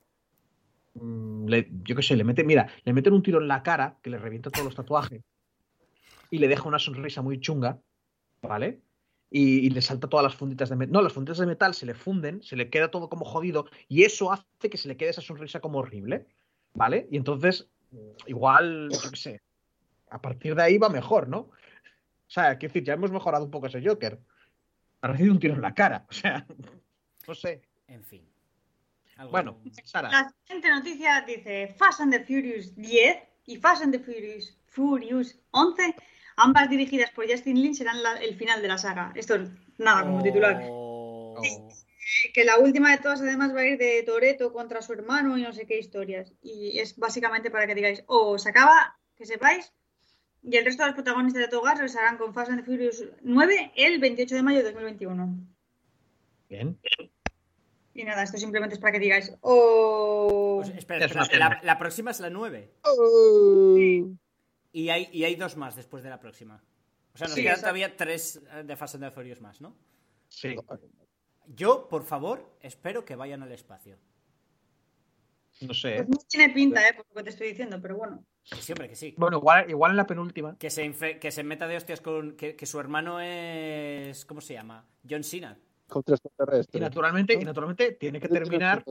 mm, le- yo qué sé, le mete, mira, le meten un tiro en la cara que le revienta todos los tatuajes y le deja una sonrisa muy chunga, ¿vale? Y, y le salta todas las funditas de metal. No, las funditas de metal se le funden, se le queda todo como jodido y eso hace que se le quede esa sonrisa como horrible, ¿vale? Y entonces, igual, yo qué sé, a partir de ahí va mejor, ¿no? O sea, quiero decir, ya hemos mejorado un poco ese Joker. Ha recibido un tiro en la cara. O sea, no sé. En fin. Algo- Bueno, Sara. La siguiente noticia dice Fast and the Furious diez y Fast and the Furious, Furious once, ambas dirigidas por Justin Lin, serán la- el final de la saga. Esto es nada como titular. Oh. Que la última de todas además va a ir de Toretto contra su hermano y no sé qué historias. Y es básicamente para que digáis, o se acaba, que sepáis, y el resto de los protagonistas de todo gas regresarán con Fast and the Furious nueve el veintiocho de mayo de dos mil veintiuno. Bien. Y nada, esto simplemente es para que digáis, o... Pues, espera, Es una espera, pena. la, la próxima es la nueve. Oh. Y hay, y hay dos más después de la próxima. O sea, nos Sí, quedan exacto. todavía tres eh, de Fast and the Furious más, ¿no? Sí. Yo, por favor, espero que vayan al espacio. No sé. Pues no tiene pinta, ¿eh? Por lo que te estoy diciendo, pero bueno. Que sí, hombre, que sí. Bueno, igual, igual en la penúltima. Que se, infe- que se meta de hostias con... Que, que su hermano es... ¿Cómo se llama? John Cena. Contra extraterrestres. Y naturalmente, y naturalmente tiene que terminar.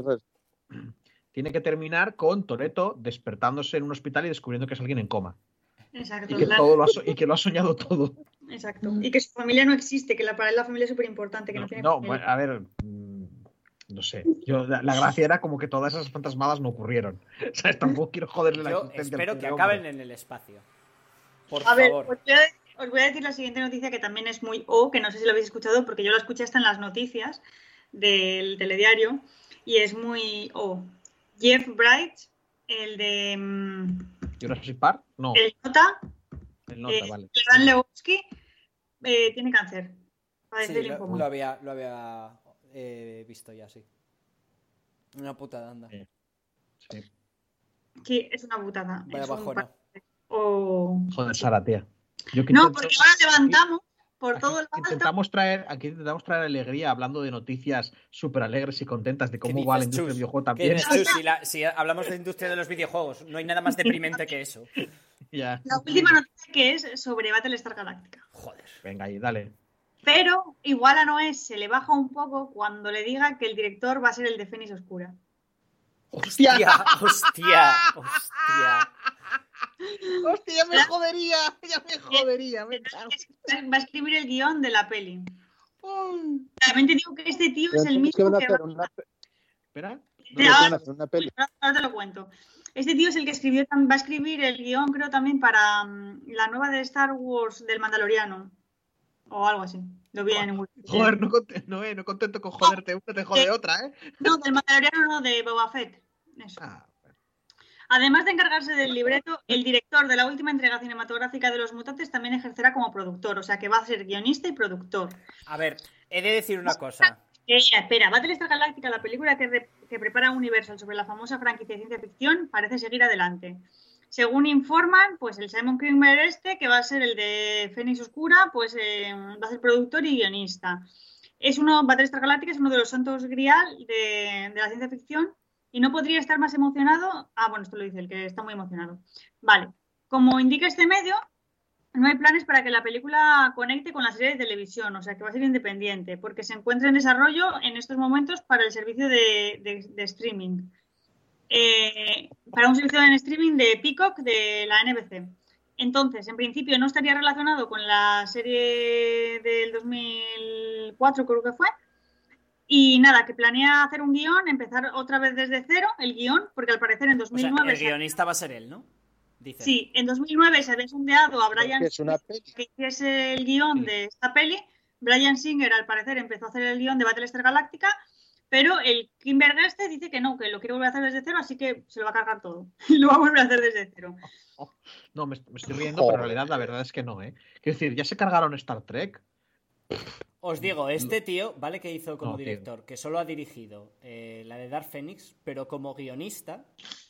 Tiene que terminar con Toretto despertándose en un hospital y descubriendo que es alguien en coma. Exacto. Y que, la- todo lo ha, so- y que lo ha soñado todo. Exacto. Y que su familia no existe, que la, para él la familia es súper importante, que no, No, tiene no, familia. bueno, a ver. mm, No sé. Yo, la, la gracia era como que todas esas fantasmadas no ocurrieron. O sea, tampoco quiero joderle la Yo existencia al espero que pobre acaben hombre. en el espacio. Por A ver, favor. os voy a, os voy a decir la siguiente noticia que también es muy O, que no sé si lo habéis escuchado, porque yo la escuché hasta en las noticias del telediario, y es muy O. Jeff Bright, el de mm, ¿Jurassic Park? No, el Nota, el nota, eh, vale. Dan Lewowski, eh, tiene cáncer. Padece Sí, linfoma. lo, lo había, lo había eh, visto ya, sí. Una putada, anda. Sí. Sí. Que es una putada. Vaya es un bajona. pa- O... Joder, Sara, tía. Yo que No, intento- porque ahora levantamos por aquí todo el alto. intentamos traer, aquí intentamos traer alegría hablando de noticias súper alegres y contentas de ¿Qué cómo va la dices, industria del Chus? videojuego ¿Qué también. dices, Chus? Si, la- si hablamos de industria de los videojuegos, no hay nada más deprimente que eso. Ya. La última noticia que es sobre Battlestar Galactica. Joder. Venga, ahí, dale. Pero igual a Noé se le baja un poco cuando le diga que el director va a ser el de Fénix Oscura. Hostia, hostia, hostia. Hostia, ya me jodería, ya me jodería. Me cago. Va a escribir el guión de la peli. Ay. También te digo que este tío Pero es el entonces, ¿qué mismo van a que hacer? va... ¿Una, pe- Espera. ¿qué van a hacer? ¿Una peli? Ahora ahora te lo cuento. Este tío es el que escribió, va a escribir el guión, creo, también para mm, la nueva de Star Wars del Mandaloriano. O algo así. Lo vi en Wikipedia. Joder, no, conte- no, eh, no contento con joderte una, te jode otra, ¿eh? No, del Mandaloriano no, de Boba Fett. Eso. Ah, Además de encargarse del libreto, el director de la última entrega cinematográfica de Los Mutantes también ejercerá como productor, o sea que va a ser guionista y productor. A ver, he de decir una cosa. Eh, espera, Battlestar Galactica, la película que, re- que prepara Universal sobre la famosa franquicia de ciencia ficción, parece seguir adelante. Según informan, pues el Simon Kinberg este, que va a ser el de Fénix Oscura, pues eh, va a ser productor y guionista. Es uno, Battlestar Galactica es uno de los santos grial de, de la ciencia ficción y no podría estar más emocionado. Ah, bueno, esto lo dice el que está muy emocionado. Vale, como indica este medio, no hay planes para que la película conecte con la serie de televisión, o sea que va a ser independiente, porque se encuentra en desarrollo en estos momentos para el servicio de, de, de streaming. Eh, para un servicio en streaming de Peacock de la N B C. Entonces, en principio no estaría relacionado con la serie del dos mil cuatro, creo que fue. Y nada, que planea hacer un guión, empezar otra vez desde cero el guión, porque al parecer en O dos mil sea, nueve... el se- guionista va a ser él, ¿no? Dice. Sí, en dos mil nueve se había sondeado a Brian que es una Singer peli. que hiciese el guión Sí. de esta peli. Brian Singer, al parecer, empezó a hacer el guión de Battlestar Galactica, pero el Kinberg este dice que no, que lo quiere volver a hacer desde cero, así que se lo va a cargar todo. Y lo va a volver a hacer desde cero. no, me, me estoy riendo, pero en realidad la verdad es que no, ¿eh? Quiero decir, ya se cargaron Star Trek. Os digo, este tío, ¿vale? Que hizo como No, tío. director, que solo ha dirigido eh, la de Dark Phoenix, pero como guionista,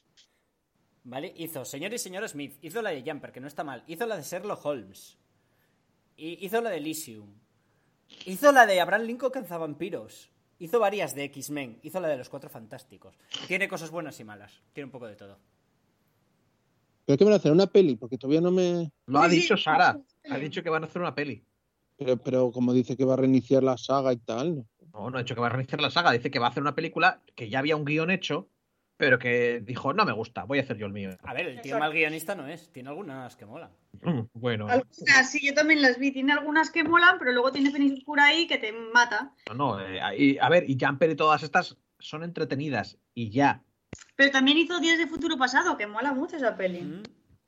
¿vale? Hizo Señor y Señora Smith, hizo la de Jumper, que no está mal, hizo la de Sherlock Holmes, y hizo la de Elysium, hizo la de Abraham Lincoln Cazavampiros, hizo varias de X-Men, hizo la de los Cuatro Fantásticos. Tiene cosas buenas y malas, tiene un poco de todo. ¿Pero qué van a hacer? ¿Una peli? Porque todavía no me... Lo ha Sí, sí, dicho Sara. sí. Ha dicho que van a hacer una peli. Pero, pero como dice que va a reiniciar la saga y tal, ¿no? No, no ha dicho que va a reiniciar la saga. Dice que va a hacer una película que ya había un guión hecho, pero que dijo, no me gusta, voy a hacer yo el mío. A ver, el tío Exacto. mal guionista no es, tiene algunas que molan. Mm, Bueno, Algunas, sí, yo también las vi. Tiene algunas que molan, pero luego tiene Fénix Oscura ahí que te mata. no, no. eh, y, a ver, y Jumper y todas estas son entretenidas y ya. Pero también hizo Días de Futuro Pasado, que mola mucho esa peli. Mm.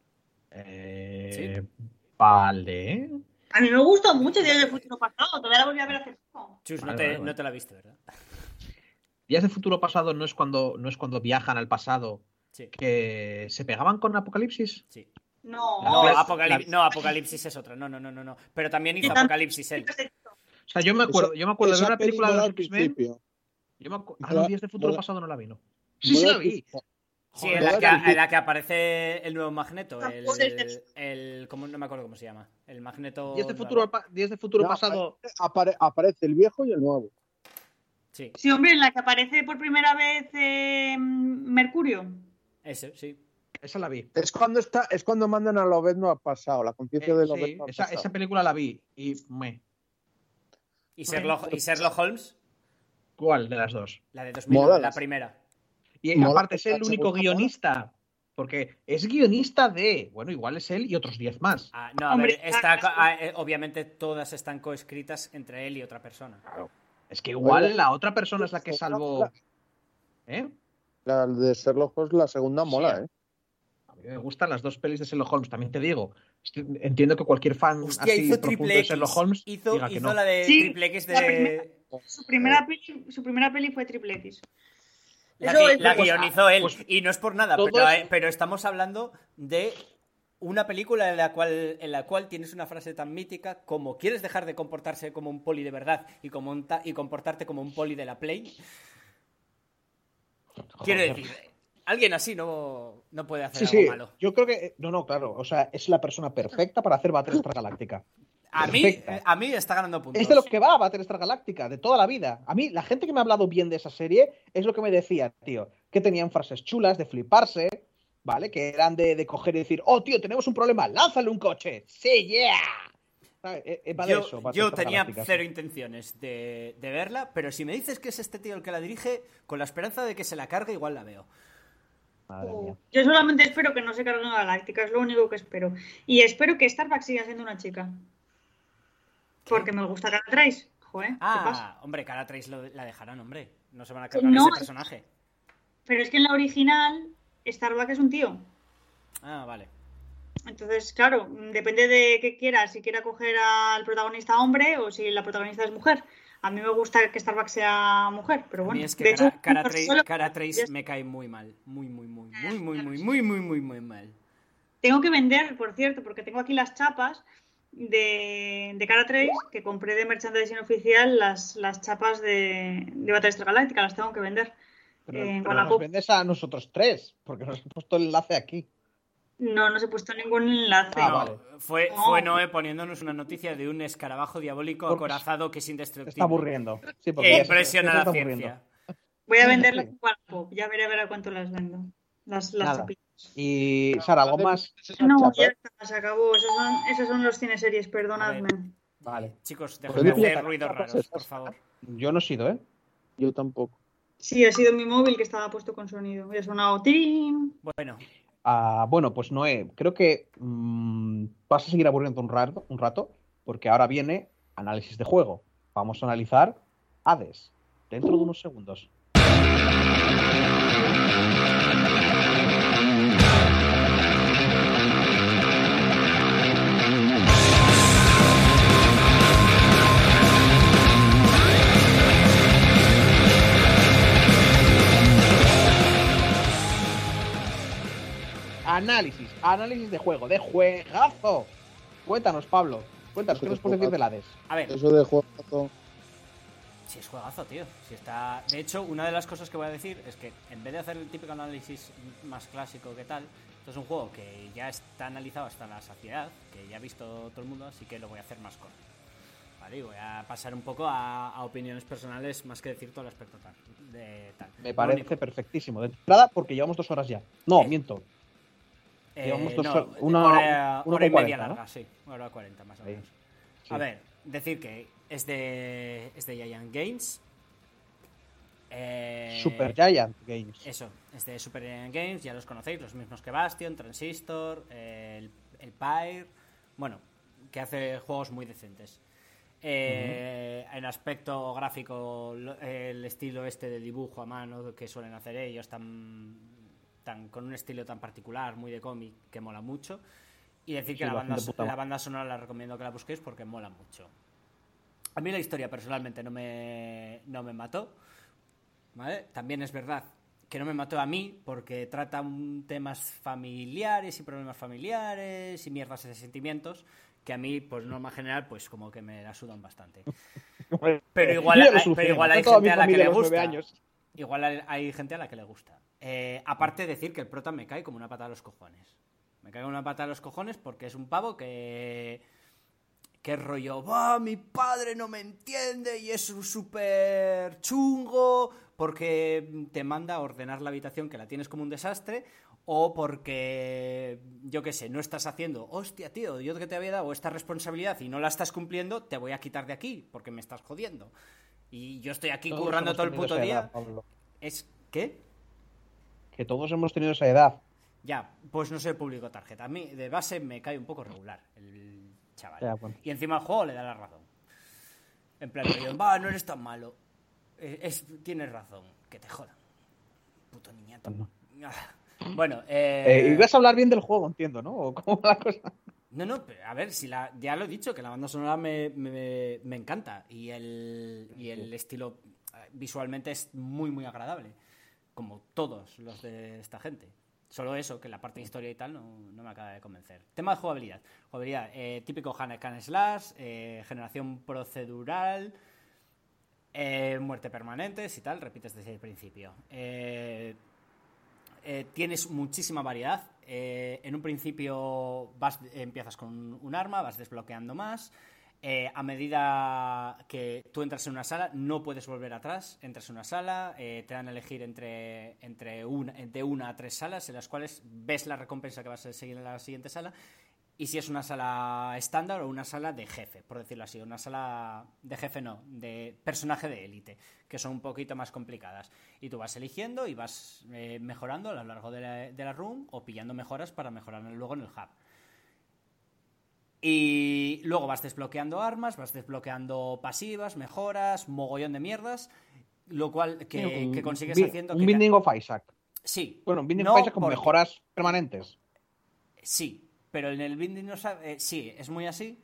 Eh, Vale. A mí me gustó mucho Días de Futuro Pasado, todavía la volví a ver hace poco. Chus, no, Vale, te, vale, vale. no te la viste, ¿verdad? Días de futuro pasado no es cuando no es cuando viajan al pasado Sí. que se pegaban con Apocalipsis. Sí. No, No, la- Apocalip- la- no, Apocalipsis es otra. No, no, no, no, no. Pero también hizo Y también- Apocalipsis él. O sea, yo me acuerdo, yo me acuerdo de Esa una peli película de mola los al X-Men. principio. Yo me acu- ah, Mola- no, Días de futuro mola- pasado no la vi, ¿no? Sí, sí Mola la vi. Sí, Joder, en la, que, Joder, en la que aparece el nuevo Magneto. El, Tampoco es el, ¿cómo, no me acuerdo cómo se llama. El Magneto. Días de futuro, pa- Días de futuro No, pasado. apare- aparece el viejo y el nuevo. Sí. Sí, hombre, en la que aparece por primera vez eh, Mercurio. Ese, sí. Esa la vi. Es cuando está, es cuando mandan a Lobezno al pasado, la conciencia Eh, de sí, Lobezno al esa, pasado. esa película la vi y me. ¿Y Sherlock, ¿y Sherlock Holmes? ¿Cuál de las dos? La de dos mil nueve, Mola, la las- primera. Y Mola, aparte es el la único segunda mola. guionista. Porque es guionista de. Bueno, igual es él y otros diez más. Ah, no, a Hombre, ver, está, claro. ah, eh, obviamente todas están coescritas entre él y otra persona. Claro. Es que igual Oye, la otra persona es la que salvó. ¿Eh? La de Sherlock Holmes, la segunda mola, Sí. ¿eh? A mí me gustan las dos pelis de Sherlock Holmes, también te digo. Estoy- Entiendo que cualquier fan Hostia, así hizo profundo Triple de X. Sherlock Holmes Hizo, diga que hizo no. la de Sí, Triple X la primera- de. Su primera, peli, su primera peli fue Triple X. La, Eso gui- es- la pues, guionizó él. pues, y no es por nada, todo pero, eso- eh, pero estamos hablando de una película en la cual en la cual tienes una frase tan mítica como ¿quieres dejar de comportarse como un poli de verdad y, como un ta- y comportarte como un poli de la Play? Quiero Joder. decir, alguien así no, no puede hacer Sí, algo sí. malo. Yo creo que. No, no, claro. O sea, es la persona perfecta para hacer Battlestar Galáctica. A mí, Perfecta. a mí está ganando puntos. Es de lo que va a Battlestar Galáctica, de toda la vida. A mí, la gente que me ha hablado bien de esa serie es lo que me decía, tío. Que tenían frases chulas de fliparse, ¿vale? Que eran de, de coger y decir, oh, tío, tenemos un problema, lánzale un coche. Sí, yeah. ¿Sabes? Eh, eh, va de Yo, eso, yo Battlestar tenía Galáctica, cero sí. intenciones de, de verla, pero si me dices que es este tío el que la dirige, con la esperanza de que se la cargue, igual la veo. Madre mía. Yo solamente espero que no se carguen Galáctica, es lo único que espero. Y espero que Starbucks siga siendo una chica. Porque me gusta Cara Trace. Joder, ¿qué pasa? Ah, hombre, Cara Trace lo- la dejarán, hombre. No se van a cargar No, ese personaje. Pero es que en la original, Starbuck es un tío. Ah, vale. Entonces, claro, depende de qué quiera, si quiera coger al protagonista hombre o si la protagonista es mujer. A mí me gusta que Starbuck sea mujer, pero A bueno. mí es que de Cara, hecho, Cara por Trace, solo- Cara Trace me cae muy mal. Muy, muy, muy, muy, muy, muy, muy, muy, muy, muy mal. Tengo que vender, por cierto, porque tengo aquí las chapas de, de Cara Trace, que compré de merchandising oficial, las, las chapas de, de Battlestar Galáctica, las tengo que vender. Pero, eh, en pero nos Wallapop. vendes a nosotros tres, porque nos he puesto el enlace aquí. No, no se ha puesto ningún enlace. Ah, No, vale. fue, No. fue Noé poniéndonos una noticia de un escarabajo diabólico Porque acorazado que es Se indestructible. está aburriendo. Sí, porque E ya se- impresiona ya se la está aburriendo. ciencia. Voy a Sí, venderlas sí. en Wallapop, ya veré a ver a cuánto las vendo. Las, las Nada. chapitas. Y Sara, ¿algo más? No, Chapa, ya ¿eh? está, se acabó. Esos son, esos son los cineseries, A perdonadme. ver. Vale. Chicos, Pues dejad de yo pillo hacer las ruidos chapas raros, esas. por favor. Yo no he sido, ¿eh? Yo tampoco. Sí, ha sido mi móvil que estaba puesto con sonido. Y ha sonado tirín. Bueno, Ah, bueno, pues Noé, creo que mm, vas a seguir aburriendo un rato, un rato, porque ahora viene análisis de juego. Vamos a analizar Hades dentro de unos segundos. Análisis, análisis de juego, de juegazo. Cuéntanos, Pablo. Cuéntanos, ¿qué nos puedes decir del Hades? a ver, Eso de juego. si es juegazo, tío. Si está... De hecho, una de las cosas que voy a decir es que en vez de hacer el típico análisis más clásico que tal, esto es un juego que ya está analizado hasta la saciedad, que ya ha visto todo el mundo, así que lo voy a hacer más corto. Vale, y voy a pasar un poco a, a opiniones personales más que decir todo el aspecto tal. De, tal. Me Lo parece único. perfectísimo. De entrada, porque llevamos dos horas ya. No, Eh, miento. Eh, Llevamos dos no, hor- una- hora, una hora y con media cuarenta, ¿no? larga, sí. Una hora cuarenta más o Ahí. menos. Sí. A ver, decir que es de, es de Giant Games. Eh, Super Giant Games. Eso, es de Super Giant Games, ya los conocéis, los mismos que Bastion, Transistor, eh, el, el Pyre. Bueno, que hace juegos muy decentes. Eh, En aspecto gráfico, lo- el estilo este de dibujo a mano que suelen hacer ellos, tan, tan con un estilo tan particular, muy de cómic, que mola mucho. Y decir que Sí, la lo banda, hacen de puta la madre. banda sonora la recomiendo que la busquéis porque mola mucho. A mí la historia personalmente no me, no me mató, ¿vale? También es verdad que no me mató a mí porque trata un- temas familiares y problemas familiares y mierdas de sentimientos que a mí, pues norma general, pues como que me la sudan bastante. Pero igual, Yo ya lo hay, solucioné. pero igual hay Mató toda mi gente a la que familia le a los nueve gusta. años. Igual hay, hay gente a la que le gusta. Eh, aparte de decir que el prota me cae como una pata a los cojones. Me cae como una pata a los cojones porque es un pavo que que rollo, va, mi padre no me entiende y es un súper chungo porque te manda a ordenar la habitación que la tienes como un desastre, o porque, yo qué sé, no estás haciendo, hostia, tío, yo que te había dado esta responsabilidad y no la estás cumpliendo, te voy a quitar de aquí porque me estás jodiendo. Y yo estoy aquí todos currando todo el puto edad, día. Pablo. ¿Es qué? Que todos hemos tenido esa edad. Ya, pues no soy el público tarjeta. A mí, de base, me cae un poco regular el chaval. Ya, bueno. Y encima el juego le da la razón. En plan, yo, va, no eres tan malo. Eh, es, tienes razón. Que te jodan. Puto niñato. No. Bueno, eh... Eh, ibas a hablar bien del juego, entiendo, ¿no? ¿O cómo va la cosa? No, no, a ver, si la, ya lo he dicho, que la banda sonora me, me, me encanta. Y el, y el estilo visualmente es muy, muy agradable. Como todos los de esta gente. Solo eso, que la parte de historia y tal no, no me acaba de convencer. Tema de jugabilidad. Jugabilidad, eh, típico hack and slash, eh, generación procedural, eh, muerte permanentes y tal, repites desde el principio. Eh, eh, tienes muchísima variedad. Eh, en un principio vas, empiezas con un arma, vas desbloqueando más. Eh, a medida que tú entras en una sala, no puedes volver atrás. Entras en una sala, eh, te dan a elegir entre, entre una, de una a tres salas, en las cuales ves la recompensa que vas a seguir en la siguiente sala. Y si es una sala estándar o una sala de jefe, por decirlo así. Una sala de jefe no, de personaje de élite, que son un poquito más complicadas. Y tú vas eligiendo y vas eh, mejorando a lo largo de la, de la run, o pillando mejoras para mejorar luego en el hub. Y luego vas desbloqueando armas, vas desbloqueando pasivas, mejoras, mogollón de mierdas, lo cual que, un, que consigues un, haciendo... Un que Binding of Isaac. Sí. Bueno, un Binding no of Isaac con porque... mejoras permanentes. Sí, pero en el Binding of Isaac, eh, sí, es muy así.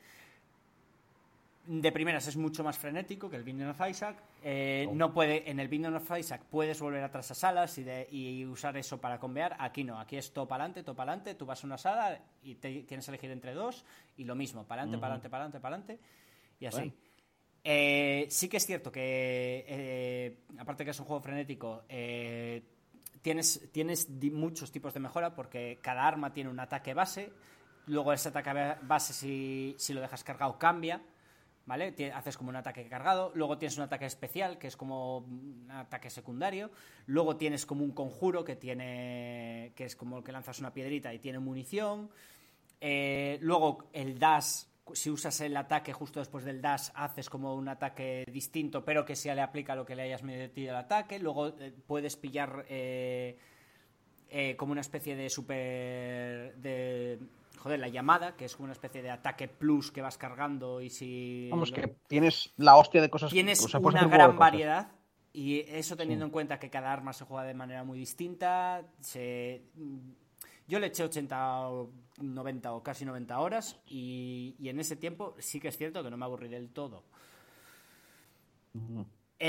De primeras es mucho más frenético que el Binding of Isaac. Eh, oh. No puede, en el Binding of Isaac puedes volver atrás a salas y, de, y usar eso para convear. Aquí no, aquí es todo para adelante, todo para adelante. Tú vas a una sala y te, tienes que elegir entre dos y lo mismo, para adelante, uh-huh. para adelante, para adelante, para adelante y así. Bueno. Eh, sí que es cierto que, eh, aparte que es un juego frenético, eh, tienes, tienes di- muchos tipos de mejora porque cada arma tiene un ataque base. Luego ese ataque base, si, si lo dejas cargado, cambia. ¿Vale? Haces como un ataque cargado, luego tienes un ataque especial, que es como un ataque secundario, luego tienes como un conjuro que tiene, que es como que lanzas una piedrita y tiene munición, eh, luego el dash, si usas el ataque justo después del dash, haces como un ataque distinto, pero que se le aplica lo que le hayas metido al ataque, luego eh, puedes pillar eh, eh, como una especie de super... de Joder, la llamada, que es como una especie de ataque plus que vas cargando y si... Vamos, que tienes la hostia de cosas... Tienes o sea, una gran variedad y eso teniendo sí. en cuenta que cada arma se juega de manera muy distinta. Se... Yo le eché ochenta o noventa o casi noventa horas y, y en ese tiempo sí que es cierto que no me aburrí del todo. Uh-huh.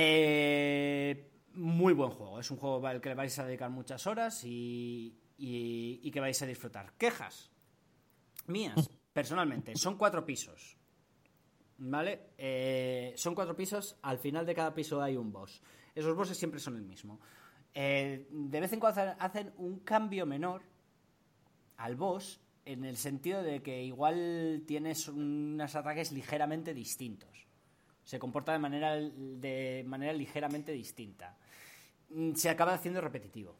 Eh, muy buen juego. Es un juego al que le vais a dedicar muchas horas y, y, y que vais a disfrutar. ¿Quejas? Mías, personalmente, son cuatro pisos, ¿vale? Eh, son cuatro pisos, al final de cada piso hay un boss. Esos bosses siempre son el mismo. Eh, de vez en cuando hacen un cambio menor al boss, en el sentido de que igual tienes unos ataques ligeramente distintos. Se comporta de manera, de manera ligeramente distinta. Se acaba haciendo repetitivo,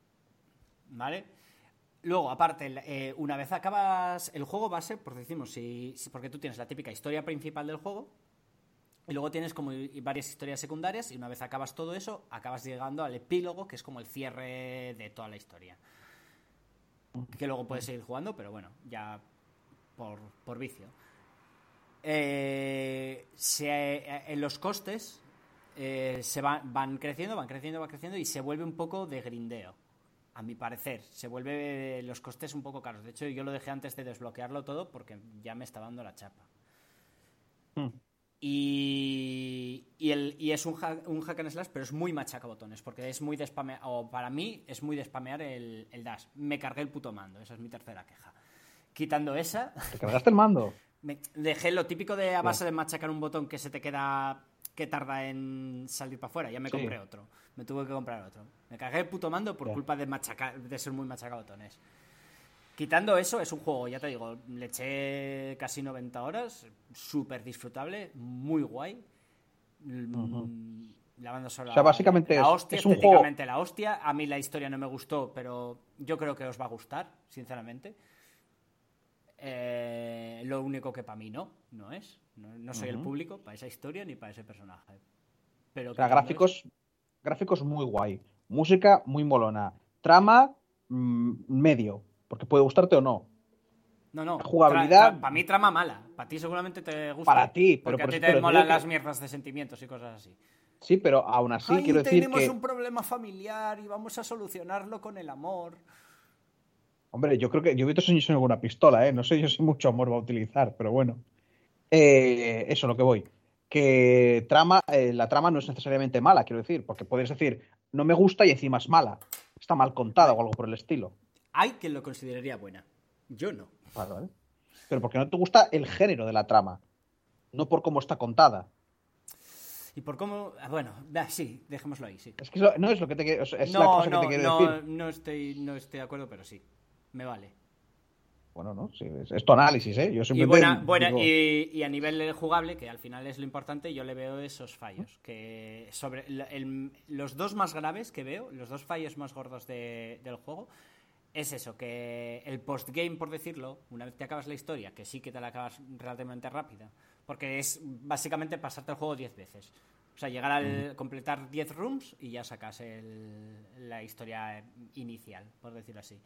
¿vale? Luego, aparte, eh, una vez acabas el juego base, por decimos, si, si, porque tú tienes la típica historia principal del juego y luego tienes como varias historias secundarias y una vez acabas todo eso, acabas llegando al epílogo, que es como el cierre de toda la historia. Que luego puedes seguir jugando, pero bueno, ya por, por vicio. Eh, se, eh, en los costes eh, se van, van creciendo, van creciendo, van creciendo y se vuelve un poco de grindeo. A mi parecer, se vuelve los costes un poco caros. De hecho, yo lo dejé antes de desbloquearlo todo porque ya me estaba dando la chapa. Mm. Y, y, el, y es un hack, un hack and slash, pero es muy machacabotones, porque es muy de spamear, o para mí es muy de spamear el, el dash. Me cargué el puto mando, esa es mi tercera queja. Quitando esa... ¿Te cargaste el mando? Me dejé lo típico de a base de machacar un botón que se te queda... que tarda en salir para afuera. Ya me sí. compré otro. Me tuve que comprar otro. Me cagué el puto mando por yeah. culpa de machacar, de ser muy machacabotones. Quitando eso, es un juego, ya te digo, le eché casi noventa horas, súper disfrutable, muy guay. Uh-huh. La banda sonora, o sea, básicamente la es, hostia, es un estéticamente juego... la hostia. A mí la historia no me gustó, pero yo creo que os va a gustar, sinceramente. Eh, lo único que para mí no, no es. No, no soy uh-huh. el público para esa historia ni para ese personaje. Pero o sea, gráficos, eso... gráficos muy guay, música muy molona, trama mmm, medio, porque puede gustarte o no. No, no, jugabilidad. Tra- tra- para mí trama mala. Para ti seguramente te gusta. Para ti, pero porque por a ti eso, te molan que... las mierdas de sentimientos y cosas así. Sí, pero aún así Ay, quiero decir que... tenemos un problema familiar y vamos a solucionarlo con el amor. Hombre, yo creo que yo he visto sin alguna pistola, ¿eh? No sé yo si mucho amor va a utilizar, pero bueno. Eh, eso, lo que voy. Que trama, eh, la trama no es necesariamente mala, quiero decir, porque puedes decir, no me gusta y encima es mala. Está mal contada o algo por el estilo. Hay quien lo consideraría buena. Yo no. Vale, ¿vale? Pero porque no te gusta el género de la trama, no por cómo está contada. Y por cómo... Bueno, da, sí, dejémoslo ahí, sí. Es que no es lo que te, es no, la cosa no, que te quiero no, decir. No estoy, no estoy de acuerdo, pero sí. Me vale. Bueno, no, sí, es, es tu análisis, ¿eh? Yo simplemente y, buena, buena, digo... y, y a nivel jugable, que al final es lo importante, yo le veo esos fallos. Que sobre el, el, los dos más graves que veo, los dos fallos más gordos de, del juego, es eso, que el postgame, por decirlo, una vez que acabas la historia, que sí que te la acabas relativamente rápida, porque es básicamente pasarte el juego diez veces. O sea, llegar al mm. completar diez rooms y ya sacas el, la historia inicial, por decirlo así.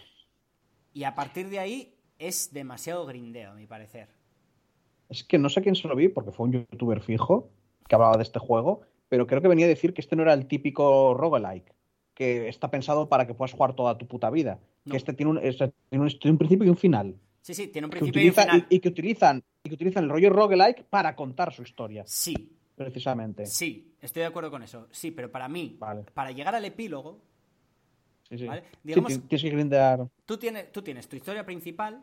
Y a partir de ahí es demasiado grindeo, a mi parecer. Es que no sé quién se lo vi, porque fue un youtuber fijo que hablaba de este juego, pero creo que venía a decir que este no era el típico roguelike, que está pensado para que puedas jugar toda tu puta vida. No. Que este tiene un, este tiene, un, tiene un principio y un final. Sí, sí, tiene un principio utiliza, y un final. Y, y, que utilizan, y que utilizan el rollo roguelike para contar su historia. Sí. Precisamente. Sí, estoy de acuerdo con eso. Sí, pero para mí, vale. para llegar al epílogo... Sí, sí. ¿vale? Digamos, sí, tienes que grindear. Tú tienes, tú tienes tu historia principal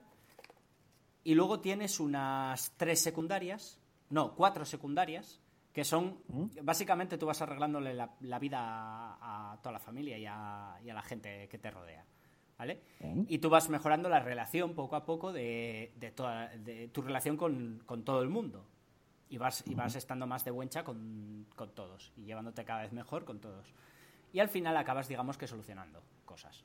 y luego tienes unas tres secundarias, no, cuatro secundarias, que son, ¿Mm? básicamente tú vas arreglándole la, la vida a, a toda la familia y a, y a la gente que te rodea, ¿vale? ¿Mm? Y tú vas mejorando la relación poco a poco de, de, toda, de tu relación con, con todo el mundo. Y vas, y vas estando más de buencha con, con todos y llevándote cada vez mejor con todos. Y al final acabas, digamos, que solucionando cosas.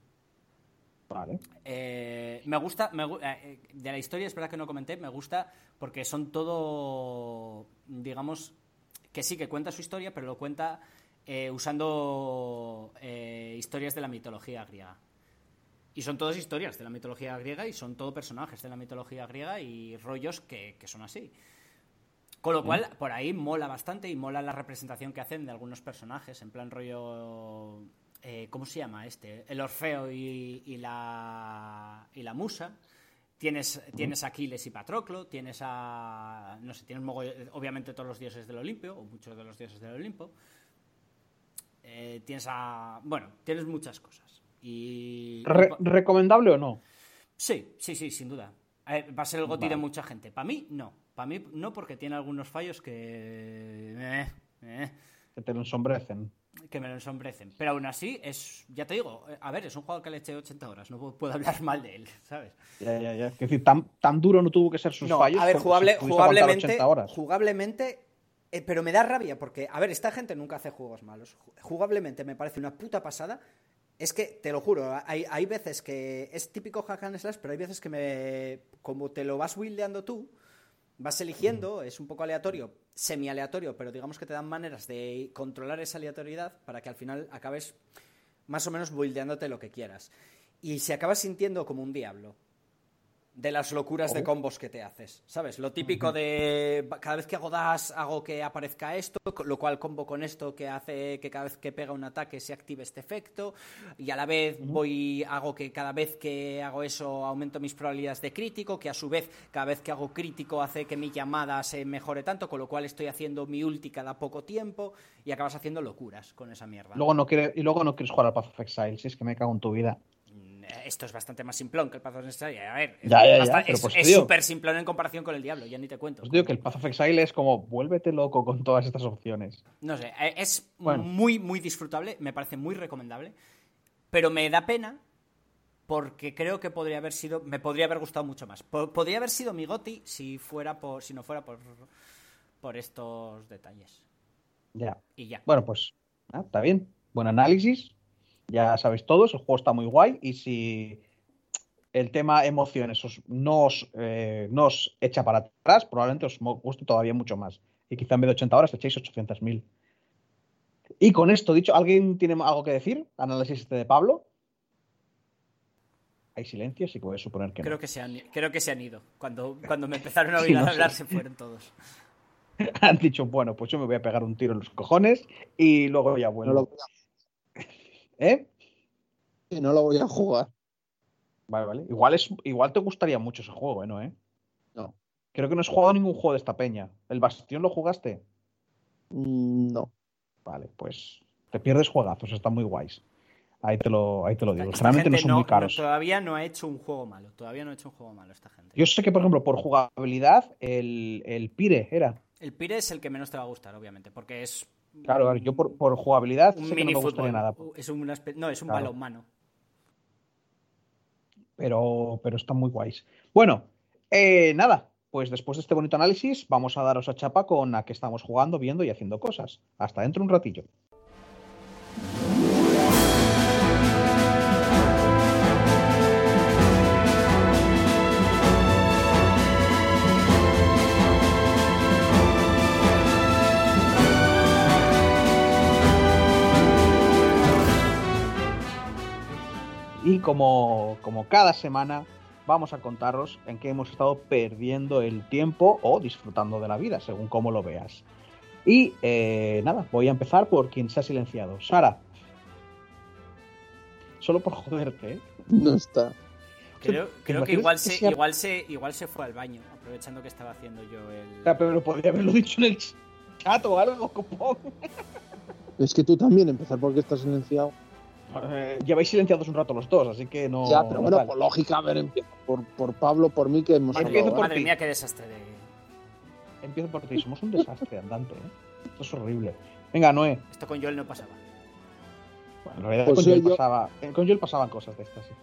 Vale. Eh, me gusta, me, eh, de la historia, es verdad que no comenté, me gusta porque son todo, digamos, que sí, que cuenta su historia, pero lo cuenta eh, usando eh, historias de la mitología griega. Y son todas historias de la mitología griega y son todo personajes de la mitología griega y rollos que, que son así. Con lo cual, por ahí mola bastante y mola la representación que hacen de algunos personajes, en plan rollo... Eh, ¿Cómo se llama este? El Orfeo y, y, la, y la Musa. Tienes, tienes a Aquiles y Patroclo, tienes a... No sé, tienes mogoll- obviamente todos los dioses del Olimpio, o muchos de los dioses del Olimpo. Eh, tienes a... Bueno, tienes muchas cosas. Y... Re- ¿Recomendable o no? Sí, sí, sí, sin duda. Eh, va a ser el goti vale. de mucha gente. Para mí, no. Para mí no, porque tiene algunos fallos que... Eh, eh, que te lo ensombrecen. Que me lo ensombrecen. Pero aún así, es ya te digo, a ver, es un juego que le eché ochenta horas. No puedo hablar mal de él, ¿sabes? Ya, ya, ya. Es decir, tan, tan duro no tuvo que ser sus no, fallos. A ver, jugable, si jugablemente... Jugablemente... Eh, pero me da rabia porque, a ver, esta gente nunca hace juegos malos. Jugablemente me parece una puta pasada. Es que, te lo juro, hay, hay veces que es típico hack and slash, pero hay veces que me... Como te lo vas buildeando tú, vas eligiendo, es un poco aleatorio, semi-aleatorio, pero digamos que te dan maneras de controlar esa aleatoriedad para que al final acabes más o menos buildeándote lo que quieras. Y se acabas sintiendo como un diablo de las locuras oh. de combos que te haces, ¿sabes? Lo típico de cada vez que hago dash hago que aparezca esto, lo cual combo con esto que hace que cada vez que pega un ataque se active este efecto, y a la vez uh-huh. voy hago que cada vez que hago eso aumento mis probabilidades de crítico, que a su vez cada vez que hago crítico hace que mi llamada se mejore tanto, con lo cual estoy haciendo mi ulti cada poco tiempo y acabas haciendo locuras con esa mierda. Luego no quiere, y luego no quieres jugar al Path of Exile, si es que me cago en tu vida. Esto es bastante más simplón que el Path of Exile. A ver, ya, ya, hasta, ya, es súper pues simplón en comparación con el Diablo, ya ni te cuento. Os digo que el Path of Exile es como, vuélvete loco con todas estas opciones. No sé, es bueno. muy, muy disfrutable, me parece muy recomendable, pero me da pena porque creo que podría haber sido, me podría haber gustado mucho más. Po- podría haber sido mi GOTY si fuera por, si no fuera por, por estos detalles. Ya. Y ya. Bueno, pues ah, está bien. Buen análisis. Ya sabéis todos, el juego está muy guay. Y si el tema emociones os, no, os, eh, no os echa para atrás, probablemente os guste todavía mucho más. Y quizá en vez de ochenta horas le echéis ochocientas mil. Y con esto dicho, ¿alguien tiene algo que decir? Análisis este de Pablo. Hay silencio, así que voy a suponer que Creo no. que se han, creo que se han ido. Cuando, cuando me empezaron a oír Sí, no a hablar sé. se fueron todos. Han dicho, bueno, pues yo me voy a pegar un tiro en los cojones y luego ya No vuelvo. lo, voy a, ¿Eh? que no lo voy a jugar. Vale, vale. Igual, es, igual te gustaría mucho ese juego, ¿eh? ¿No, eh? No. Creo que no has jugado ningún juego de esta peña. ¿El Bastión lo jugaste? Mm, no. Vale, pues te pierdes juegazos, están muy guays. Ahí te lo, ahí te lo digo. Esta Generalmente no gente son no, muy caros. no- todavía no ha hecho un juego malo. Todavía no ha hecho un juego malo esta gente. Yo sé que, por ejemplo, por jugabilidad, el, el Pire era. El Pire es el que menos te va a gustar, obviamente, porque es Claro, claro, yo por, por jugabilidad un sé que no mini me gustaría fútbol. nada. Es una espe- no, es un Claro. balonmano. Pero, pero están muy guays. Bueno, eh, nada, pues después de este bonito análisis, vamos a daros a chapa con a qué estamos jugando, viendo y haciendo cosas. Hasta dentro un ratillo. Y como, como cada semana, vamos a contaros en qué hemos estado perdiendo el tiempo o disfrutando de la vida, según cómo lo veas. Y eh, nada, voy a empezar por quien se ha silenciado. Sara. Solo por joderte, ¿eh? No está. Creo, ¿Te creo que imaginas igual que se, sea- igual, se, igual se fue al baño, aprovechando que estaba haciendo yo el... O sea, pero podría haberlo dicho en el chat o algo, copón. Es que tú también, empezar porque estás silenciado. Eh, lleváis silenciados un rato los dos, así que no. ya, pero bueno, tal. por lógica, a ver, empiezo por, por Pablo, por mí, que hemos Empiezo hablado. por ¿eh? Madre ti. mía, qué desastre de... Empiezo por ti, somos un desastre andante, ¿eh? Esto es horrible. Venga, Noé. Esto con Joel no pasaba. Bueno, en realidad Pues con, soy Joel yo. pasaba, eh, con Joel pasaban cosas de estas, sí.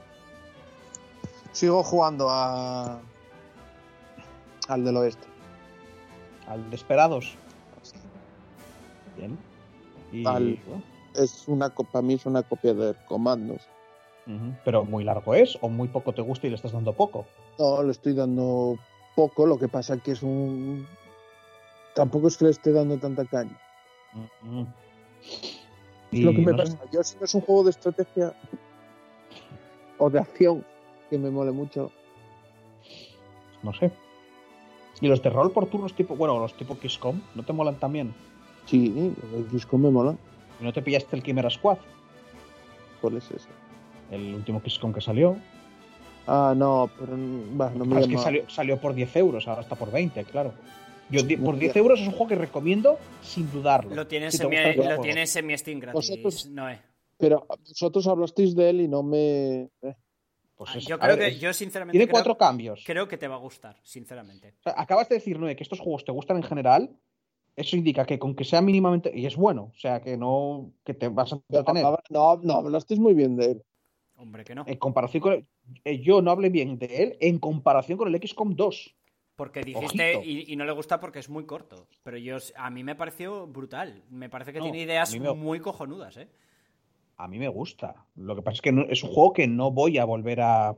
Sigo jugando a al del oeste. Al Desperados. Bien. Y, Al- bueno, Es una co- para mí es una copia de Comandos. ujú. Pero muy largo es, o muy poco te gusta y le estás dando poco. No, le estoy dando poco, lo que pasa que es un... Tampoco es que le esté dando tanta caña. Ujú. Es Y lo que me no sé, pasa. Yo si no es un juego de estrategia o de acción que me mole mucho. no sé. Y los de rol por turnos tipo, bueno, los tipo X COM, ¿no te molan también? Sí, el X COM me mola. ¿Y no te pillaste el Chimera Squad? ¿Cuál es ese? El último X COM que salió. Ah, no, pero mm, bah, no me Ah, es que llama. salió, salió por diez euros, ahora está por veinte, claro. Yo, di- por diez euros es un juego que recomiendo sin dudarlo. Lo tienes si te en mi, gustan estos lo juegos. tienes en mi Steam gratis, Vosotros- Noé. Pero vosotros hablasteis de él y no me... eh. Pues Ah, es- yo a creo ver, que, es- yo sinceramente tiene creo, cuatro cambios. creo que te va a gustar, sinceramente. O sea, acabas de decir, Noé, que estos juegos te gustan en general. Eso indica que con que sea mínimamente... Y es bueno, o sea, que no... que te vas a Pero entretener. hablaba- No, no, hablasteis muy bien de él. Hombre, que no. En comparación con... el- eh, yo no hablé bien de él en comparación con el X COM dos. Porque dijiste, Ojito. y, y no le gusta porque es muy corto. Pero yo a mí me pareció brutal. Me parece que No, tiene a ideas mí me- muy cojonudas, ¿eh? A mí me gusta. Lo que pasa es que no- es un juego que no voy a volver a...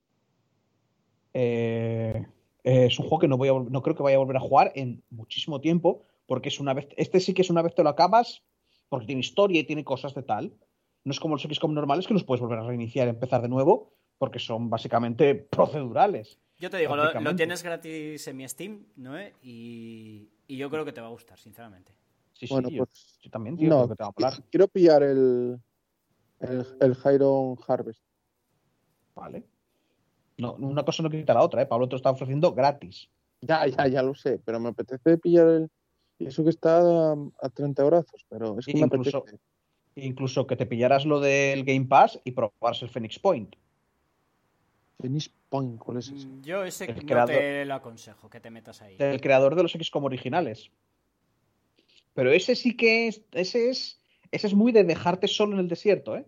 Eh, eh, es un juego que no voy a vol- no creo que vaya a volver a jugar en muchísimo tiempo, porque es una vez, este sí que es una vez te lo acabas, porque tiene historia y tiene cosas de tal. No es como los X COM normales que los puedes volver a reiniciar y empezar de nuevo, porque son básicamente procedurales. Yo te digo, lo, lo Prácticamente. tienes gratis en mi Steam, Noé, y, y yo creo que te va a gustar, sinceramente. Sí, sí, Bueno, yo, pues, yo también, tío, No, creo que te va a molar. quiero pillar el, el, el Iron Harvest. Vale. No, una cosa no quita la otra, ¿eh? Pablo te lo está ofreciendo gratis. Ya, ya, ya lo sé, pero me apetece pillar el... Y eso que está a, a treinta eurazos, pero es que me Incluso, apetece. incluso que te pillaras lo del Game Pass y probaras el Phoenix Point. Phoenix Point, ¿cuál es ese? Mm, Yo ese El no creador- te lo aconsejo, que te metas ahí. Del creador de los X COM originales. Pero ese sí que es. Ese es. Ese es muy de dejarte solo en el desierto, ¿eh?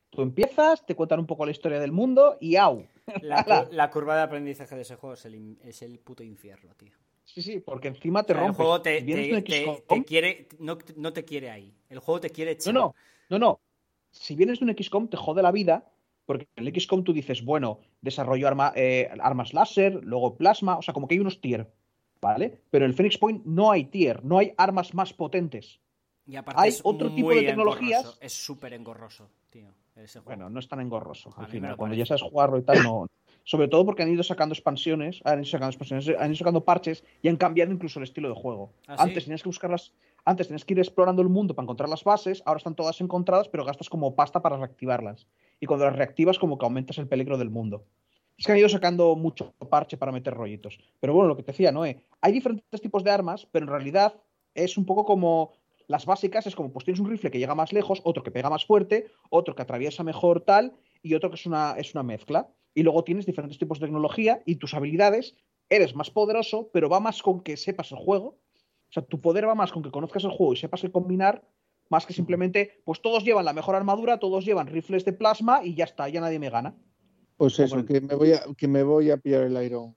Tú empiezas, te cuentan un poco la historia del mundo y ¡au! La, cu- la curva de aprendizaje de ese juego es el, in- es el puto infierno, tío. Sí, sí, porque encima te O sea, el rompes. juego te, Si vienes te- de un te- X te COM, quiere, no, no te quiere ahí. El juego te quiere No, echar. no, no, no. Si vienes de un X COM te jode la vida, porque en el X COM tú dices, bueno, desarrollo arma, eh, armas láser, luego plasma, o sea, como que hay unos tier, ¿vale? Pero en el Phoenix Point no hay tier, no hay armas más potentes. Y aparte Hay es otro tipo muy de tecnologías. engorroso, es súper engorroso, tío, ese juego. Bueno, no es tan engorroso A al mí me final. lo Cuando parece. ya sabes jugarlo y tal, no. Sobre todo porque han ido sacando expansiones, han ido sacando expansiones, han ido sacando parches y han cambiado incluso el estilo de juego. ¿Ah, sí? Antes tenías que buscarlas, antes tenías que ir explorando el mundo para encontrar las bases, ahora están todas encontradas, pero gastas como pasta para reactivarlas. Y cuando las reactivas, como que aumentas el peligro del mundo. Es que han ido sacando mucho parche para meter rollitos. Pero bueno, lo que te decía, Noé, hay diferentes tipos de armas, pero en realidad es un poco como las básicas, es como, pues tienes un rifle que llega más lejos, otro que pega más fuerte, otro que atraviesa mejor tal, y otro que es una, es una mezcla. Y luego tienes diferentes tipos de tecnología y tus habilidades, eres más poderoso, pero va más con que sepas el juego. O sea, tu poder va más con que conozcas el juego y sepas qué combinar, más que simplemente, pues todos llevan la mejor armadura, todos llevan rifles de plasma y ya está, ya nadie me gana. Pues eso, Como que me voy a, que me voy a pillar el Iron.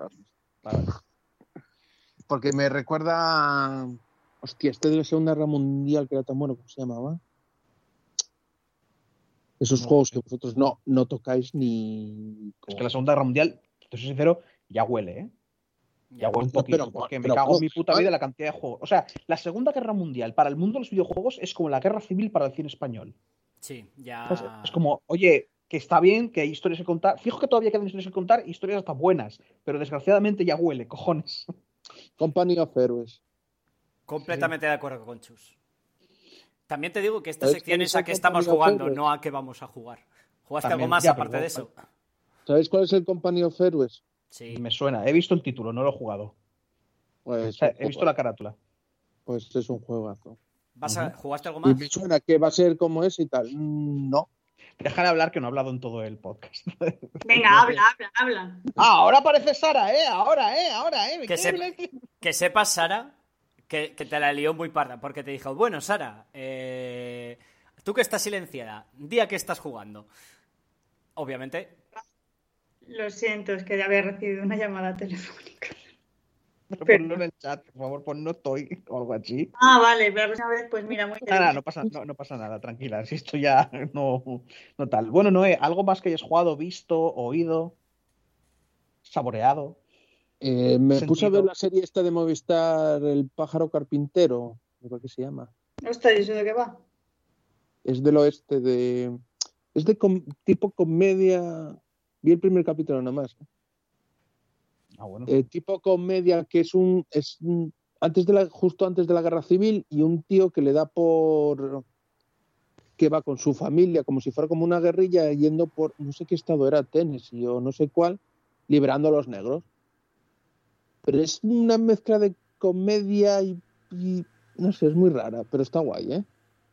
Porque me recuerda. Hostia, este de la Segunda Guerra Mundial que era tan bueno, ¿cómo se llamaba? Esos No, juegos que vosotros no, no tocáis ni. Es que la Segunda Guerra Mundial, te soy sincero, ya huele, ¿eh? Ya huele un No, poquito, pero- porque me pero cago en mi juegos, puta ¿ah? vida la cantidad de juegos. O sea, la Segunda Guerra Mundial para el mundo de los videojuegos es como la guerra civil para el cine español. Sí, ya. ¿Sabes? Es como, oye, que está bien, que hay historias que contar. Fijo que todavía quedan historias que contar, historias hasta buenas, pero desgraciadamente ya huele, cojones. Company of Heroes. Completamente de acuerdo con Chus. También te digo que esta ¿Sabes sección cuál es es a el que estamos Company of jugando, Heroes? no a que vamos a jugar. ¿Jugaste También, algo más ya, aparte pero- de eso? ¿Sabéis cuál es el Company of Heroes? Sí. Me suena, he visto el título, no lo he jugado. O Pues, sea, he visto la carátula. pues es un juegazo. ¿Vas a... ¿Jugaste algo Y más? me suena que va a ser como ese y tal. Mm, No. Dejar de hablar que no he hablado en todo el podcast. Venga, habla, habla, habla. Ah, ahora aparece Sara, ¿eh? Ahora, ¿eh? Ahora, ¿eh? Me Que, cago en se- la- que sepas, Sara, que, que te la lió muy parda, porque te dijo, bueno, Sara, eh, tú que estás silenciada, día que estás jugando. Obviamente, Lo siento, es que había recibido una llamada telefónica. Pero Pero- ponlo en el chat, por favor, pon no estoy o algo así. Ah, vale, pero la próxima vez, pues mira, muy Nada, nada, no pasa, no, no pasa nada, tranquila. Si esto ya no, no tal. Bueno, Noé, ¿algo más que hayas jugado, visto, oído, saboreado? Eh, me Sentido. puse a ver la serie esta de Movistar, El pájaro carpintero, ¿qué se llama? Ostras, ¿y eso de qué va? Es del oeste de... Es de com- tipo comedia... Vi el primer capítulo nomás. Ah, bueno. Eh, tipo comedia que es un... Es un- antes de la, justo antes de la guerra civil y un tío que le da por... que va con su familia, como si fuera como una guerrilla, yendo por... No sé qué estado era, Tennessee o no sé cuál, liberando a los negros. Pero es una mezcla de comedia y, y no sé, es muy rara, pero está guay, ¿eh?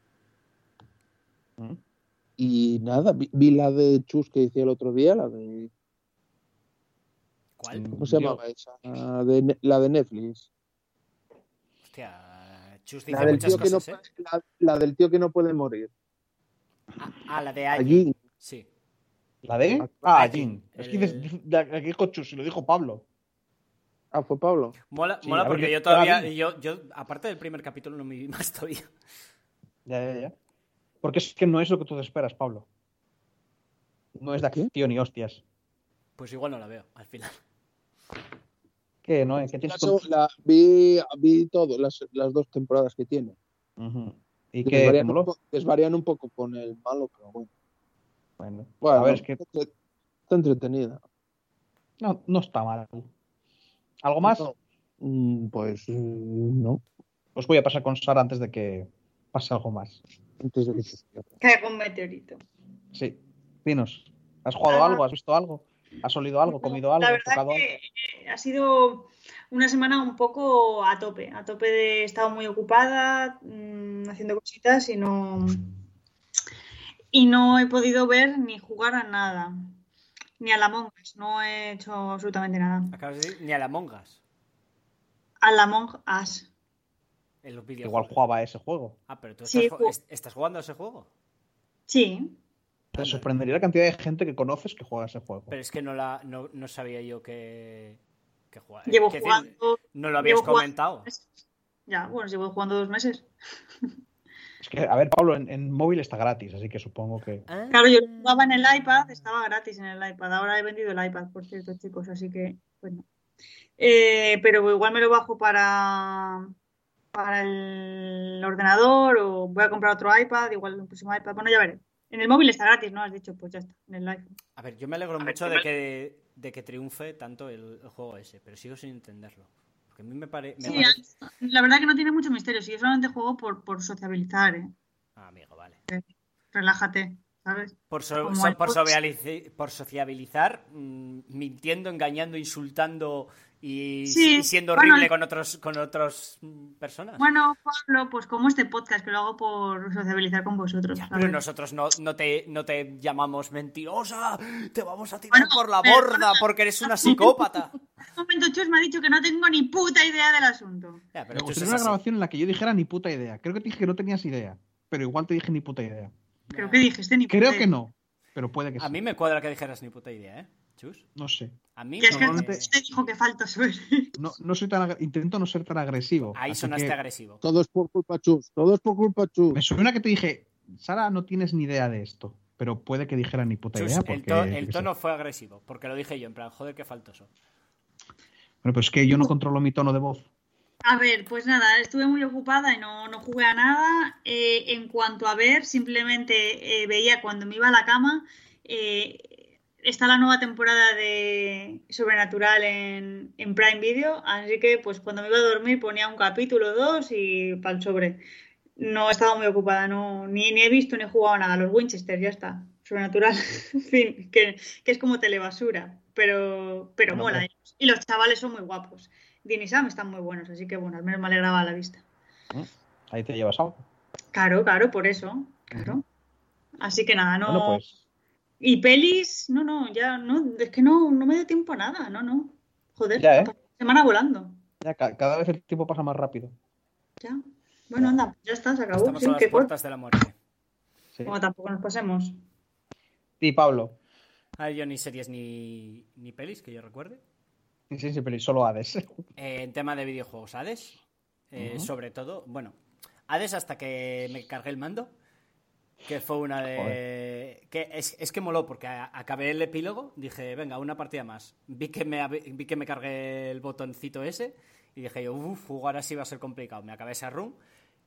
¿Mm? Y nada, vi, vi la de Chus que decía el otro día, la de... ¿cuál? ¿Cómo se Yo- llamaba esa? La de, Ne- la de Netflix. Hostia, Chus dice La del, muchas tío que no, cosas, ¿eh? puede- la, la del tío que no puede morir. Ah, ah, la de allí. Allí. Sí. ¿La de? Ah, Aquí, Jin. Es que el- dices, de- aquí dijo Chus, y lo dijo Pablo. Ah, fue Pablo. Mola, Sí, mola a ver, porque yo- yo yo la todavía, vi. yo, yo, aparte del primer capítulo, no me vi más todavía. Ya, ya, ya. Porque es que no es lo que tú te esperas, Pablo. No es de ¿Qué? acción y hostias. Pues igual no la veo, al final. ¿Qué, Noé? ¿Qué La tienes seg- con... la- vi, vi todo, las, las dos temporadas que tiene. Ujú. ¿Y qué? ¿Te Desvarían un, moló? po- desvarían un poco con el malo, pero bueno. Bueno, Bueno, a ver, es que está está entretenida. no, no está mal. ¿Algo más? No. Mm, Pues mm, no. Os voy a pasar con Sara antes de que pase algo más. Antes de que se cierre. Cae con un meteorito. Sí. Dinos, ¿has jugado Ah. algo? ¿Has visto algo? ¿Has olido algo? ¿Comido algo? La verdad ¿Tocado algo? que eh, ha sido una semana un poco a tope. A tope de... He estado muy ocupada, mmm, haciendo cositas y no... Y no he podido ver ni jugar a nada. Ni a la Among Us. No he hecho absolutamente nada. Acabas de decir, ni a la Mongas. A la Among Us. En los videojuegos. Igual jugaba a ese juego. Ah, pero tú Sí, estás, ju- ju- est- estás jugando a ese juego. Sí. Te sorprendería la cantidad de gente que conoces que juega ese juego. Pero es que no la no, no sabía yo que, que jugaba. Llevo ¿Qué jugando. Decir, no lo habías comentado. Ya, bueno, llevo jugando dos meses. Es que, a ver, Pablo, en, en móvil está gratis, así que supongo que. Ah. Claro, yo jugaba en el iPad, estaba gratis en el iPad. Ahora he vendido el iPad, por cierto, chicos, así que, bueno. Eh, pero igual me lo bajo para, para el ordenador o voy a comprar otro iPad, igual el próximo iPad. Bueno, ya veré. En el móvil está gratis, ¿no? Has dicho, pues ya está, en el iPhone. A ver, yo me alegro mucho de que, de que triunfe tanto el, el juego ese, pero sigo sin entenderlo. Porque a mí me, pare, me sí, parece... La verdad que no tiene mucho misterio. Si yo solamente juego por, por sociabilizar, ¿eh? Ah, amigo, vale. Relájate, ¿sabes? Por, so, so, por, sociabilizar, por sociabilizar mmm, mintiendo, engañando, insultando y, sí, y siendo horrible bueno, con otros con otras personas. Bueno, Pablo, pues como este podcast que lo hago por sociabilizar con vosotros. Ya, pero nosotros no, no, te, no te llamamos mentirosa, te vamos a tirar bueno, por la borda porque eres una psicópata. En un momento Chus me ha dicho que no tengo ni puta idea del asunto. Ya, pero me gustaría una grabación en la que yo dijera ni puta idea. Creo que te dije que no tenías idea, pero igual te dije ni puta idea. Creo que dijiste ni puta Creo idea. que no, pero puede que a sí. A mí me cuadra que dijeras ni puta idea, ¿eh? Chus. No sé. A mí que es normalmente... que te dijo que falta suerte. No, no soy tan intento no ser tan agresivo. Ahí sonaste que... agresivo. Todo es por culpa Chus, todo es por culpa Chus. Me suena que te dije, Sara, no tienes ni idea de esto, pero puede que dijera ni puta Chus, idea. Porque, el, to el tono sé. fue agresivo, porque lo dije yo, en plan, joder, qué faltoso. Bueno, pues es que yo no controlo mi tono de voz. A ver, pues nada, estuve muy ocupada y no, no jugué a nada. Eh, en cuanto a ver, simplemente eh, veía cuando me iba a la cama. Eh, está la nueva temporada de Sobrenatural en, en Prime Video, así que pues cuando me iba a dormir ponía un capítulo, dos y pa'l sobre. No he estado muy ocupada, no, ni, ni he visto ni he jugado nada. Los Winchester, ya está. Sobrenatural, en fin, que, que es como telebasura, pero, pero bueno, mola. Pues. Y los chavales son muy guapos. Dean y Sam están muy buenos, así que bueno, al menos me alegraba la vista. Ahí te llevas algo. Claro, claro, por eso. Claro. Uh-huh. Así que nada, no. Bueno, pues. Y pelis, no, no, ya, no, es que no, no me da tiempo a nada, no, no. Joder, ya, ¿eh? Semana volando. Ya, cada vez el tiempo pasa más rápido. Ya. Bueno, anda, ya está, se acabó. Estamos sí, a las puertas de la muerte. Sí. Como tampoco nos pasemos. Sí, Pablo. A ver, yo ni series ni, ni pelis, que yo recuerde. Sí, sí, sí, pelis, solo Hades. Eh, en tema de videojuegos, Hades. Eh, uh-huh. Sobre todo, bueno, Hades hasta que me cargué el mando. Que fue una de... que es, es que moló, porque a, acabé el epílogo, dije, venga, una partida más. Vi que me, vi que me cargué el botoncito ese y dije yo, uff, jugar así va a ser complicado. Me acabé esa run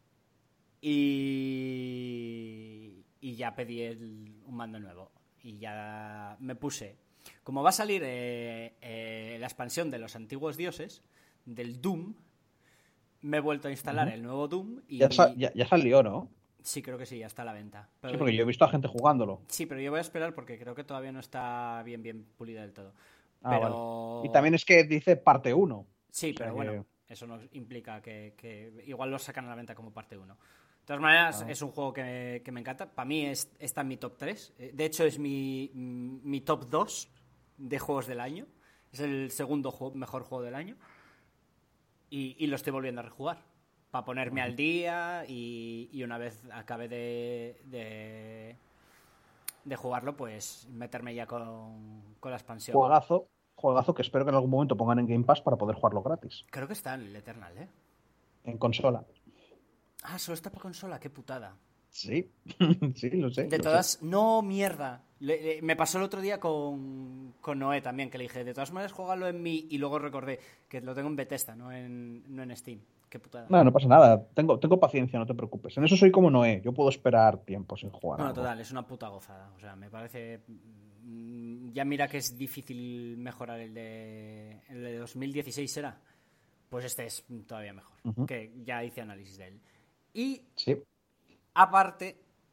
y, y ya pedí el, un mando nuevo. Y ya me puse... Como va a salir eh, eh, la expansión de los antiguos dioses, del Doom, me he vuelto a instalar uh-huh. el nuevo Doom y... Ya, sa- ya, ya salió, ¿no? Sí, creo que sí, ya está a la venta. Pero sí, porque yo he visto a gente jugándolo. Sí, pero yo voy a esperar porque creo que todavía no está bien, bien pulida del todo. Ah, pero... vale. Y también es que dice parte uno. Sí, o sea pero que... bueno, eso no implica que, que igual lo sacan a la venta como parte uno. De todas maneras, ah. es un juego que, que me encanta. Para mí es, está en mi top tres. De hecho, es mi, mi top dos de juegos del año. Es el segundo juego, mejor juego del año. Y, y lo estoy volviendo a rejugar. Para ponerme al día y, y una vez acabe de, de, de jugarlo, pues meterme ya con, con la expansión. Juegazo, juegazo que espero que en algún momento pongan en Game Pass para poder jugarlo gratis. Creo que está en el Eternal, ¿eh? En consola. Ah, solo está para consola, qué putada. Sí, sí, lo sé. De lo todas, sé. no, mierda. Le, le, me pasó el otro día con, con Noé también, que le dije, de todas maneras, juégalo en mí, y luego recordé que lo tengo en Bethesda, no en, no en Steam. Qué putada. No, no pasa nada. Tengo, tengo paciencia, no te preocupes. En eso soy como Noé. Yo puedo esperar tiempo sin jugar. No, algo. total, es una puta gozada. O sea, me parece... Ya mira que es difícil mejorar el de, el de dos mil dieciséis, ¿será? Pues este es todavía mejor. Uh-huh. Que ya hice análisis de él. Y, sí. aparte,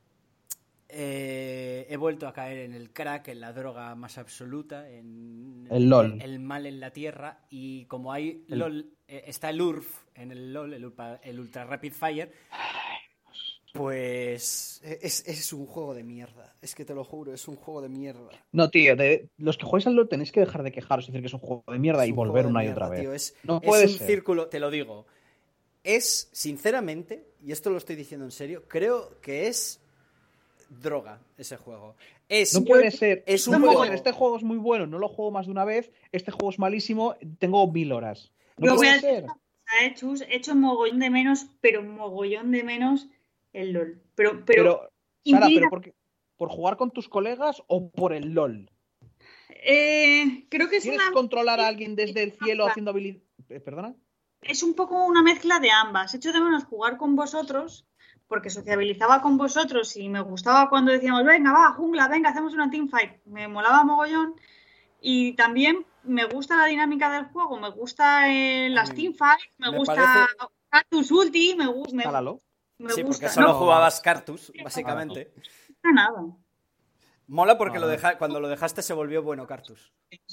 eh, he vuelto a caer en el crack, en la droga más absoluta, en el LOL. El, el mal en la tierra. Y como hay el... LOL, eh, está el U R F en el LOL, el Ultra, el Ultra Rapid Fire, pues es, es un juego de mierda. Es que te lo juro, es un juego de mierda. No, tío, de, los que jugáis al LOL tenéis que dejar de quejaros y decir que es un juego de mierda es y volver una mierda, y otra vez. Tío, es, no es puede un ser. círculo, te lo digo. Es, sinceramente, y esto lo estoy diciendo en serio, creo que es droga ese juego. Es, No puede ser. Es no un puede juego... ser. Este juego es muy bueno, no lo juego más de una vez. Este juego es malísimo, tengo mil horas. No Yo voy puede a ser. He hecho, he hecho mogollón de menos, pero mogollón de menos el LOL. Pero, pero, Pero, Sara, infinita- ¿pero por qué? ¿Por jugar con tus colegas o por el LOL? eh, creo que es ¿Quieres una, controlar a alguien desde el cielo haciendo habilidad? ¿Perdona? es un poco una mezcla de ambas. He hecho de menos jugar con vosotros, porque sociabilizaba con vosotros y me gustaba cuando decíamos, venga, va, jungla, venga, hacemos una teamfight. Me molaba mogollón. Y también me gusta la dinámica del juego, me gusta eh, las mí teamfights, me, me gusta parece- Cartus Ulti, me, gu- me, Instálalo. me Sí, gusta. porque solo No, jugabas Cartus, básicamente. no gusta nada. Mola porque Ah. lo deja... cuando lo dejaste se volvió bueno Cartus.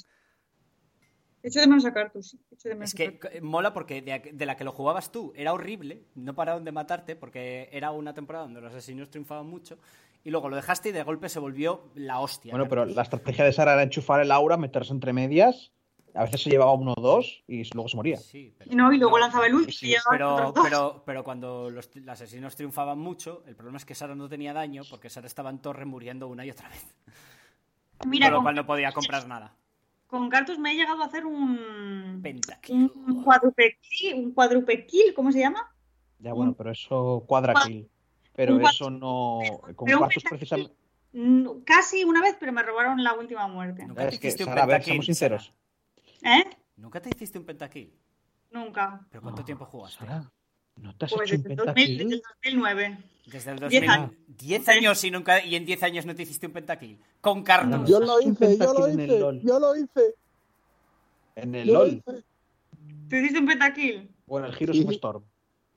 Echo de menos a Cartus, sí. Echo de menos Es a que Cartus. eh, mola porque de, de la que lo jugabas tú era horrible, no pararon de matarte porque era una temporada donde los asesinos triunfaban mucho y luego lo dejaste y de golpe se volvió la hostia. Bueno, pero Cartus. la estrategia de Sara era enchufar el aura, meterse entre medias. A veces se llevaba uno o dos y luego se moría. Sí, pero... Y no, y luego no, lanzaba el ulti sí, y llevaba Pero, otros dos. pero, pero cuando los, los asesinos triunfaban mucho, el problema es que Sara no tenía daño porque Sara estaba en torre muriendo una y otra vez. Mira, Con lo con, cual no podía comprar nada. con Cartus me he llegado a hacer un Pentakill. un cuádruple kill, un cuádruple kill, ¿cómo se llama? Ya, bueno, pero eso cuadra Cua- kill. Pero un cua- eso no. Con pero un cuartos pentakill. precisamente. Mm, Casi una vez, pero me robaron la última muerte. Nunca te Es que, hiciste un Sara, a ver, pentakill, seamos sinceros. Sara. ¿Eh? ¿Nunca te hiciste un pentakill? Nunca. ¿Pero cuánto No, tiempo jugaste? Sara, ¿no te has Pues hecho un desde el, dos mil, desde pentakill? el dos mil nueve. Desde el Diez dos mil. años. diez años y, nunca, y en diez años no te hiciste un pentakill. Con Cartus. Yo lo Un hice, yo lo pentakill en el hice, LOL. yo lo hice. En el yo lo LOL hice. ¿Te hiciste un pentakill? o en el Heroes Sí. of Storm.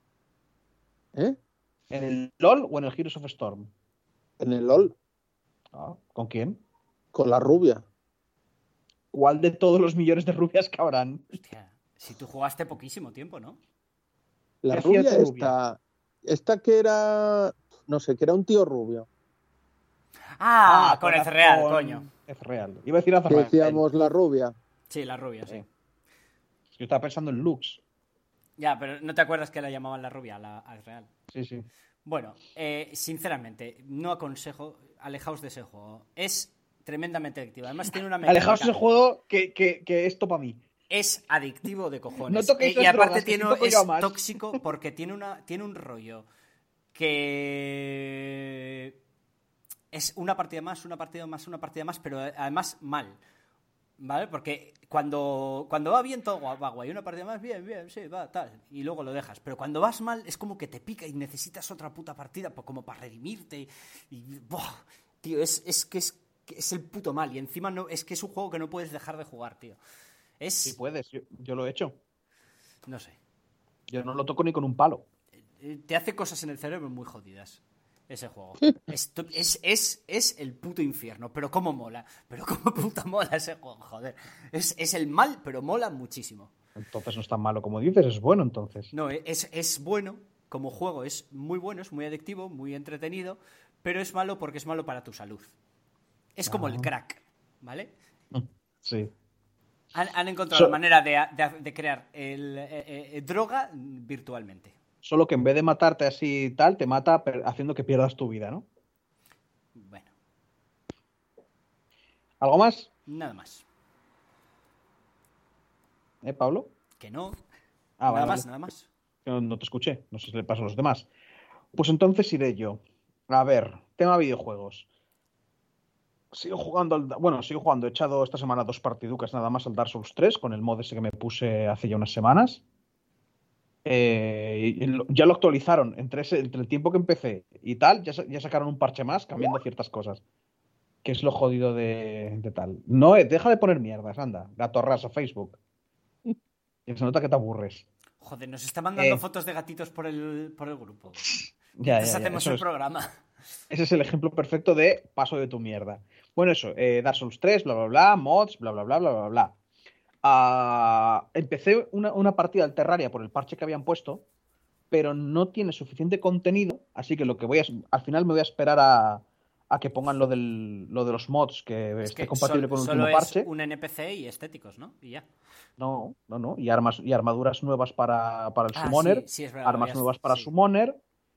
¿Eh? ¿En el LOL o en el Heroes of Storm? En el LOL, Ah, ¿con quién? con la rubia. ¿Cuál de todos los millones de rubias que habrán? Hostia, si tú jugaste poquísimo tiempo, ¿no? La ¿Qué hacía rubia tu rubia? esta, esta que era, no sé, que era un tío rubio. Ah, con el la- real, con coño. F real. Iba a decir Que Azrael. decíamos la rubia. Sí, la rubia, sí. Yo estaba pensando en Lux. Ya, pero no te acuerdas que la llamaban la rubia, la al real. Sí, sí. Bueno, eh, sinceramente, no aconsejo, alejaos de ese juego. Es tremendamente adictivo. Además tiene una mecánica... Alejaos ese juego que, que, que esto para mí. Es adictivo de cojones. No toquéis Eh, y las aparte drogas, que tiene, si toco es yo más. tóxico porque tiene, una, tiene un rollo que es una partida más, una partida más, una partida más, pero además mal. ¿Vale? Porque cuando, cuando va bien todo va guay, una partida más, bien, bien, sí, va, tal, y luego lo dejas. Pero cuando vas mal es como que te pica y necesitas otra puta partida pues, como para redimirte. Y, ¡buah! Tío, es, es que es, que es el puto mal. Y encima no, es que es un juego que no puedes dejar de jugar, tío. Es... Si puedes, yo, yo lo he hecho. No sé. Yo no lo toco ni con un palo. Eh, Te hace cosas en el cerebro muy jodidas. Ese juego. Esto es, es, es el puto infierno. Pero cómo mola. Pero cómo puta mola ese juego, joder. Es, es el mal, pero mola muchísimo. Entonces no es tan malo como dices, es bueno entonces. No, es, es bueno. Como juego es muy bueno, es muy adictivo, muy entretenido. Pero es malo porque es malo para tu salud. Es como Ah. el crack, ¿vale? Sí. Han, han encontrado So- la manera de, de- de crear el, eh, eh, droga virtualmente. Solo que en vez de matarte así y tal, te mata per- haciendo que pierdas tu vida, ¿no? Bueno, ¿Algo más? nada más. ¿Eh, Pablo? Que no. Ah, nada vale, más, vale. nada más. No, no te escuché, no sé si le pasa a los demás. Pues entonces iré yo. A ver, tema videojuegos. Sigo jugando al... Bueno, sigo jugando. He echado esta semana dos partiducas nada más al Dark Souls tres con el mod ese que me puse hace ya unas semanas. Eh, y lo- ya lo actualizaron. Entre, ese, entre el tiempo que empecé y tal, ya, sa- ya sacaron un parche más cambiando ciertas cosas. Que es lo jodido de, de tal. No, eh, deja de poner mierdas, anda. Gato a Facebook. Y se nota que te aburres. Joder, nos está mandando Eh. fotos de gatitos por el, por el grupo. Ya, Entonces ya, ya, hacemos eso el es. programa. Ese es el ejemplo perfecto de paso de tu mierda. Bueno, eso, eh, Dark Souls tres, bla, bla, bla, mods, bla, bla, bla, bla, bla, bla. Ah, empecé una, una partida al Terraria por el parche que habían puesto, pero no tiene suficiente contenido, así que lo que voy a, al final me voy a esperar a, a que pongan lo, del, lo de los mods, que Es esté que compatible sol- con el solo último es parche. un N P C y estéticos, ¿no? Y ya. No, no, no. Y armas y armaduras nuevas para, para el Ah, Summoner, sí, sí, es verdad, armas ya- nuevas para sí. Summoner.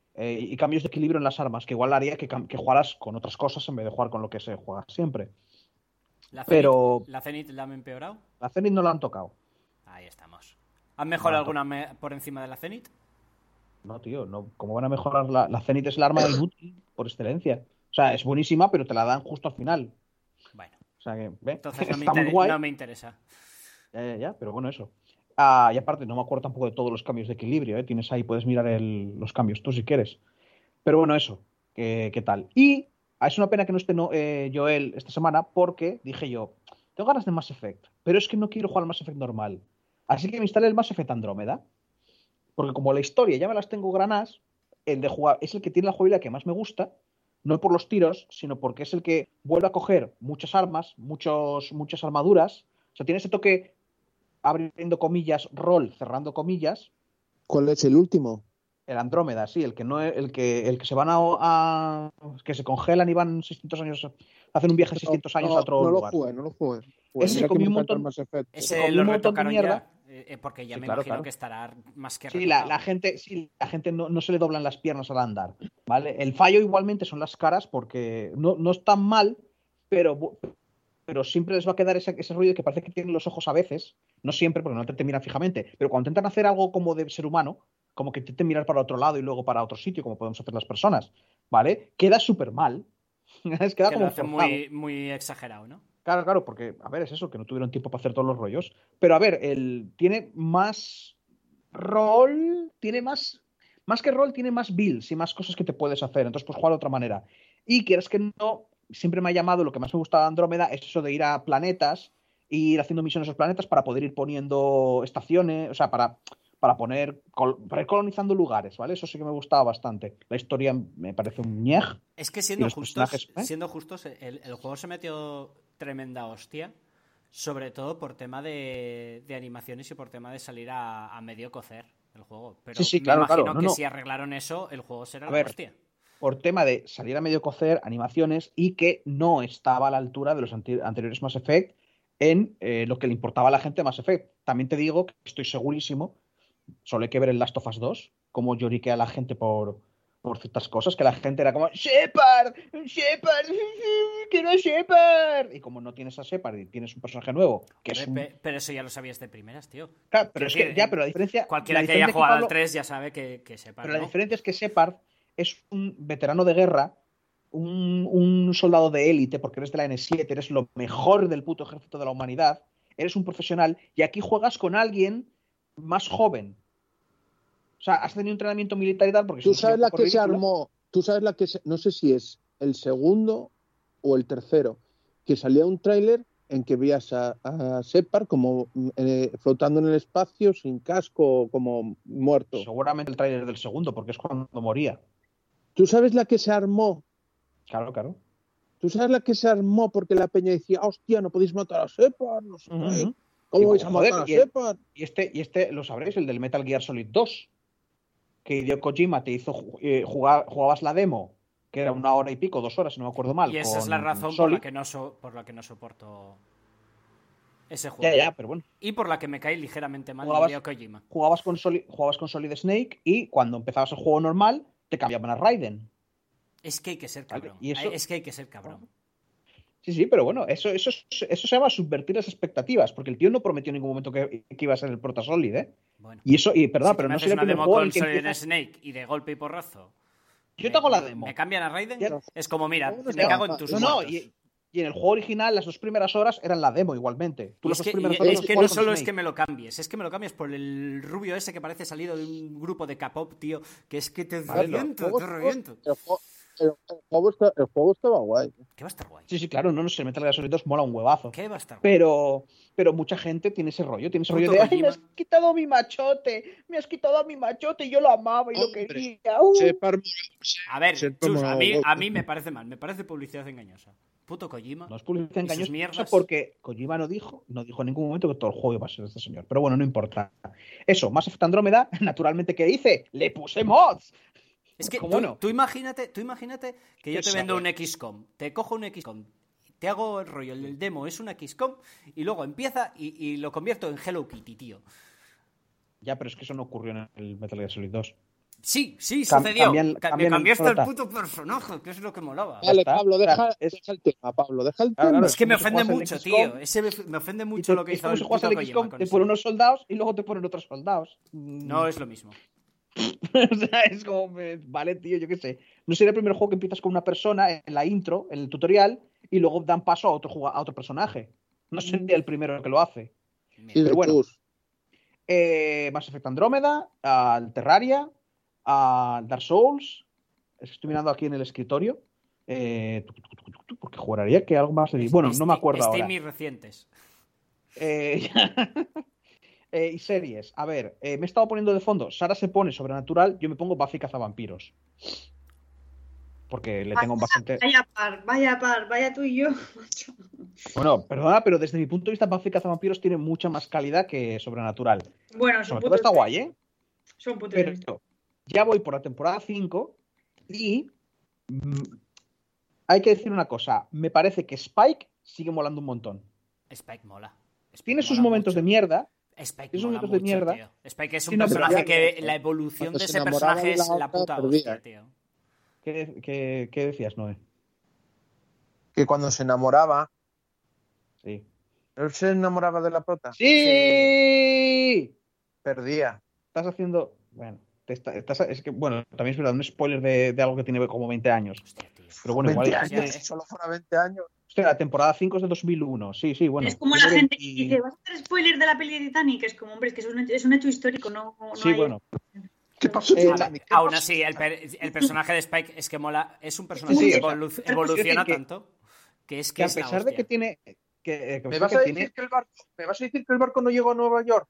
Eh, y cambios de equilibrio en las armas, que igual haría que, que jugaras con otras cosas en vez de jugar con lo que se juega siempre. ¿La Zenith, Pero ¿La Zenith la han empeorado? La Zenith no la han tocado. Ahí estamos. ¿Han mejorado No, alguna me por encima de la Zenith? No, tío, no. ¿Cómo van a mejorar? La, la Zenith es el arma inútil por excelencia. O sea, es buenísima, pero te la dan justo al final. Bueno. O sea que, ¿ve? Entonces no me, Está muy inter- guay. no me interesa. Ya, ya, ya, pero bueno, eso. Ah, y aparte, no me acuerdo tampoco de todos los cambios de equilibrio, ¿eh? Tienes ahí, puedes mirar el- los cambios tú si quieres. Pero bueno, eso. ¿Qué, qué tal? Y ah, es una pena que no esté no, eh, Joel esta semana porque dije yo, tengo ganas de Mass Effect, pero es que no quiero jugar al Mass Effect normal. Así que me instalé el Mass Effect Andrómeda. Porque como la historia ya me las tengo granadas, el de jugar es el que tiene la jugabilidad que más me gusta, no por los tiros, sino porque es el que vuelve a coger muchas armas, muchos, muchas armaduras. O sea, tiene ese toque, abriendo comillas, rol, cerrando comillas. ¿Cuál es el último? El Andrómeda, sí, el que no el que el que se van a, a que se congelan y van seiscientos años, hacen un viaje de seiscientos años no, a otro no lugar. lo jugué, no lo jugué. Ese Mira que comí me un encanta el montón- Mass Effect. Ese comí lo un montón de retocaron mierda. ya, eh, porque ya Sí, me claro, imagino claro. que estará más que Sí, la, retocado. la gente, sí, la gente no, no se le doblan las piernas al andar, ¿vale? El fallo igualmente son las caras porque no, no es tan mal, pero, bu- pero siempre les va a quedar ese, ese ruido que parece que tienen los ojos a veces, no siempre porque no te, te miran fijamente, pero cuando intentan hacer algo como de ser humano, como que intenten mirar para otro lado y luego para otro sitio, como podemos hacer las personas, ¿vale? Queda súper mal. Es queda Que como lo hace forzado. muy, muy exagerado, ¿no? Claro, claro, porque, a ver, es eso, que no tuvieron tiempo para hacer todos los rollos. Pero, a ver, el, tiene más rol, tiene más, más que rol, tiene más builds y más cosas que te puedes hacer. Entonces, pues jugar de otra manera. Y quieras que no, siempre me ha llamado, lo que más me gusta de Andrómeda es eso de ir a planetas, e ir haciendo misiones a esos planetas para poder ir poniendo estaciones, o sea, para, para poner, col- para ir colonizando lugares, ¿vale? Eso sí que me gustaba bastante. La historia me parece un ñej. Es que Y siendo los justos, personajes, ¿eh? siendo justos el, el juego se metió tremenda hostia, sobre todo por tema de, de animaciones y por tema de salir a, a medio cocer el juego. Pero Sí, sí, me claro, imagino claro. No, que no. si arreglaron eso, el juego será A la ver, hostia. por tema de salir a medio cocer, animaciones, y que no estaba a la altura de los anti- anteriores Mass Effect en eh, lo que le importaba a la gente de Mass Effect. También te digo que estoy segurísimo, solo hay que ver el Last of Us dos, cómo lloriquea a la gente por, por ciertas cosas, que la gente era como ¡Shepard! ¡Shepard! ¡Quiero a Shepard! Y como no tienes a Shepard y tienes un personaje nuevo, que es Hombre, un... pe- Pero eso ya lo sabías de primeras, tío. Claro, pero Quiero es que, decir, ya, pero la diferencia... Cualquiera la que haya diferencia jugado Pablo, al tres ya sabe que, que sepa, pero la ¿no? diferencia es que Shepard es un veterano de guerra, un, un soldado de élite, porque eres de la N siete, eres lo mejor del puto ejército de la humanidad, eres un profesional, y aquí juegas con alguien más joven. O sea, has tenido un entrenamiento militar y tal, porque Tú es un sabes tío la un poco que se ridículo. armó, tú sabes la que se, no sé si es el segundo o el tercero, que salía un tráiler en que veías a, a Shepard como eh, flotando en el espacio, sin casco, como muerto. Seguramente el tráiler del segundo, porque es cuando moría. ¿Tú sabes la que se armó? Claro, claro. ¿Tú sabes la que se armó porque la peña decía, hostia, no podéis matar a Shepard? No sé Ujú, qué. ujú. ¿Cómo Y, vais a joder, matar a y el- Shepard? Y este, y este, lo sabréis, el del Metal Gear Solid dos, que Hideo Kojima te hizo ju- eh, jugar, jugabas la demo, que era una hora y pico, dos horas, si no me acuerdo mal. Y esa es con la razón por Solid. la que no so- por la que no soporto ese juego. Ya, ya, pero bueno. Y por la que me cae ligeramente mal Jugabas- Hideo Kojima. Jugabas con, Solid, jugabas con Solid Snake y cuando empezabas el juego normal, te cambiaban a Raiden. Es que hay que ser Vale, cabrón. y eso- Es que hay que ser cabrón. Sí, sí, pero bueno, eso, eso, eso se llama subvertir las expectativas, porque el tío no prometió en ningún momento que, que iba a ser el prota Solid, ¿eh? Bueno. Y eso, y perdón, Si tú pero me no haces sería el una primer demo juego en con el que Solid empiezas... Snake y de golpe y porrazo. Yo me- te hago la demo. ¿Me cambian a Raiden? Ya- Es como, mira, No, me no, cago en tus No, no, muertos. y, y en el juego original las dos primeras horas eran la demo igualmente. Tú Y las es dos que, primeras y horas es las que no jugabas con solo es Snake. que me lo cambies, es que me lo cambies por el rubio ese que parece salido de un grupo de K-pop, tío, que es que te Vale, reviento, El te juego- reviento. El juego, el- el juego está- el juego estaba guay. Que va a estar guay. Sí, sí, claro, no, no sé, Metal Gear Solid dos mola un huevazo. Que va a estar guay. Pero, pero mucha gente tiene ese rollo, tiene ese Puto rollo de, ¡ay, Kojima". me has quitado mi machote! ¡Me has quitado a mi machote! Y yo lo amaba y lo Hombre, quería. ¡Uh! Shepard, A ver, Ser Chus, como- a mí, a mí me parece mal, me parece publicidad engañosa. Puto Kojima. No es publicidad ¿Y sus engañosa mierdas? porque Kojima no dijo, no dijo en ningún momento que todo el juego iba a ser de este señor. Pero bueno, no importa. Eso, Mass Effect Andrómeda, naturalmente, ¿qué hice? ¡Le puse mods! Es que ¿Cómo tú, no? tú imagínate, tú imagínate que yo ¿Qué te vendo sabe? un X COM, te cojo un X COM, te hago el rollo, el demo es un X COM y luego empieza y, y lo convierto en Hello Kitty, tío. Ya, pero es que eso no ocurrió en el Metal Gear Solid dos. Sí, sí, Cam- sucedió. cambian- Ca- cambian me el cambiaste el prota. puto personaje, que es lo que molaba. Vale, está. Pablo, deja, Es- deja el tema, Pablo, deja el Claro, tema. claro, Es que me como si ofende juegas el mucho, X COM, tío. Ese me, me ofende y mucho te- lo que es hizo como el si juegas puto al Kojima X COM, con te ese. ponen unos soldados y luego te ponen otros soldados. Mm, No es lo mismo. o sea, es como, eh, vale, tío, yo qué sé. No sería el primer juego que empiezas con una persona en la intro, en el tutorial, y luego dan paso a otro, juga- a otro personaje. No sería el primero que lo hace. Mira, Sí, de pero bueno. chus. Eh, Mass Effect Andrómeda, al Terraria, al Dark Souls. Estoy mirando aquí en el escritorio. Eh, tu, tu, tu, tu, tu, porque juraría que algo más. de- es- Bueno, es- no me acuerdo Steam ahora. y recientes. Eh, eh, y series. A ver, eh, me he estado poniendo de fondo. Sara se pone Sobrenatural, yo me pongo Buffy Cazavampiros. Porque le tengo bastante. Vaya par, vaya par, vaya tú y yo. macho. Bueno, perdona, pero desde mi punto de vista, Buffy Cazavampiros tiene mucha más calidad que Sobrenatural. Bueno, son Sobrenatural putos. está guay, ¿eh? Son putos. Pero ya voy por la temporada cinco y mm, hay que decir una cosa. Me parece que Spike sigue molando un montón. Spike mola. Spike Tiene sus mola momentos de mucho. mierda. Spike tiene sus mola momentos de mucho, mierda. tío. Spike es un Sí, no, pero personaje ya- que ya- la evolución cuando de se ese enamoraba personaje de la es la otra, puta perdía. hostia, tío. ¿Qué, qué- qué decías, Noé? Que cuando se enamoraba, Sí. él se enamoraba de la prota, ¡Sí! perdía. Estás haciendo. Bueno, te está- estás- es que, bueno, también es verdad, un spoiler de, de algo que tiene como veinte años. Hostia, tío. Pero bueno, igual. veinte ya, años, eh. si solo fuera veinte años. Hostia, la temporada cinco es de dos mil uno. Sí, sí, bueno. es como la tiene gente que veinte dice, ¿vas a hacer spoiler de la peli de Titanic? Es como, hombre, es que es un, hecho- es un hecho histórico, no, no Sí, hay- bueno. ¿Qué pasó? Eh, Titanic? ¿Qué Aún pasó? así, el, per- el personaje de Spike es que mola. Es un personaje Sí, sí, que o sea, evolu- quiero evoluciona decir que- tanto que es que, Que a es la pesar de hostia. que tiene. Que, eh, que ¿Me a vas, pesar a que decir tiene- que el barco, ¿Me vas a decir que el barco no llegó a Nueva York?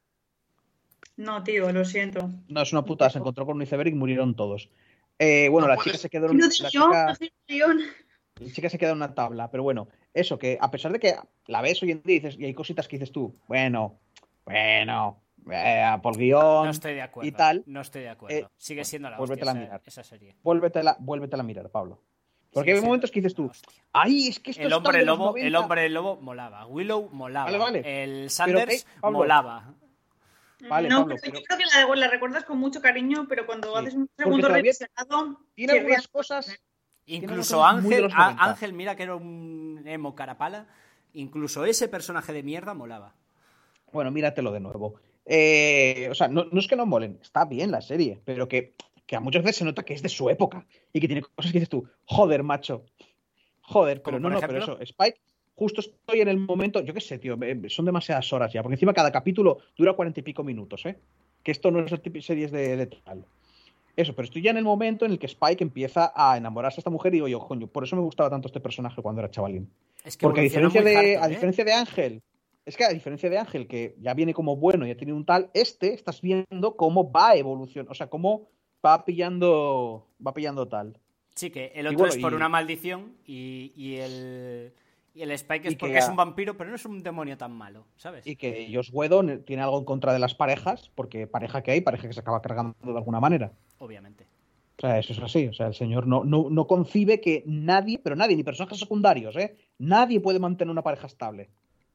No, tío, lo siento. No, es una putada. Se encontró con un iceberg y murieron todos. Eh, bueno, No la puedes- chica se quedó Lo en de la León, chica, lo de León. la chica se queda en una tabla, pero bueno, eso que a pesar de que la ves hoy en día y, dices, y hay cositas que dices tú, bueno, bueno, eh, por guión, No estoy de acuerdo. y tal, No estoy de acuerdo. eh, Sigue bueno, siendo la pues hostia vétela a esa, mirar. esa serie. vuélvetela, vuélvetela a mirar, Pablo. Porque Sigue hay siendo momentos que dices la tú, hostia. ay, es que esto El es tan hombre de los lobo, el noventa". hombre lobo molaba. Willow molaba. Vale, vale. El Sanders eh, Pablo, molaba. Vale, no, Pablo, pero, pero- yo creo que la, la recuerdas con mucho cariño, pero cuando Sí, haces un porque segundo todavía revisionado, tiene sí, algunas cosas. Incluso cosas muy de Ángel, los a- noventa. Ángel, mira que era un emo carapala. Incluso ese personaje de mierda molaba. Bueno, míratelo de nuevo. Eh, o sea, no, no es que no molen, está bien la serie, pero que, que a muchas veces se nota que es de su época y que tiene cosas que dices tú, joder, macho. Joder, pero ¿Como no, por no, pero ejemplo? eso, Spike, justo estoy en el momento, yo qué sé, tío, eh, son demasiadas horas ya, porque encima cada capítulo dura cuarenta y pico minutos, ¿eh? Que esto no es el tipo de series de, de tal. Eso, pero estoy ya en el momento en el que Spike empieza a enamorarse de esta mujer y digo yo, coño, por eso me gustaba tanto este personaje cuando era chavalín. Es que Porque a evoluciona diferencia, muy de, hardcore, a ¿eh? diferencia de Ángel, es que a diferencia de Ángel, que ya viene como bueno, ya tiene un tal, este estás viendo cómo va a evolucionar, o sea, cómo va pillando, va pillando tal. Sí, que el Y otro bueno, es por y- una maldición y, y el, y el Spike es Y que porque es a- un vampiro, pero no es un demonio tan malo, ¿sabes? Y que Joss Whedon tiene algo en contra de las parejas, porque pareja que hay, pareja que se acaba cargando de alguna manera. Obviamente. O sea, eso es así. O sea, el señor no, no, no concibe que nadie, pero nadie, ni personajes secundarios, ¿eh? Nadie puede mantener una pareja estable.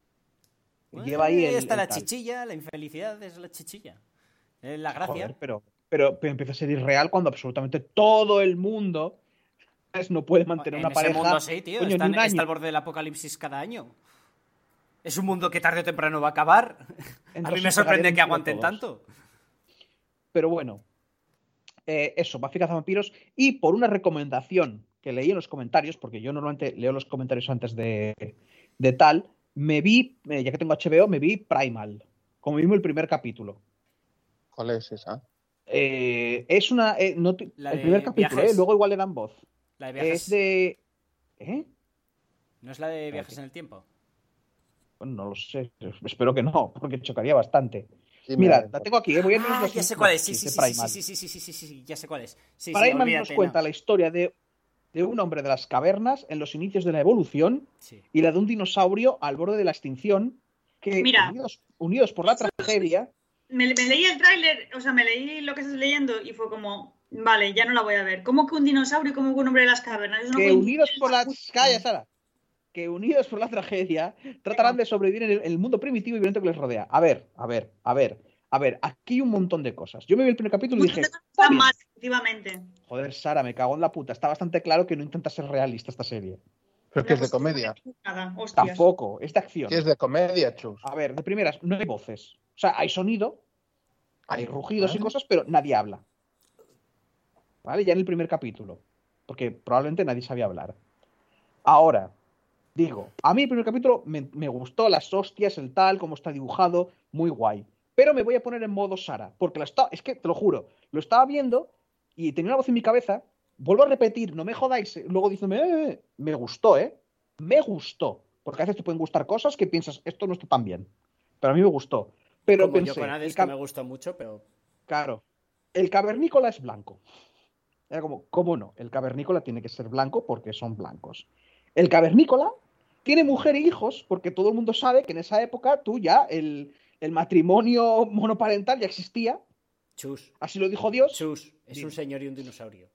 Lleva ahí el, está el la tal. chichilla, la infelicidad es la chichilla. Es la gracia. Joder, pero, pero, pero empieza a ser irreal cuando absolutamente todo el mundo ¿sabes? No puede mantener en una ese pareja. mundo sí, tío. Coño, Están- ni un año. está al borde del apocalipsis cada año. Es un mundo que tarde o temprano va a acabar. A Entonces mí me sorprende pegarían que entre aguanten todos. tanto. Pero bueno, eh, eso, Buffy Cazavampiros. Y por una recomendación que leí en los comentarios, porque yo normalmente leo los comentarios antes de, de tal, me vi, eh, ya que tengo H B O, me vi Primal, como mismo el primer capítulo. ¿Cuál es esa? Eh, es una... eh, no te- La el de primer capítulo, viajes. eh, luego igual le dan voz. La de viajes. Es de... ¿Eh? ¿No es la de viajes en el tiempo? Bueno, no lo sé, espero que no, porque chocaría bastante. Dime, Mira, Adentro. la tengo aquí, eh, voy a leer Ah, los ya sé cuál es. Sí, sinopsis sí, de sí, sí, Primal. sí, sí, sí, sí, sí, sí, sí, ya sé cuál es. Sí, sí, Primal olvídate, nos cuenta no. la historia de, de un hombre de las cavernas en los inicios de la evolución Sí. y la de un dinosaurio al borde de la extinción que, Mira. unidos, unidos por la tragedia, Me, me leí el tráiler, o sea, me leí lo que estás leyendo y fue como, vale, ya no la voy a ver. ¿Cómo que un dinosaurio y cómo que un hombre de las cavernas? Eso no que coincide. unidos por la... Calla, Sara. Que unidos por la tragedia tratarán de sobrevivir en el, en el mundo primitivo y violento que les rodea. A ver, a ver, a ver. A ver, aquí hay un montón de cosas. Yo me vi el primer capítulo y dije, Muchas cosas está están bien. mal, efectivamente. Joder, Sara, me cago en la puta. Está bastante claro que no intenta ser realista esta serie. Pero que es de comedia. Nada, hostias. Tampoco, es de acción. Que es de comedia, chus. A ver, de primeras, no hay voces. O sea, hay sonido, hay rugidos y Vale. cosas, pero nadie habla. ¿Vale? Ya en el primer capítulo. Porque probablemente nadie sabía hablar. Ahora, digo, a mí el primer capítulo me, me gustó, las hostias, el tal, cómo está dibujado, muy guay. Pero me voy a poner en modo Sara, porque la está, es que, te lo juro, lo estaba viendo y tenía una voz en mi cabeza, vuelvo a repetir, no me jodáis, luego diciéndome, eh, me gustó, ¿eh? Me gustó. Porque a veces te pueden gustar cosas que piensas, esto no está tan bien. Pero a mí me gustó. Pero Como pensé, yo con Hades, el que cab- me gustó mucho, pero... claro, el cavernícola es blanco. Era como, ¿cómo no? El cavernícola tiene que ser blanco porque son blancos. El cavernícola tiene mujer e hijos porque todo el mundo sabe que en esa época tú ya, el, el matrimonio monoparental ya existía. Chus, Así lo dijo Dios. chus, es Dime. un señor y un dinosaurio.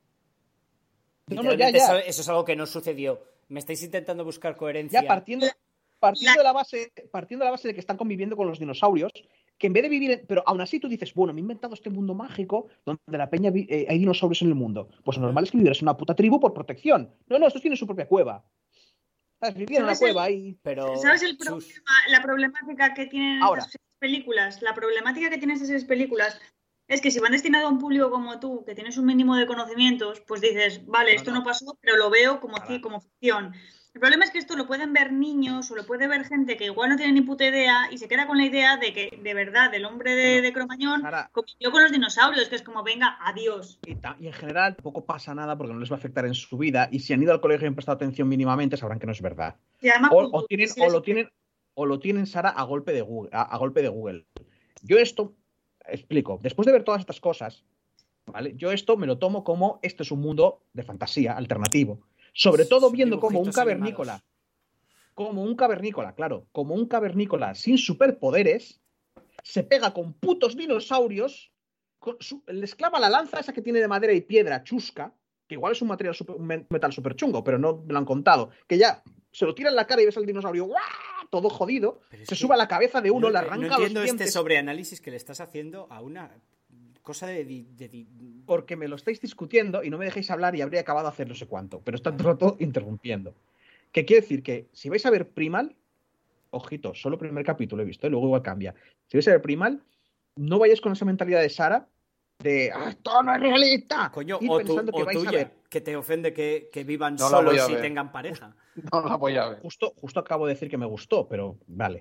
No, no, ya, Literalmente ya. Eso, eso es algo que no sucedió. Me estáis intentando buscar coherencia. Ya partiendo, partiendo, de la base, partiendo de la base de que están conviviendo con los dinosaurios, que en vez de vivir, en- pero aún así tú dices, bueno, me he inventado este mundo mágico donde la peña vi- eh, hay dinosaurios en el mundo. Pues lo normal es que vivieras en una puta tribu por protección. No, no, estos tienen su propia cueva. ¿Sabes? Vivían en una ¿Sabes el- cueva y... Pero, ¿Sabes el chus, problema, la problemática que tienen Ahora. estas series películas? La problemática que tienen estas series películas es que si van destinadas a un público como tú, que tienes un mínimo de conocimientos, pues dices, vale, No, esto no. no pasó, pero lo veo como, Nada. ci- como ficción. El problema es que esto lo pueden ver niños o lo puede ver gente que igual no tiene ni puta idea y se queda con la idea de que, de verdad, el hombre de, Bueno, de Cromañón Sara- convivió con los dinosaurios, que es como, venga, adiós. Y, ta- y en general tampoco pasa nada porque no les va a afectar en su vida. Y si han ido al colegio y han prestado atención mínimamente, sabrán que no es verdad. Y además, O, como- o tienen, si o les- lo tienen, o lo tienen, Sara, a golpe de Google, a, a golpe de Google. Yo esto, explico, después de ver todas estas cosas, ¿vale? Yo esto me lo tomo como este es un mundo de fantasía alternativo. Sobre todo Son viendo como un dibujitos cavernícola, animados. como un cavernícola, claro, como un cavernícola sin superpoderes, se pega con putos dinosaurios, con su- les clava la lanza esa que tiene de madera y piedra chusca, que igual es un material super- un me- metal súper chungo, pero no me lo han contado, que ya se lo tira en la cara y ves al dinosaurio ¡guau! Todo jodido, Pero es se que sube a la cabeza de uno, no, le no arranca entiendo los este dientes, sobreanálisis que le estás haciendo a una cosa de... di- de di- porque me lo estáis discutiendo y no me dejéis hablar y habría acabado hacer no sé cuánto, pero está todo el rato interrumpiendo. Que quiere decir que si vais a ver Primal, ojito, solo primer capítulo he visto, y luego igual cambia. Si vais a ver Primal, no vayáis con esa mentalidad de Sara de ¡ah, esto no es realista! Coño, Ir o, tu- pensando que o vais a tuya, ver. que te ofende que, que vivan No la voy solos a y ver. tengan pareja. No la voy a ver. Justo, justo acabo de decir que me gustó, pero vale.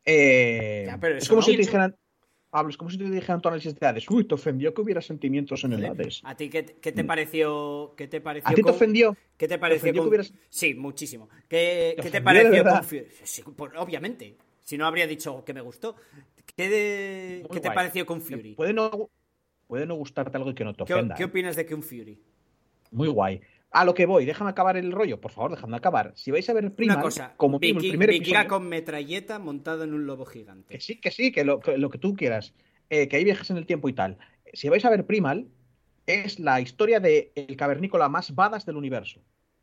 Eh, Ya, pero es eso como no- si te dijeran, Pablo, es como si te dijeran tu análisis de Hades. Uy, te ofendió que hubiera sentimientos en el Hades. ¿A ti qué, qué te pareció? ¿Qué te pareció ¿A ti te con- ofendió? ¿Qué te pareció ofendió con... que hubieras- Sí, muchísimo. ¿Qué, ¿Te ¿qué te ofendió de pareció verdad? con Fury? Sí, pues, obviamente. Si no habría dicho que me gustó. ¿Qué, de- Muy ¿qué te guay. pareció con Fury? Puede no, puede no gustarte algo y que no te ¿Qué, ofenda. qué ¿eh? opinas de que un Fury? Muy guay. A lo que voy, déjame acabar el rollo, por favor, déjame acabar. Si vais a ver Primal, Una cosa, como mínimo el Viki- primer Vikinga episodio, con metralleta montado en un lobo gigante. que sí, que sí, que lo que, lo que tú quieras, eh, que hay viajes en el tiempo y tal. Si vais a ver Primal, es la historia del cavernícola más badass del universo.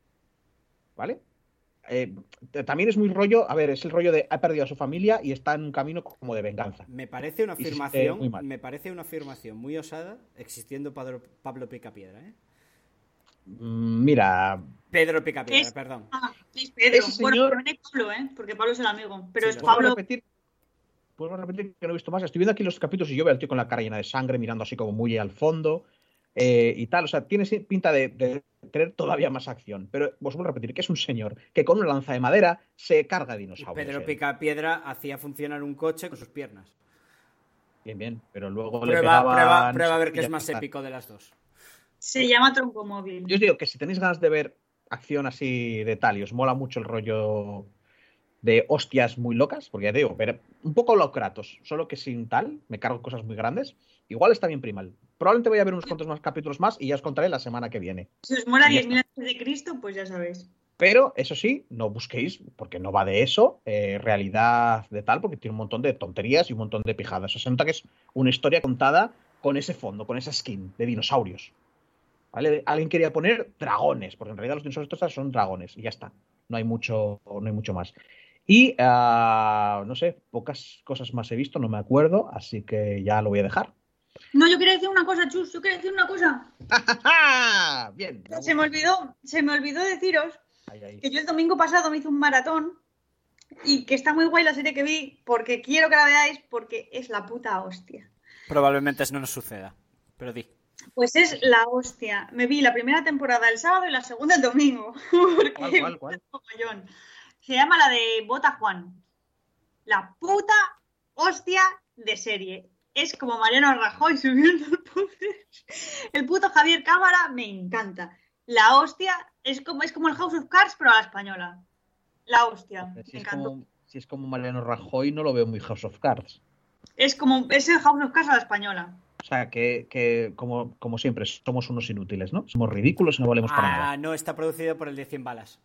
¿Vale? Eh, también es muy rollo, a ver, es el rollo de ha perdido a su familia y está en un camino como de venganza. Me parece una Y se siente afirmación, muy mal. me parece una afirmación muy osada existiendo Pablo, Pablo Picapiedra, ¿eh? Mm, Mira, Pedro Picapiedra, Es- perdón. Ah, es Pedro. Ese Bueno, señor- también es Pablo, ¿eh? Porque Pablo es el amigo. Pero Sí, es lo sé. vuelvo a Pablo. repetir, vuelvo a repetir que no he visto más. Estoy viendo aquí los capítulos y yo veo al tío con la cara llena de sangre, mirando así como muy al fondo eh, y tal. O sea, tiene pinta de, de tener todavía más acción. Pero os vuelvo a repetir que es un señor que con una lanza de madera se carga Y dinosaurios. Pedro eh. Picapiedra hacía funcionar un coche con sus piernas. Bien, bien. Pero luego le Prueba, pegaban... prueba, prueba a ver qué y es ya más está. épico de las dos. Se llama troncomóvil. Yo os digo que si tenéis ganas de ver acción así de tal y os mola mucho el rollo de hostias muy locas, porque ya te digo, ver un poco lo Kratos, solo que sin tal, me cargo cosas muy grandes, igual está bien Primal. Probablemente voy a ver unos cuantos más capítulos más y ya os contaré la semana que viene. Si os mola Y ya diez mil antes de Cristo, pues ya sabéis. Pero, eso sí, no busquéis, porque no va de eso, eh, realidad de tal, porque tiene un montón de tonterías y un montón de pijadas. O sea, se nota que es una historia contada con ese fondo, con esa skin de dinosaurios. ¿Vale? Alguien quería poner dragones, porque en realidad los dinosaurios estos son dragones, y ya está. No hay mucho, no hay mucho más. Y, uh, no sé, pocas cosas más he visto, no me acuerdo, así que ya lo voy a dejar. No, yo quería decir una cosa, Chus, yo quería decir una cosa. Bien. Se me olvidó, se me olvidó deciros Ahí, ahí. que yo el domingo pasado me hice un maratón y que está muy guay la serie que vi porque quiero que la veáis porque es la puta hostia. Probablemente eso no nos suceda, pero di. Pues es la hostia. Me vi la primera temporada el sábado y la segunda el domingo. Porque ¿Cuál, cuál, cuál? Se llama la de Bota Juan. La puta hostia de serie. Es como Mariano Rajoy subiendo el poder. El puto Javier Cámara me encanta. La hostia es como, es como el House of Cards, pero a la española. La hostia. Si me es, encantó. como, si es como Mariano Rajoy, no lo veo muy House of Cards. Es como es el House of Cards a la española. O sea, que, que como, como siempre, somos unos inútiles, ¿no? Somos ridículos y no valemos ah, para nada. No, está producido por el de cien balas.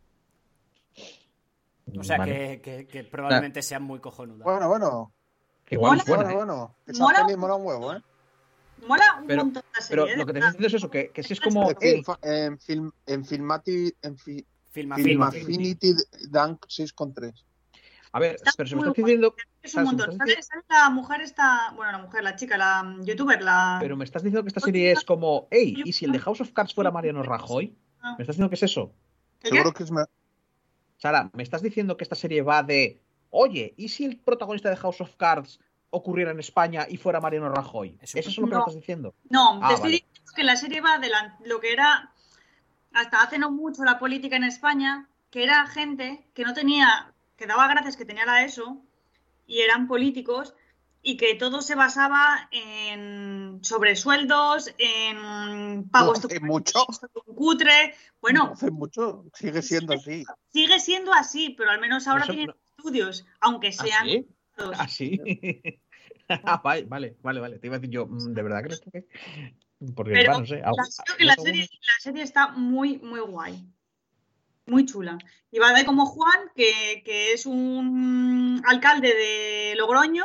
O sea, Vale. que, que, que probablemente ah. sea muy cojonuda. Bueno, bueno. Que igual mola, es buena, bueno, ¿eh? bueno. Esa mola, peli mola un huevo, ¿eh? Mola un pero, montón la serie. Pero lo que te estoy diciendo es eso, que, que si es como... En, hey, en, film, en Filmati... En fi, Film, film, film Affinity dan seis coma tres. A ver, está pero se me está está diciendo... Es un montón. ¿Sabes? ¿Sabes? La mujer está... Bueno, la mujer, la chica, la youtuber, la... Pero me estás diciendo que esta serie es como... Hey, ¿y si el de House of Cards fuera Mariano Rajoy? ¿Me estás diciendo que es eso? Seguro que es... Me... Sara, ¿me estás diciendo que esta serie va de... Oye, ¿y si el protagonista de House of Cards ocurriera en España y fuera Mariano Rajoy? ¿Eso es lo que no, me estás diciendo? No, ah, te estoy vale. diciendo que la serie va de la, lo que era hasta hace no mucho la política en España, que era gente que no tenía, que daba gracias que tenía la ESO y eran políticos y que todo se basaba en sobresueldos, en pagos no hace mucho. cutre. Bueno, no hace mucho, sigue siendo así. Sigue siendo así, pero al menos ahora Eso tienen no... estudios, aunque sean... ¿Ah, sí? ¿Ah, sí? vale, vale, vale, vale. Te iba a decir yo, ¿de verdad crees que...? Porque, pero va, no sé. La, que la, serie, la serie está muy, muy guay. Muy chula. Y va de como Juan, que, que es un alcalde de Logroño,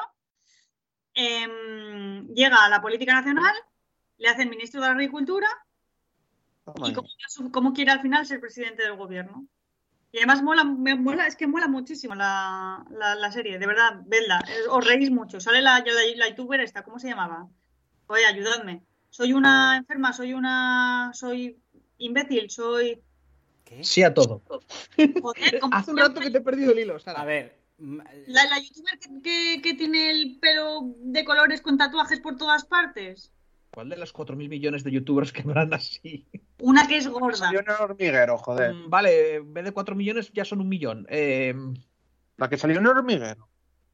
eh, llega a la política nacional, le hacen ministro de la Agricultura oh, y como, como quiere al final ser presidente del gobierno. Y además mola, me mola, es que mola muchísimo la, la, la serie, de verdad, vedla, os reís mucho. Sale la, la, la youtuber esta, ¿cómo se llamaba? Oye, ayudadme. Soy una enferma, soy una... soy imbécil, soy... ¿Qué? Sí a todo. Joder, hace un rato que te he perdido el hilo, Sara. A ver... La, la youtuber que, que, que tiene el pelo de colores con tatuajes por todas partes. ¿Cuál de los cuatro mil millones de youtubers que van así? Una que es gorda. Salió en el hormiguero, joder. Mm, vale, en vez de cuatro millones ya son un millón. Eh... La que salió en el hormiguero.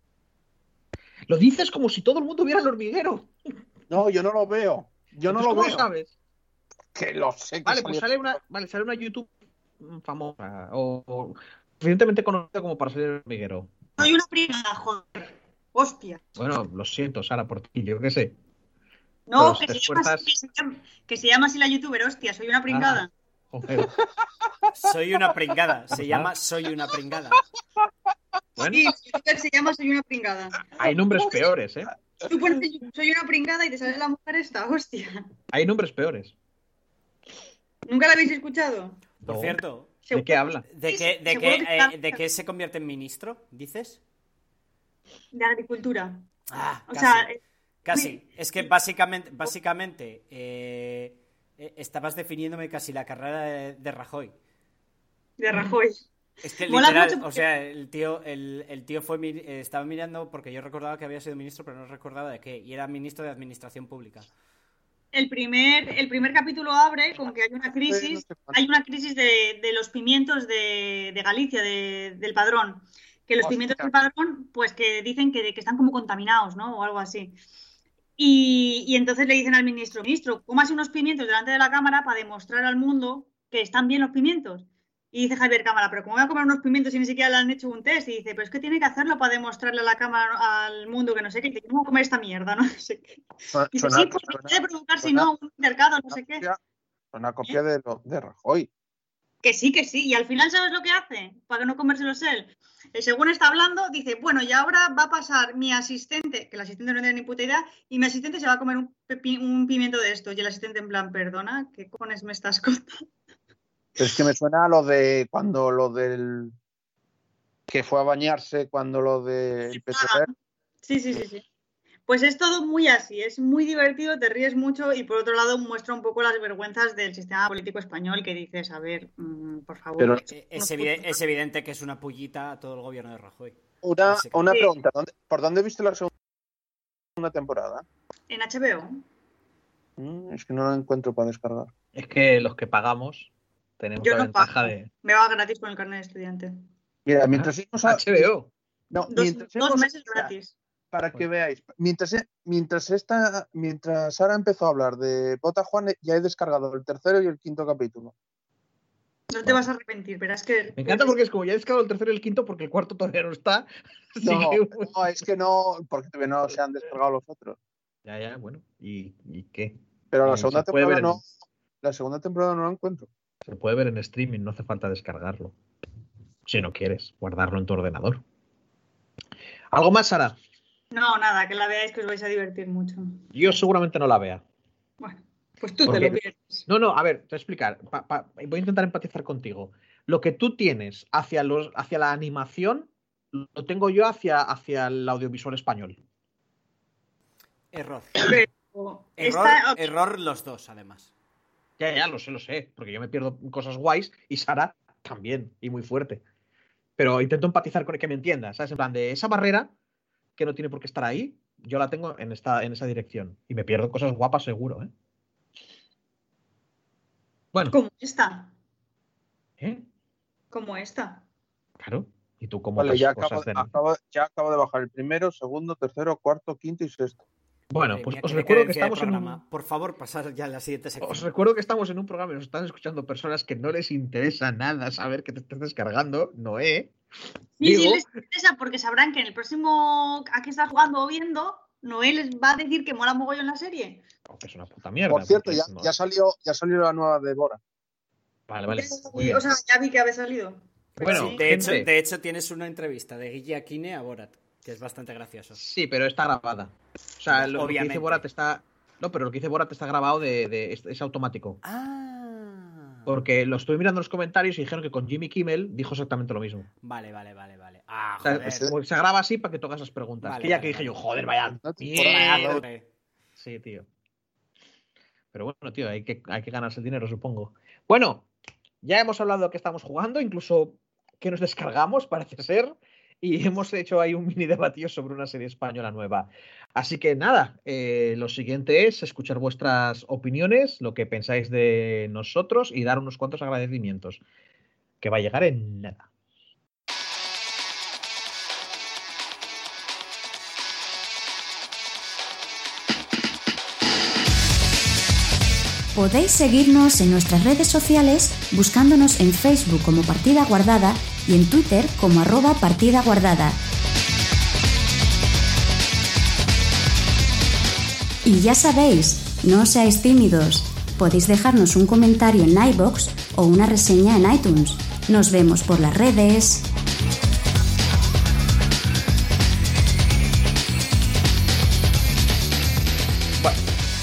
Lo dices como si todo el mundo viera el hormiguero. No, yo no lo veo. Yo no lo ¿Cómo veo. lo sabes? Que lo sé. Que vale, pues sale una, vale, sale una YouTube famosa o, o suficientemente conocida como para salir el hormiguero. Soy una privada, joder. Hostia. Bueno, lo siento, Sara, por ti, yo qué sé. No, que se, esfuerzas... así, que, se llama, que se llama así la youtuber, hostia, soy una pringada. Ah, joder. Soy una pringada, se llama Soy una pringada. Bueno. Sí, se llama Soy una pringada. Hay nombres peores, ¿eh? Tú pones Soy una pringada y te sale la mujer esta, hostia. Hay nombres peores. ¿Nunca la habéis escuchado? Por no. cierto. ¿De qué habla? ¿De qué, de, qué, eh, ¿De qué se convierte en ministro, dices? De agricultura. Ah, o casi, sea, casi. Es que básicamente, básicamente eh, estabas definiéndome casi la carrera de, de Rajoy. De Rajoy. Es que literal, porque... o sea, el tío, el, el tío fue eh, estaba mirando porque yo recordaba que había sido ministro, pero no recordaba de qué, y era ministro de Administración Pública. El primer, el primer capítulo abre con que hay una crisis, hay una crisis de, de los pimientos de, de Galicia, de, del Padrón. Que los Hostia. pimientos del Padrón, pues que dicen que, que están como contaminados, ¿no? O algo así. Y, y entonces le dicen al ministro, ministro, cómase unos pimientos delante de la cámara para demostrar al mundo que están bien los pimientos. Y dice Javier Cámara, pero ¿cómo voy a comer unos pimientos si ni siquiera le han hecho un test? Y dice, pero es que tiene que hacerlo para demostrarle a la cámara, al mundo, que no sé qué. Y dice, ¿cómo voy a comer esta mierda? No sé qué. Y dice, sí, pues puede provocar, si no, un mercado, no sé qué. Una copia ¿Eh? de, lo, de Rajoy. Que sí, que sí. Y al final, ¿sabes lo que hace? Para no comérselos él. Según está hablando, dice, bueno, y ahora va a pasar mi asistente, que el asistente no tiene ni puta idea, y mi asistente se va a comer un, pepi, un pimiento de esto. Y el asistente en plan, perdona, ¿qué cojones me estás contando? Es que me suena a lo de cuando lo del que fue a bañarse cuando lo de P S R. Sí, sí, sí, sí. Pues es todo muy así, es muy divertido, te ríes mucho y por otro lado muestra un poco las vergüenzas del sistema político español que dices, a ver, mmm, por favor. Pero es, evidente, es evidente que es una pullita a todo el gobierno de Rajoy. Una, una pregunta, ¿dónde, ¿por dónde viste la segunda temporada? En H B O. Mm, es que no la encuentro para descargar. Es que los que pagamos tenemos Yo la no ventaja pago. de... Me va gratis con el carnet de estudiante. Mira, mientras ¿Ah? íbamos a... H B O. No, Dos, mientras dos hemos- meses gratis. Para que veáis, mientras, mientras, esta, mientras Sara empezó a hablar de Bota Juan, ya he descargado el tercero y el quinto capítulo. No te vas a arrepentir, verás que... Me encanta porque es como ya he descargado el tercero y el quinto porque el cuarto todavía no está. Así No, que- no, es que no, porque todavía no se han descargado los otros. Ya, ya, bueno. ¿Y, y qué? Pero la Eh, segunda se puede temporada ver en- no, la segunda temporada no la encuentro. Se puede ver en streaming, no hace falta descargarlo. Si no quieres, guardarlo en tu ordenador. ¿Algo más, Sara? No, nada, que la veáis que os vais a divertir mucho. Yo seguramente no la vea. Bueno, pues tú Porque- te lo pierdes. No, no, a ver, te voy a explicar. Pa- pa- voy a intentar empatizar contigo. Lo que tú tienes hacia, los, hacia la animación, lo tengo yo hacia, hacia el audiovisual español. Error. Pero Error, esta- error los dos, además. Ya, ya, lo sé, lo sé. Porque yo me pierdo cosas guays y Sara también, y muy fuerte. Pero intento empatizar con el que me entienda, ¿sabes? En plan, de esa barrera que no tiene por qué estar ahí, yo la tengo en, esta, en esa dirección. Y me pierdo cosas guapas seguro, ¿eh? Bueno, Como esta. ¿eh? Como esta. Claro. Y tú como Vale, otras ya cosas acabo, de- acabo- ya acabo de bajar el primero, segundo, tercero, cuarto, quinto y sexto. Bueno, Madre pues mía, os qué recuerdo que decadencia de estamos en un... programa. Por favor, pasar ya a la siguiente sección. Os recuerdo que estamos en un programa y nos están escuchando personas que no les interesa nada saber que te estés descargando, Noé. Sí, sí Digo- les interesa porque sabrán que en el próximo a que estás jugando o viendo, Noé les va a decir que mola mogollón la serie. Oh, que es una puta mierda. Por cierto, porque ya, no- ya salió, ya salió la nueva de Bora. Vale, vale. Muy Y, bien. o sea, ya vi que había salido. Pero Bueno, sí. de, hecho, gente. de hecho, tienes una entrevista de Guille Aquine a Borat, que es bastante gracioso. Sí, pero está grabada. O sea, lo, lo que Obviamente. dice Borat está... No, pero lo que dice Borat está grabado de... de- es, es automático. Ah. Porque lo estuve mirando en los comentarios y dijeron que con Jimmy Kimmel dijo exactamente lo mismo. Vale, vale, vale, vale. Ah, O sea, joder. es- como se graba así para que toques esas preguntas. Vale, que ya vale, que dije vale. yo, joder, vaya No te- mierda. Vaya, joder. Sí, tío. Pero bueno, tío, hay que, hay que ganarse el dinero, supongo. Bueno, ya hemos hablado de que estamos jugando, incluso que nos descargamos, parece ser, y hemos hecho ahí un mini debatío sobre una serie española nueva. Así que nada, eh, lo siguiente es escuchar vuestras opiniones, lo que pensáis de nosotros y dar unos cuantos agradecimientos, que va a llegar en nada. Podéis seguirnos en nuestras redes sociales buscándonos en Facebook como Partida Guardada y en Twitter como arroba Partida Guardada. Y ya sabéis, no seáis tímidos. Podéis dejarnos un comentario en iVoox o una reseña en iTunes. Nos vemos por las redes. Bueno,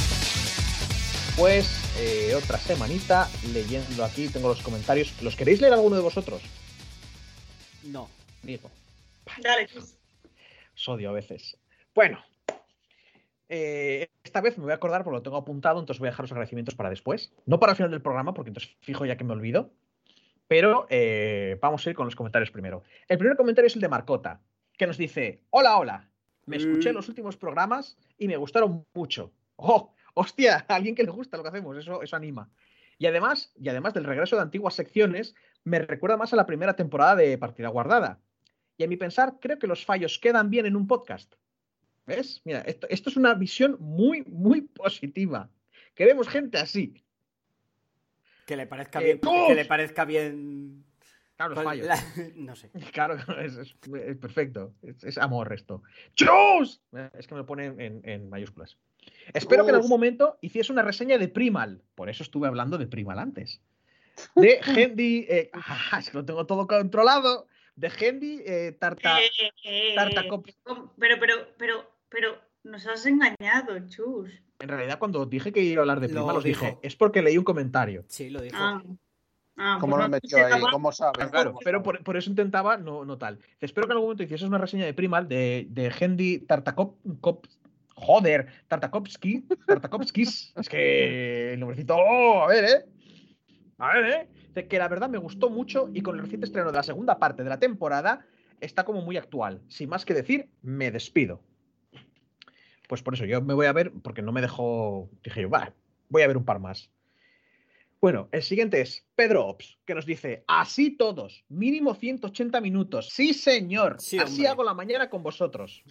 pues eh, otra semanita leyendo aquí, tengo los comentarios. ¿Los queréis leer alguno de vosotros? No. Digo, Dale, Chus. os odio a veces. Bueno, eh, esta vez me voy a acordar porque lo tengo apuntado, entonces voy a dejar los agradecimientos para después. No para el final del programa, porque entonces fijo ya que me olvido. Pero eh, vamos a ir con los comentarios primero. El primer comentario es el de Marcota, que nos dice: Hola, hola. Me escuché Mm. los últimos programas y me gustaron mucho. ¡Oh! ¡Hostia! A alguien que le gusta lo que hacemos, eso, eso anima. Y además, y además del regreso de antiguas secciones, me recuerda más a la primera temporada de Partida Guardada. Y a mi pensar, creo que los fallos quedan bien en un podcast. ¿Ves? Mira, esto, esto es una visión muy, muy positiva. Queremos gente así. Que le parezca Eh, bien. ¡Uf! Que le parezca bien. Claro, los con fallos. la- No sé. Claro, es, es- es perfecto. Es, es amor esto. ¡Chus! Es que me lo pone en, en mayúsculas. Espero que en algún momento hiciese una reseña de Primal. Por eso estuve hablando de Primal antes. De Hendy. Eh, ah, es que lo tengo todo controlado. De Hendy eh, Tarta. Eh, eh, Tartacop. pero, pero, pero, pero, nos has engañado, Chus. En realidad, cuando dije que iba a hablar de Lo Primal, os dijo. dije, es porque leí un comentario. Sí, lo dijo. Ah, Ah, ¿Cómo pues lo no, metió se ahí? tapa- ¿Cómo sabe? Ah, claro, ¿Cómo pero sabe? por, por eso intentaba no, no tal. Espero que en algún momento hicieses una reseña de Primal de, de Hendy Tartakov. Kop- joder, Tartakovsky. Tartakovskis. Es que el nombrecito. Oh, a ver, ¿eh? A ver, ¿eh? De que la verdad me gustó mucho y con el reciente estreno de la segunda parte de la temporada está como muy actual. Sin más que decir, me despido. Pues por eso yo me voy a ver, porque no me dejó. Dije yo, va, voy a ver un par más. Bueno, el siguiente es Pedro Ops, que nos dice, así todos, mínimo ciento ochenta minutos. Sí, señor. Sí, así hombre. hago la mañana con vosotros.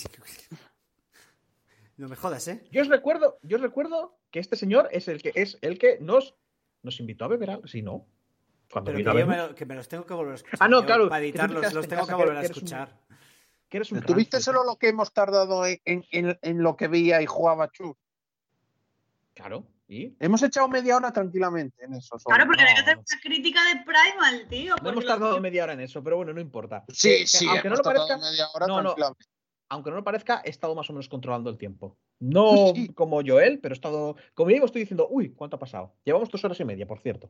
No me jodas, ¿eh? Yo os recuerdo, yo os recuerdo que este señor es el que es el que nos, nos invitó a beber algo. Si no, cuando Pero vino que a yo me, vernos. lo- que me los tengo que volver a escuchar. Ah, no, yo, claro, Para que tú te editarlos, quedaste los en tengo casa, que que- volver a que eres un- escuchar. Que eres un ¿Tuviste rancio, solo lo que hemos tardado en, en, en, en lo que veía y jugaba Chus? Claro, ¿y? Hemos echado media hora tranquilamente en eso. Solo. Claro, porque No, hay que hacer no. una crítica de Primal, tío. No Pues hemos lo- tardado media hora en eso, pero bueno, no importa. Sí, Que- que sí, aunque no hemos lo tardado parezca, media hora no, no, tranquilamente. aunque no lo parezca, he estado más o menos controlando el tiempo. No Sí. como Joel, pero he estado. Como digo, estoy diciendo, uy, ¿cuánto ha pasado? Llevamos dos horas y media, por cierto.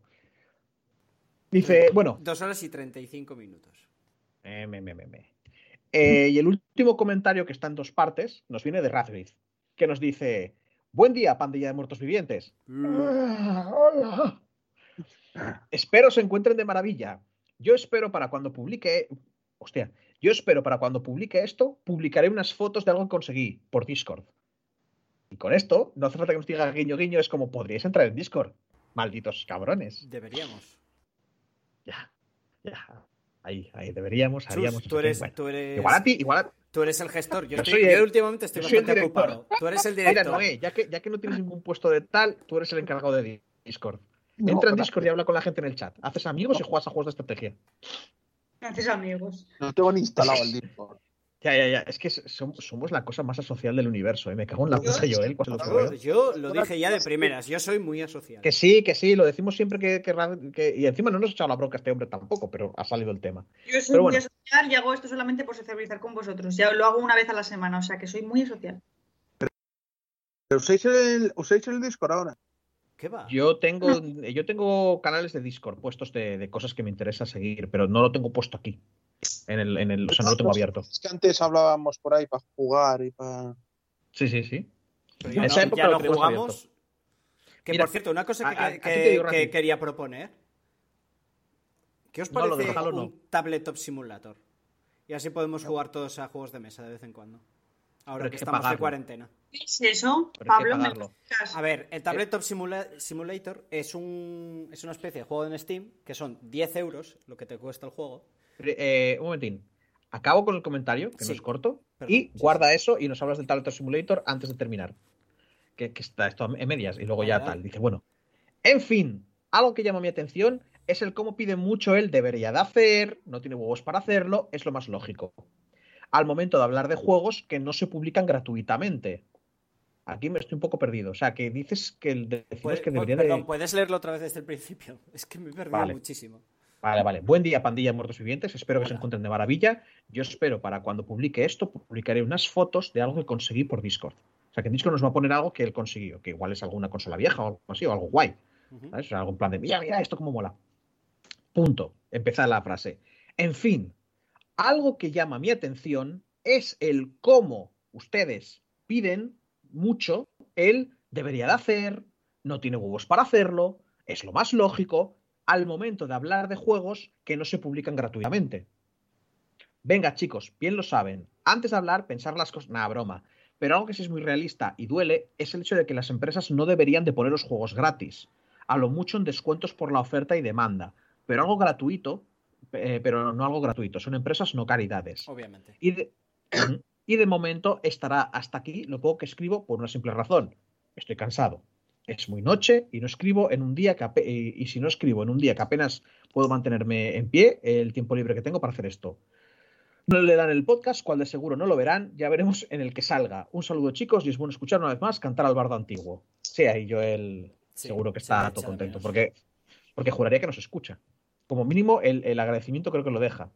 Dice, bueno. Dos horas y treinta y cinco minutos. Eh, me, me, me, me. Eh, y el último comentario, que está en dos partes, nos viene de Razgrith, que nos dice: buen día, pandilla de muertos vivientes. Ah, hola. Espero se encuentren de maravilla. Yo espero para cuando publique. Hostia, yo espero para cuando publique esto, publicaré unas fotos de algo que conseguí por Discord. Y con esto, no hace falta que nos diga guiño guiño, es como podríais entrar en Discord. Malditos cabrones. Deberíamos. Ya, ya. Ahí, ahí deberíamos, Chus, haríamos. tú eres, bueno. tú eres, Igual a ti, igual a... tú eres el gestor. Yo, Yo estoy, soy yo el- últimamente estoy yo soy el bastante director. ocupado. Tú eres el Mira, director. Noé, ya que, ya que no tienes ningún puesto de tal, tú eres el encargado de Discord. No, Entra en gracias. Discord y habla con la gente en el chat. Haces amigos y juegas a juegos de estrategia. Haces amigos. No tengo ni instalado el Discord. Ya, ya, ya. Es que som- somos la cosa más asocial del universo, ¿eh? Me cago en la puta Joel cuando lo Yo, veo. yo lo dije ya de primeras. Yo soy muy asocial. Que sí, que sí, lo decimos siempre que, que, que- Y encima no nos ha echado la bronca este hombre tampoco, pero ha salido el tema. Yo soy Pero muy bueno. asocial y hago esto solamente por sociabilizar con vosotros. Ya lo hago una vez a la semana, o sea que soy muy asocial. ¿Pero usáis el, usáis el Discord ahora? ¿Qué va? Yo tengo, yo tengo canales de Discord puestos de, de cosas que me interesa seguir, pero no lo tengo puesto aquí. En el, en el, o sea, no lo tengo abierto. Es que antes hablábamos por ahí para jugar y para... Sí, sí, sí. Pero En ya esa no, época ya lo no teníamos jugamos. abierto. Que Mira, por cierto, una cosa que, a- a- que- a ti te digo, que Rafi. quería proponer. ¿Qué os No, lo de parece Halo no. un tabletop simulator? Y así podemos jugar todos a juegos de mesa de vez en cuando. Ahora Pero que hay que estamos de pagarlo. cuarentena. ¿Qué es eso, Pero hay que Pablo? ¿Me pagarlo. lo explicas? A ver, el Tabletop Simula- Simulator es, un, es una especie de juego en Steam que son diez euros lo que te cuesta el juego. Eh, un momentín. Acabo con el comentario, que Sí. no es corto, Perdón, y sí, guarda eso y nos hablas del Tabletop Simulator antes de terminar. Que, que está esto en medias y luego Vale, ya vale. tal. Dice, bueno, en fin, algo que llama mi atención es el cómo pide mucho él debería de hacer, no tiene huevos para hacerlo, es lo más lógico. Al momento de hablar de juegos que no se publican gratuitamente. Aquí me estoy un poco perdido. O sea, que dices que el de- decimos Puede- que pu- debería perdón, de... ¿puedes leerlo otra vez desde el principio? Es que me he perdido Vale. muchísimo. Vale, vale. Buen día, pandilla de muertos vivientes. Espero que se Hola. encuentren de maravilla. Yo espero para cuando publique esto, publicaré unas fotos de algo que conseguí por Discord. O sea, que en Discord nos va a poner algo que él consiguió, que igual es alguna consola vieja o algo así, o algo guay. Ujú. ¿Sabes? O sea, algo en plan de, mira, mira, esto cómo mola. Punto. Empezar la frase. En fin, algo que llama mi atención es el cómo ustedes piden mucho el debería de hacer, no tiene huevos para hacerlo, es lo más lógico, al momento de hablar de juegos que no se publican gratuitamente. Venga, chicos, bien lo saben. Antes de hablar, pensar las cosas... Nada, broma. Pero algo que sí es muy realista y duele es el hecho de que las empresas no deberían de poner los juegos gratis. A lo mucho en descuentos por la oferta y demanda. Pero algo gratuito, eh, pero no algo gratuito. Son empresas, no caridades. Obviamente. Y de, y de momento estará hasta aquí lo poco que escribo por una simple razón. Estoy cansado. Es muy noche y no escribo en un día que ape- y, y si no escribo en un día que apenas puedo mantenerme en pie, el tiempo libre que tengo para hacer esto. No le dan el podcast, cual de seguro no lo verán, ya veremos en el que salga. Un saludo, chicos, y es bueno escuchar una vez más cantar al bardo antiguo. Sí, ahí Joel Sí, seguro que se está le todo echa de contento, menos. porque, porque juraría que nos escucha. Como mínimo, el, el agradecimiento creo que lo deja.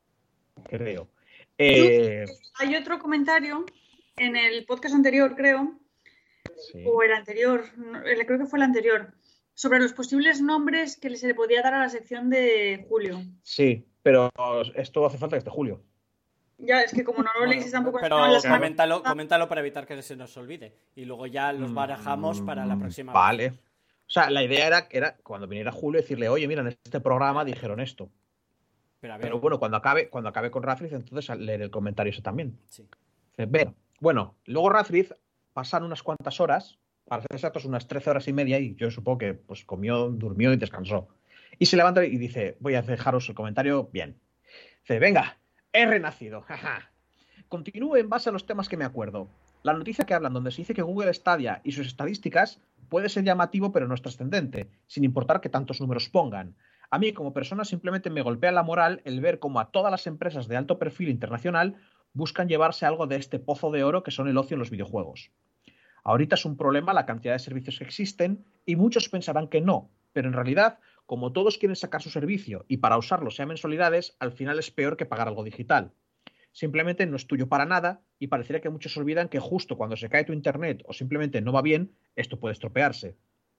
Creo. Eh, Hay otro comentario en el podcast anterior, creo, sí. o el anterior, no, el- creo que fue el anterior, sobre los posibles nombres que se le podía dar a la sección de Julio. Sí, pero esto hace falta que esté Julio. Ya, es que como no lo Bueno, leéis tampoco... pero en las coméntalo, manos- coméntalo para evitar que se nos olvide. Y luego ya los barajamos para la próxima vez. Vale. O sea, la idea era, era cuando viniera Julio decirle, oye, mira, en este programa dijeron esto. Pero, a ver, Pero bueno, cuando acabe, cuando acabe con Razriz, entonces leer el comentario ese también. sí. Bien. Bueno, luego Razriz pasan unas cuantas horas, para ser exactos, unas trece horas y media, y yo supongo que pues comió, durmió y descansó. Y se levanta y dice, voy a dejaros el comentario bien. Dice, venga, he renacido. Jaja. Continúo en base a los temas que me acuerdo. La noticia que hablan donde se dice que Google Stadia y sus estadísticas puede ser llamativo pero no es trascendente, sin importar que tantos números pongan. A mí como persona simplemente me golpea la moral el ver cómo a todas las empresas de alto perfil internacional buscan llevarse algo de este pozo de oro que son el ocio en los videojuegos. Ahorita es un problema la cantidad de servicios que existen y muchos pensarán que no, pero en realidad, como todos quieren sacar su servicio y para usarlo sea mensualidades, al final es peor que pagar algo digital. Simplemente no es tuyo para nada y parecería que muchos olvidan que justo cuando se cae tu internet o simplemente no va bien, esto puede estropearse.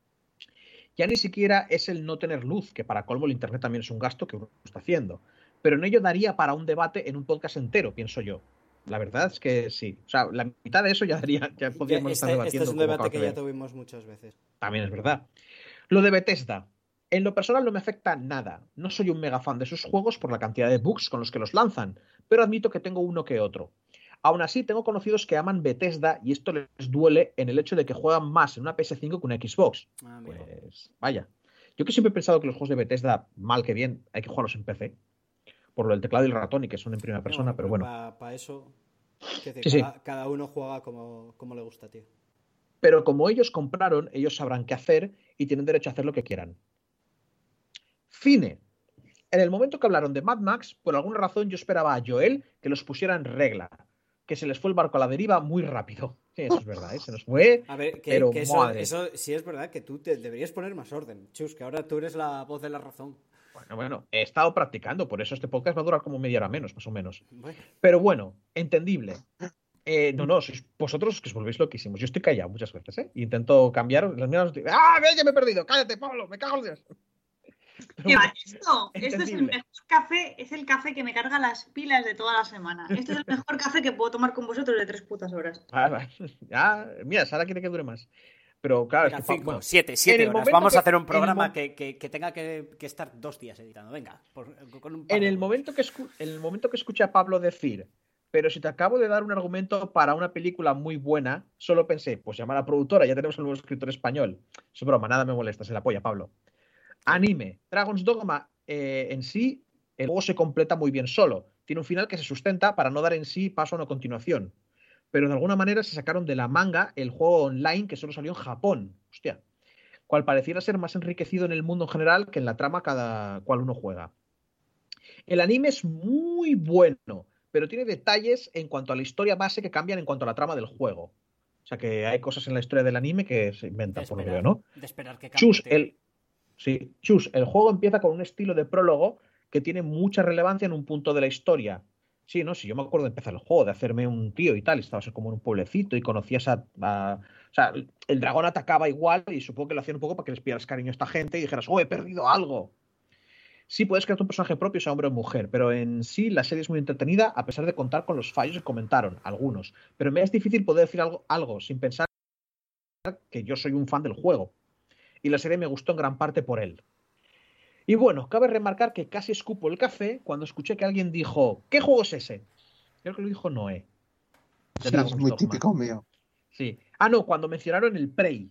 Ya ni siquiera es el no tener luz, que para colmo el internet también es un gasto que uno está haciendo, pero en ello daría para un debate en un podcast entero, pienso yo. La verdad es que sí. O sea, la mitad de eso ya daría, ya podríamos este, estar debatiendo. Este es un debate que ya tuvimos muchas veces. También es verdad. Lo de Bethesda. En lo personal no me afecta nada. No soy un mega fan de sus juegos por la cantidad de bugs con los que los lanzan, pero admito que tengo uno que otro. Aún así, tengo conocidos que aman Bethesda y esto les duele en el hecho de que juegan más en una P S cinco que una Xbox. Ah, pues vaya. Yo que siempre he pensado que los juegos de Bethesda, mal que bien, hay que jugarlos en P C. Por lo del teclado y el ratón y que son en primera persona, no, pero, pero bueno. Para pa eso, que decir, sí, cada, sí. cada uno juega como, como le gusta, tío. Pero como ellos compraron, ellos sabrán qué hacer y tienen derecho a hacer lo que quieran. Cine. En el momento que hablaron de Mad Max, por alguna razón yo esperaba a Joel que los pusiera en regla, que se les fue el barco a la deriva muy rápido. Sí, eso es verdad, ¿eh? Se nos fue. A ver, que, pero que eso, madre. eso sí es verdad, que tú te deberías poner más orden, Chus, que ahora tú eres la voz de la razón. Bueno, bueno, he estado practicando, por eso este podcast va a durar como media hora menos, más o menos. Bueno. Pero bueno, entendible. Eh, no, no, sois vosotros que os volvéis loquísimos. Yo estoy callado muchas veces, ¿eh? Intento cambiar. Las mías... ¡Ah, ve, ya me he perdido! ¡Cállate, Pablo! ¡Me cago en Dios! Bueno, esto, esto es el mejor café, es el café que me carga las pilas de toda la semana. Esto es el mejor café que puedo tomar con vosotros de tres putas horas. Ah, ya, mira, Sara quiere que dure más. Pero claro, Venga, es que, cinco, bueno, siete, siete horas. Vamos que, a hacer un programa mo- que, que, que tenga que, que estar dos días editando. Venga, por, con un en el momento que escu- en el momento que escuché a Pablo decir, pero si te acabo de dar un argumento para una película muy buena, solo pensé, pues llama a la productora, ya tenemos un nuevo escritor español. Es broma, nada me molesta, se la apoya, Pablo. Anime. Dragon's Dogma eh, en sí, el juego se completa muy bien solo. Tiene un final que se sustenta para no dar en sí paso a una continuación. Pero de alguna manera se sacaron de la manga el juego online que solo salió en Japón. Hostia. Cual pareciera ser más enriquecido en el mundo en general que en la trama cada cual uno juega. El anime es muy bueno, pero tiene detalles en cuanto a la historia base que cambian en cuanto a la trama del juego. O sea que hay cosas en la historia del anime que se inventan, de por lo esperar, que veo, ¿no? De esperar que Chus, cambie. el, sí, Chus, el juego empieza con un estilo de prólogo que tiene mucha relevancia en un punto de la historia. Sí, no, sí, yo me acuerdo de empezar el juego, de hacerme un tío y tal, estabas como en un pueblecito y conocías a, a... O sea, el dragón atacaba igual y supongo que lo hacían un poco para que les pidas cariño a esta gente y dijeras, oh, he perdido algo. Sí, puedes crear tu personaje propio, sea hombre o mujer, pero en sí la serie es muy entretenida a pesar de contar con los fallos que comentaron, algunos. Pero me es difícil poder decir algo, algo sin pensar que yo soy un fan del juego. Y la serie me gustó en gran parte por él. Y bueno, cabe remarcar que casi escupo el café cuando escuché que alguien dijo, ¿qué juego es ese? Creo que lo dijo Noé. Sí, es muy Dogma. Típico mío. Sí. Ah, no, cuando mencionaron el Prey.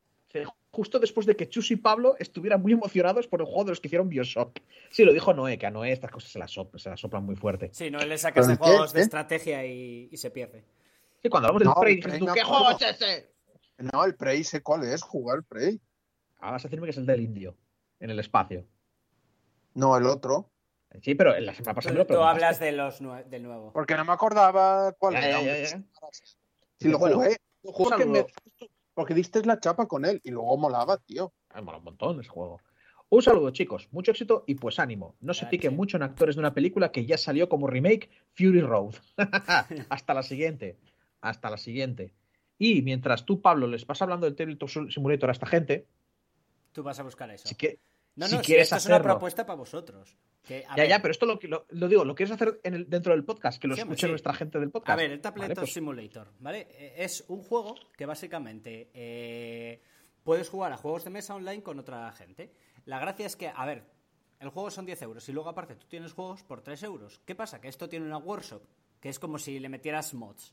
Justo después de que Chus y Pablo estuvieran muy emocionados por el juego de los que hicieron Bioshock. Sí, lo dijo Noé, que a Noé estas cosas se las soplan, se las soplan muy fuerte. Sí, Noé le sacas de juegos de estrategia y, y se pierde. Sí, cuando hablamos del no, Prey, dices tú, ¿qué juego es ese? No, el Prey sé cuál es, jugar el Prey. Ah, vas a decirme que es el del indio, en el espacio. No, el otro. Sí, pero en la semana pasada me lo Tú hablas de los nue- del nuevo. Porque no me acordaba cuál ya, era. Ya, ya, ya. Si lo bueno, jugué, porque, me, saludo. porque diste la chapa con él y luego molaba, tío. Me mola un montón ese juego. Un saludo, chicos. Mucho éxito y pues ánimo. No se Claro, piquen sí. mucho en actores de una película que ya salió como remake, Fury Road. Hasta la siguiente. Hasta la siguiente. Y mientras tú, Pablo, les vas hablando del Tabletop Simulator a esta gente... tú vas a buscar eso. Si que, no, si no, si quieres esto hacerlo. es una propuesta para vosotros. Que, ya, ver, ya, pero esto lo, lo, lo digo, lo quieres hacer en el, dentro del podcast, que lo sí, escuche sí. nuestra gente del podcast. A ver, el Tabletop vale, pues... Simulator, ¿vale? Es un juego que básicamente eh, puedes jugar a juegos de mesa online con otra gente. La gracia es que, a ver, el juego son diez euros y luego aparte tú tienes juegos por tres euros. ¿Qué pasa? Que esto tiene una workshop, que es como si le metieras mods.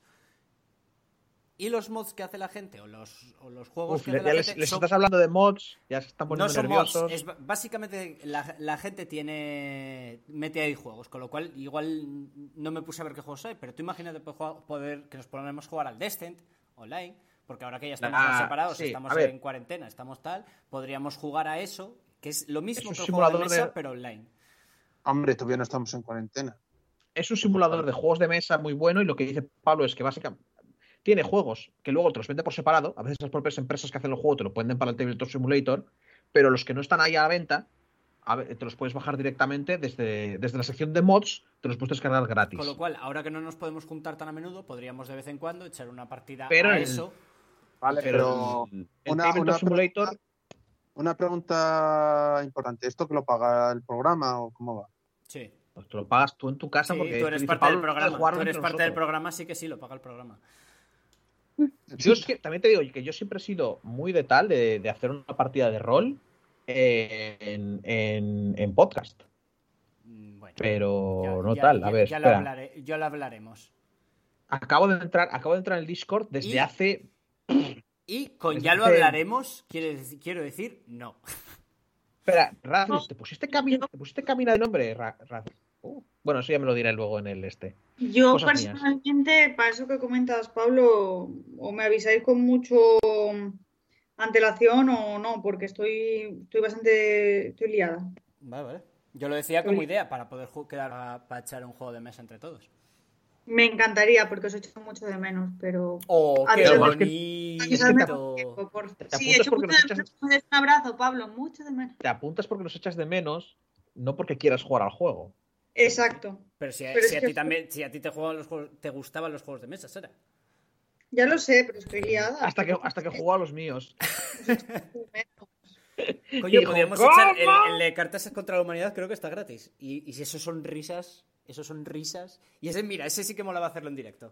Y los mods que hace la gente, o los, o los juegos Uf, que hace ya la les, gente... les son... estás hablando de mods, ya se están poniendo no son nerviosos. mods, es básicamente la, la gente tiene mete ahí juegos, con lo cual igual no me puse a ver qué juegos hay, pero tú imagínate poder que nos ponemos a jugar al Descent online, porque ahora que ya estamos ah, más separados, sí, estamos en cuarentena, estamos tal, podríamos jugar a eso, que es lo mismo es que el simulador juego de mesa, de... pero online. Hombre, todavía no estamos en cuarentena. Es un simulador de juegos de mesa muy bueno y lo que dice Pablo es que básicamente tiene juegos que luego te los vende por separado. A veces las propias empresas que hacen el juego te lo venden para el Tabletop Simulator, pero los que no están ahí a la venta, a ver, te los puedes bajar directamente desde, desde la sección de mods, te los puedes descargar gratis. Con lo cual, ahora que no nos podemos juntar tan a menudo, podríamos de vez en cuando echar una partida pero a el, eso. Vale, pero, pero el, una, Tabletop una Simulator... Pregunta, una pregunta importante. ¿Esto que lo paga el programa o cómo va? Sí. Pues te lo pagas tú en tu casa Sí, porque tú eres dice, parte Pablo, del programa. Tú eres parte nosotros. del programa, sí que sí, lo paga el programa. Yo es que, también te digo que yo siempre he sido muy de tal de, de hacer una partida de rol eh, en, en, en podcast. Bueno, pero ya, no ya, tal, ya, a ver, ya lo espera. hablaré, ya lo hablaremos. Acabo de entrar, acabo de entrar en el Discord desde ¿Y? hace. Y con desde ya lo hace... hablaremos, quiero decir, quiero decir no. Espera, Razmus, ¿te pusiste camina, ¿te pusiste camina de nombre, Razmus? Uh, bueno, eso ya me lo dirá luego en el este. Yo Cosas personalmente, mías. Para eso que comentas, Pablo, o me avisáis con mucho antelación o no, porque estoy, estoy bastante estoy liada. Vale, vale. Yo lo decía como idea para poder quedar a, para echar un juego de mesa entre todos. Me encantaría, porque os echo mucho de menos, pero... ¡Oh, qué ver, bonito! Te sí, echo mucho de echas... menos. Un abrazo, Pablo, mucho de menos. Te apuntas porque los echas de menos, no porque quieras jugar al juego. Exacto. Pero si a, pero si es a que... ti también, si a ti te jugaban los juegos, te gustaban los juegos de mesa, Sara. Ya lo sé, pero estoy liada. Hasta que, hasta que jugó a los míos. Coño, podríamos echar el, el de Cartas contra la Humanidad, creo que está gratis. Y, y si eso son risas, eso son risas. Y ese, mira, ese sí que molaba hacerlo en directo.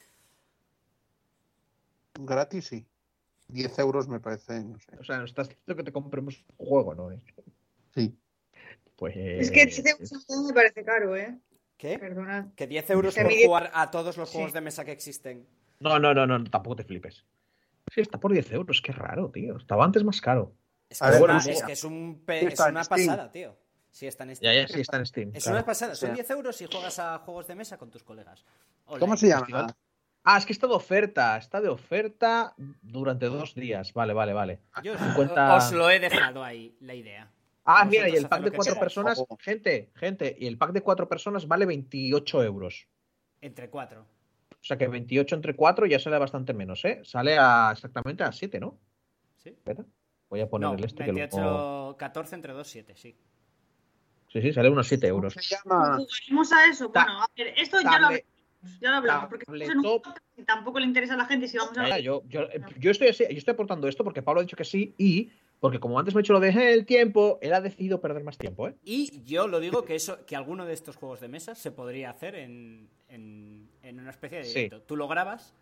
Gratis, sí. diez euros me parece, no sé. O sea, nos estás diciendo que te compremos un juego, ¿no? Sí. Pues... Es que diez euros me parece caro, ¿eh? ¿Qué? Perdona. Que diez euros que por mi... jugar a todos los juegos sí. de mesa que existen. No, no, no, no, tampoco te flipes. Sí, está por diez euros, qué raro, tío. Estaba antes más caro. Es que, es, bueno, una, sí, es, que es, un pe... es una pasada, tío. Sí, está en Steam. Ya, ya, sí, está en Steam. Es claro. una pasada. Son diez euros y juegas a juegos de mesa con tus colegas. Online. ¿Cómo se llama? Ah, es que está de oferta. Está de oferta durante dos días. Vale, vale, vale. Yo cincuenta... os lo he dejado ahí, la idea. Ah, mira, y el pack de cuatro personas, oh. gente, gente, y el pack de cuatro personas vale veintiocho euros. Entre cuatro. O sea que veintiocho entre cuatro ya sale bastante menos, ¿eh? Sale a exactamente a siete, ¿no? Sí. Espera, voy a poner no, el este veintiocho, que lo... catorce entre dos, siete, sí. Sí, sí, sale unos siete euros. ¿Cómo se llama? ¿Jugaremos a eso? Ta bueno, a ver, esto ya lo hablamos. Ya lo hablamos, porque en un... tampoco le interesa a la gente si vamos a... Ya, yo, yo, yo, estoy, yo estoy aportando esto porque Pablo ha dicho que sí y... Porque como antes me he hecho lo de el tiempo, él ha decidido perder más tiempo, ¿eh? Y yo lo digo que eso, que alguno de estos juegos de mesa se podría hacer en, en, en una especie de directo. Sí. ¿Tú lo grabas?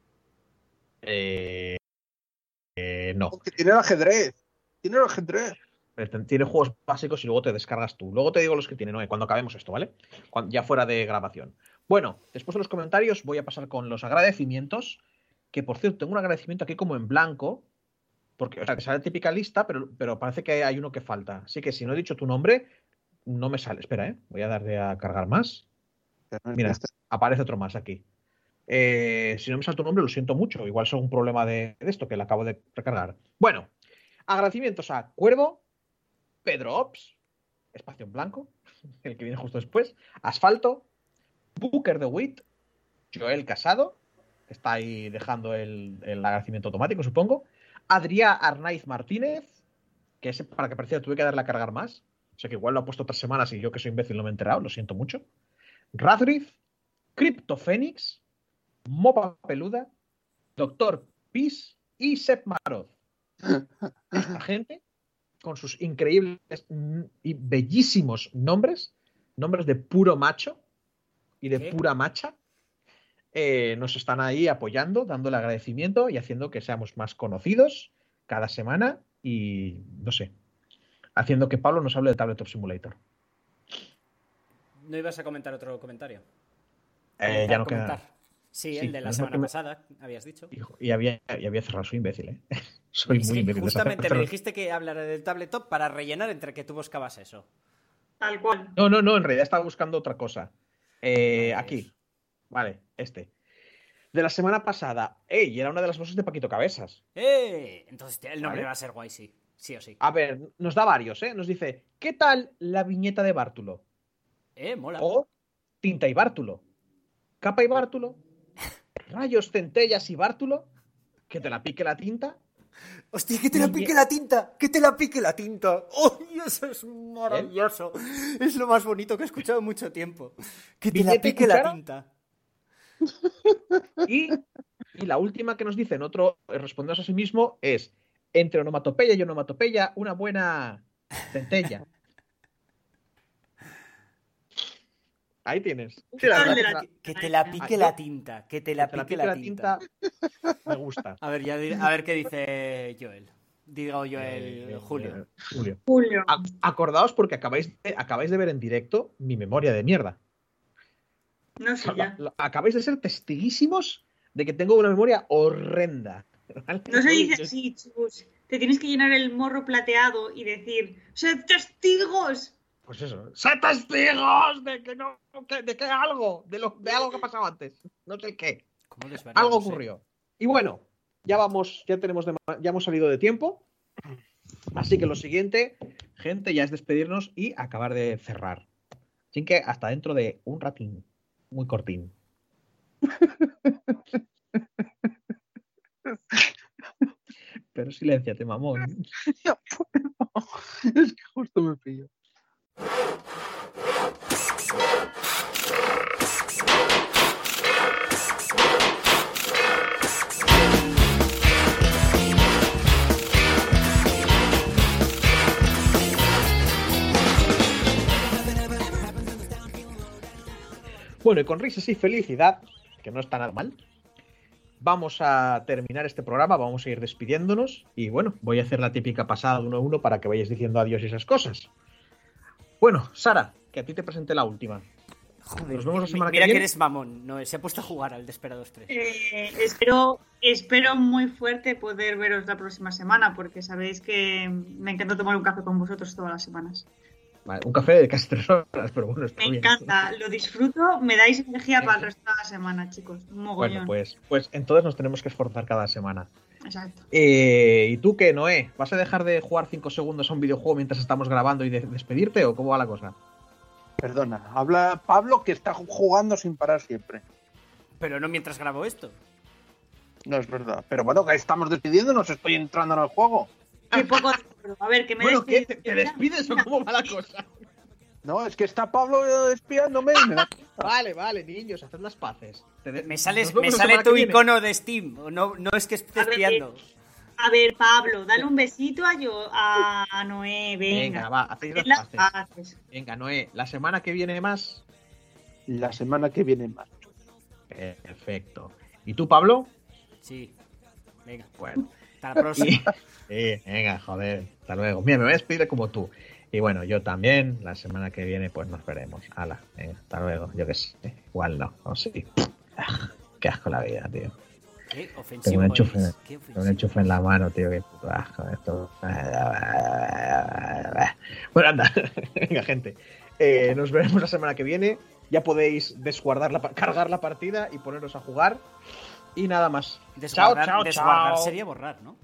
Eh, eh, no. Porque tiene el ajedrez. Tiene el ajedrez. Tiene juegos básicos y luego te descargas tú. Luego te digo los que tiene, ¿no? Cuando acabemos esto, ¿vale? Cuando, ya fuera de grabación. Bueno, después de los comentarios voy a pasar con los agradecimientos. Que por cierto, tengo un agradecimiento aquí como en blanco. Porque, o sea, te sale la típica lista, pero, pero parece que hay uno que falta. Así que si no he dicho tu nombre, no me sale. Espera, ¿eh? Voy a darle a cargar más. Mira, aparece otro más aquí. Eh, si no me sale tu nombre, lo siento mucho. Igual es un problema de, de esto que le acabo de recargar. Bueno, agradecimientos a Cuervo, Pedro Ops, espacio en blanco, el que viene justo después, Asfalto, Booker de Witt, Joel Casado, que está ahí dejando el, el agradecimiento automático, supongo. Adrià Arnaiz Martínez, que ese para que pareciera tuve que darle a cargar más. O sea que igual lo ha puesto otras semanas y yo que soy imbécil no me he enterado, lo siento mucho. Radriz, Crypto Fénix, Mopa Peluda, Doctor Peace y Sepp Maroz. Esta gente con sus increíbles y bellísimos nombres, nombres de puro macho y de ¿Qué? pura macha, eh, nos están ahí apoyando, dándole agradecimiento y haciendo que seamos más conocidos cada semana y, no sé, haciendo que Pablo nos hable de Tabletop Simulator. ¿No ibas a comentar otro comentario? Eh, ya no Comentar. queda. Sí, Sí, el de la es semana porque me- pasada, habías dicho. Hijo, Y había, y había cerrado, soy imbécil, ¿eh? Soy Es muy que imbécil. justamente Cerrar- me dijiste que hablara del tabletop para rellenar entre que tú buscabas eso. Tal cual. No, no, no, en realidad estaba buscando otra cosa. Eh, Vale, aquí. eso. Vale, este. De la semana pasada. ¡Ey! Era una de las voces de Paquito Cabezas. ¡Eh! Entonces el nombre Vale. va a ser guay, sí. Sí o sí. A ver, nos da varios, ¿eh? Nos dice, ¿qué tal la viñeta de Bártulo? Eh, mola. O Tinta y Bártulo. Capa y Bártulo. Rayos, centellas y Bártulo. Que te la pique la tinta. ¡Hostia, que te la pique la tinta! ¡Que te la pique la tinta! ¡Oh, eso es maravilloso! Es lo más bonito que he escuchado en mucho tiempo. ¡Que te la ¿Billete y pique la cuchara? tinta! Y, y la última que nos dice en otro, eh, respondiendo a sí mismo, es entre onomatopeya y onomatopeya, una buena centella. Ahí tienes. Sí, la verdad de que la- la- Que te la pique Ah, la yo- tinta. Que te la que te pique la tinta. me gusta. A ver, ya diré- a ver qué dice Joel. Digo Joel, Eh, Julio. eh, Julio. Julio. A- Acordaos porque acabáis de, acabáis de ver en directo mi memoria de mierda. No sé ya. La- Acabáis de ser testiguísimos de que tengo una memoria horrenda. ¿vale? No se dice así, chicos. Te tienes que llenar el morro plateado y decir, ¡sed testigos! Pues eso. ¡Sé testigos de que no, que- de que algo, de, lo, de algo que ha pasado antes! No sé qué. ¿Cómo desvariamos, Algo eh? ocurrió. Y bueno, ya vamos, ya tenemos, de- ya hemos salido de tiempo. Así que lo siguiente, gente, ya es despedirnos y acabar de cerrar. Así que hasta dentro de un ratín, muy cortín. Pero silénciate, mamón. Ya puedo. Es que justo me pillo. Bueno, y con risas y felicidad, que no está nada mal, vamos a terminar este programa, vamos a ir despidiéndonos y bueno, voy a hacer la típica pasada de uno a uno para que vayáis diciendo adiós y esas cosas. Bueno, Sara, que a ti te presenté la última. Joder, Nos vemos la semana que mira que viene. eres mamón. No, se ha puesto a jugar al Desperados tres. Eh, espero, espero muy fuerte poder veros la próxima semana, porque sabéis que me encanta tomar un café con vosotros todas las semanas. Vale, un café de casi tres horas, pero bueno, está Me bien. encanta, lo disfruto, me dais energía para el resto de la semana, chicos. Un mogollón. Bueno, pues, pues entonces nos tenemos que esforzar cada semana. Exacto. Eh, ¿Y tú qué, Noé? ¿Vas a dejar de jugar cinco segundos a un videojuego mientras estamos grabando y de- despedirte o cómo va la cosa? Perdona, habla Pablo que está jugando sin parar siempre. Pero no mientras grabo esto. No es verdad. Pero bueno, que estamos despidiéndonos, estoy entrando en el juego. Qué poco de acuerdo. A ver, que me Bueno, ¿qué? despido. ¿Te, te despides o cómo va la cosa? No, es que está Pablo eh, espiándome y me da... Vale, vale, niños, haced las paces. Te de- Me, sales, nos vemos me la sale semana tu que viene. icono de Steam. No, no es que estés A ver, espiando. A ver, Pablo, dale un besito a yo, a Noé, Venga, venga. va, hacéis Haz las las paces. paces. Venga, Noé, la semana que viene más. La semana que viene más. Perfecto. ¿Y tú, Pablo? Sí. Venga, Bueno. hasta la próxima. Sí, venga, joder, hasta luego. Mira, me voy a despedir como tú. Y bueno, yo también, la semana que viene, pues nos veremos. Hala, venga, hasta luego. Yo qué sé, igual no, no sé. Ah, qué asco la vida, tío. Qué Tengo ofensivo un enchufe, eres, qué tengo un ofensivo. enchufe en la mano, tío, qué puto asco esto. Bueno, anda, venga, gente. Eh, nos veremos la semana que viene. Ya podéis desguardar la, pa- cargar la partida y poneros a jugar. Y nada más. Desguardar, chao, chao, desguardar chao. sería borrar, ¿no?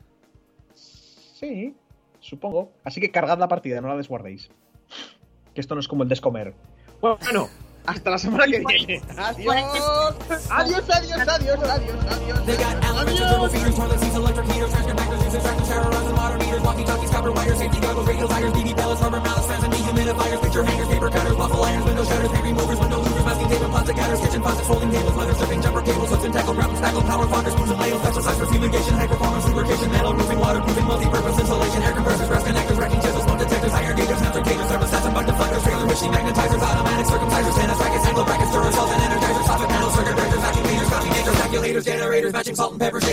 Sí, supongo. Así que cargad la partida, no la desguardéis. Que esto no es como el descomer. Bueno, hasta la semana que viene. Adiós. Adiós, adiós, adiós, adiós, adiós. They got elementary turbo feeders, toilet seats, electric heaters, transfer connectors, use extractor shower rounds and water meters, walkie-talkies, copper wires, safety goggles, radio tires, B B pellets, rubber mallets, fans and dehumidifiers, picture hangers, paper cutters, waffle irons, window shutters, paint removers, window louvers, masking tape and plastic cutters, kitchen faucets, folding tables, leather stripping, jumper cables, hooks and tackle, grapple, spackle, power floggers, spoons and ladles, exercise for fumigation, high performance lubrication, metal roofing, waterproofing, multi-purpose insulation, air compressors, rest connectors. machine magnetizers, automatic circumcisers, tennis rackets, angle brackets, stirrers, salt and energizers, soffit panels, circuit breakers, vacuum cleaners, coffee makers, calculators, generators, matching salt and pepper,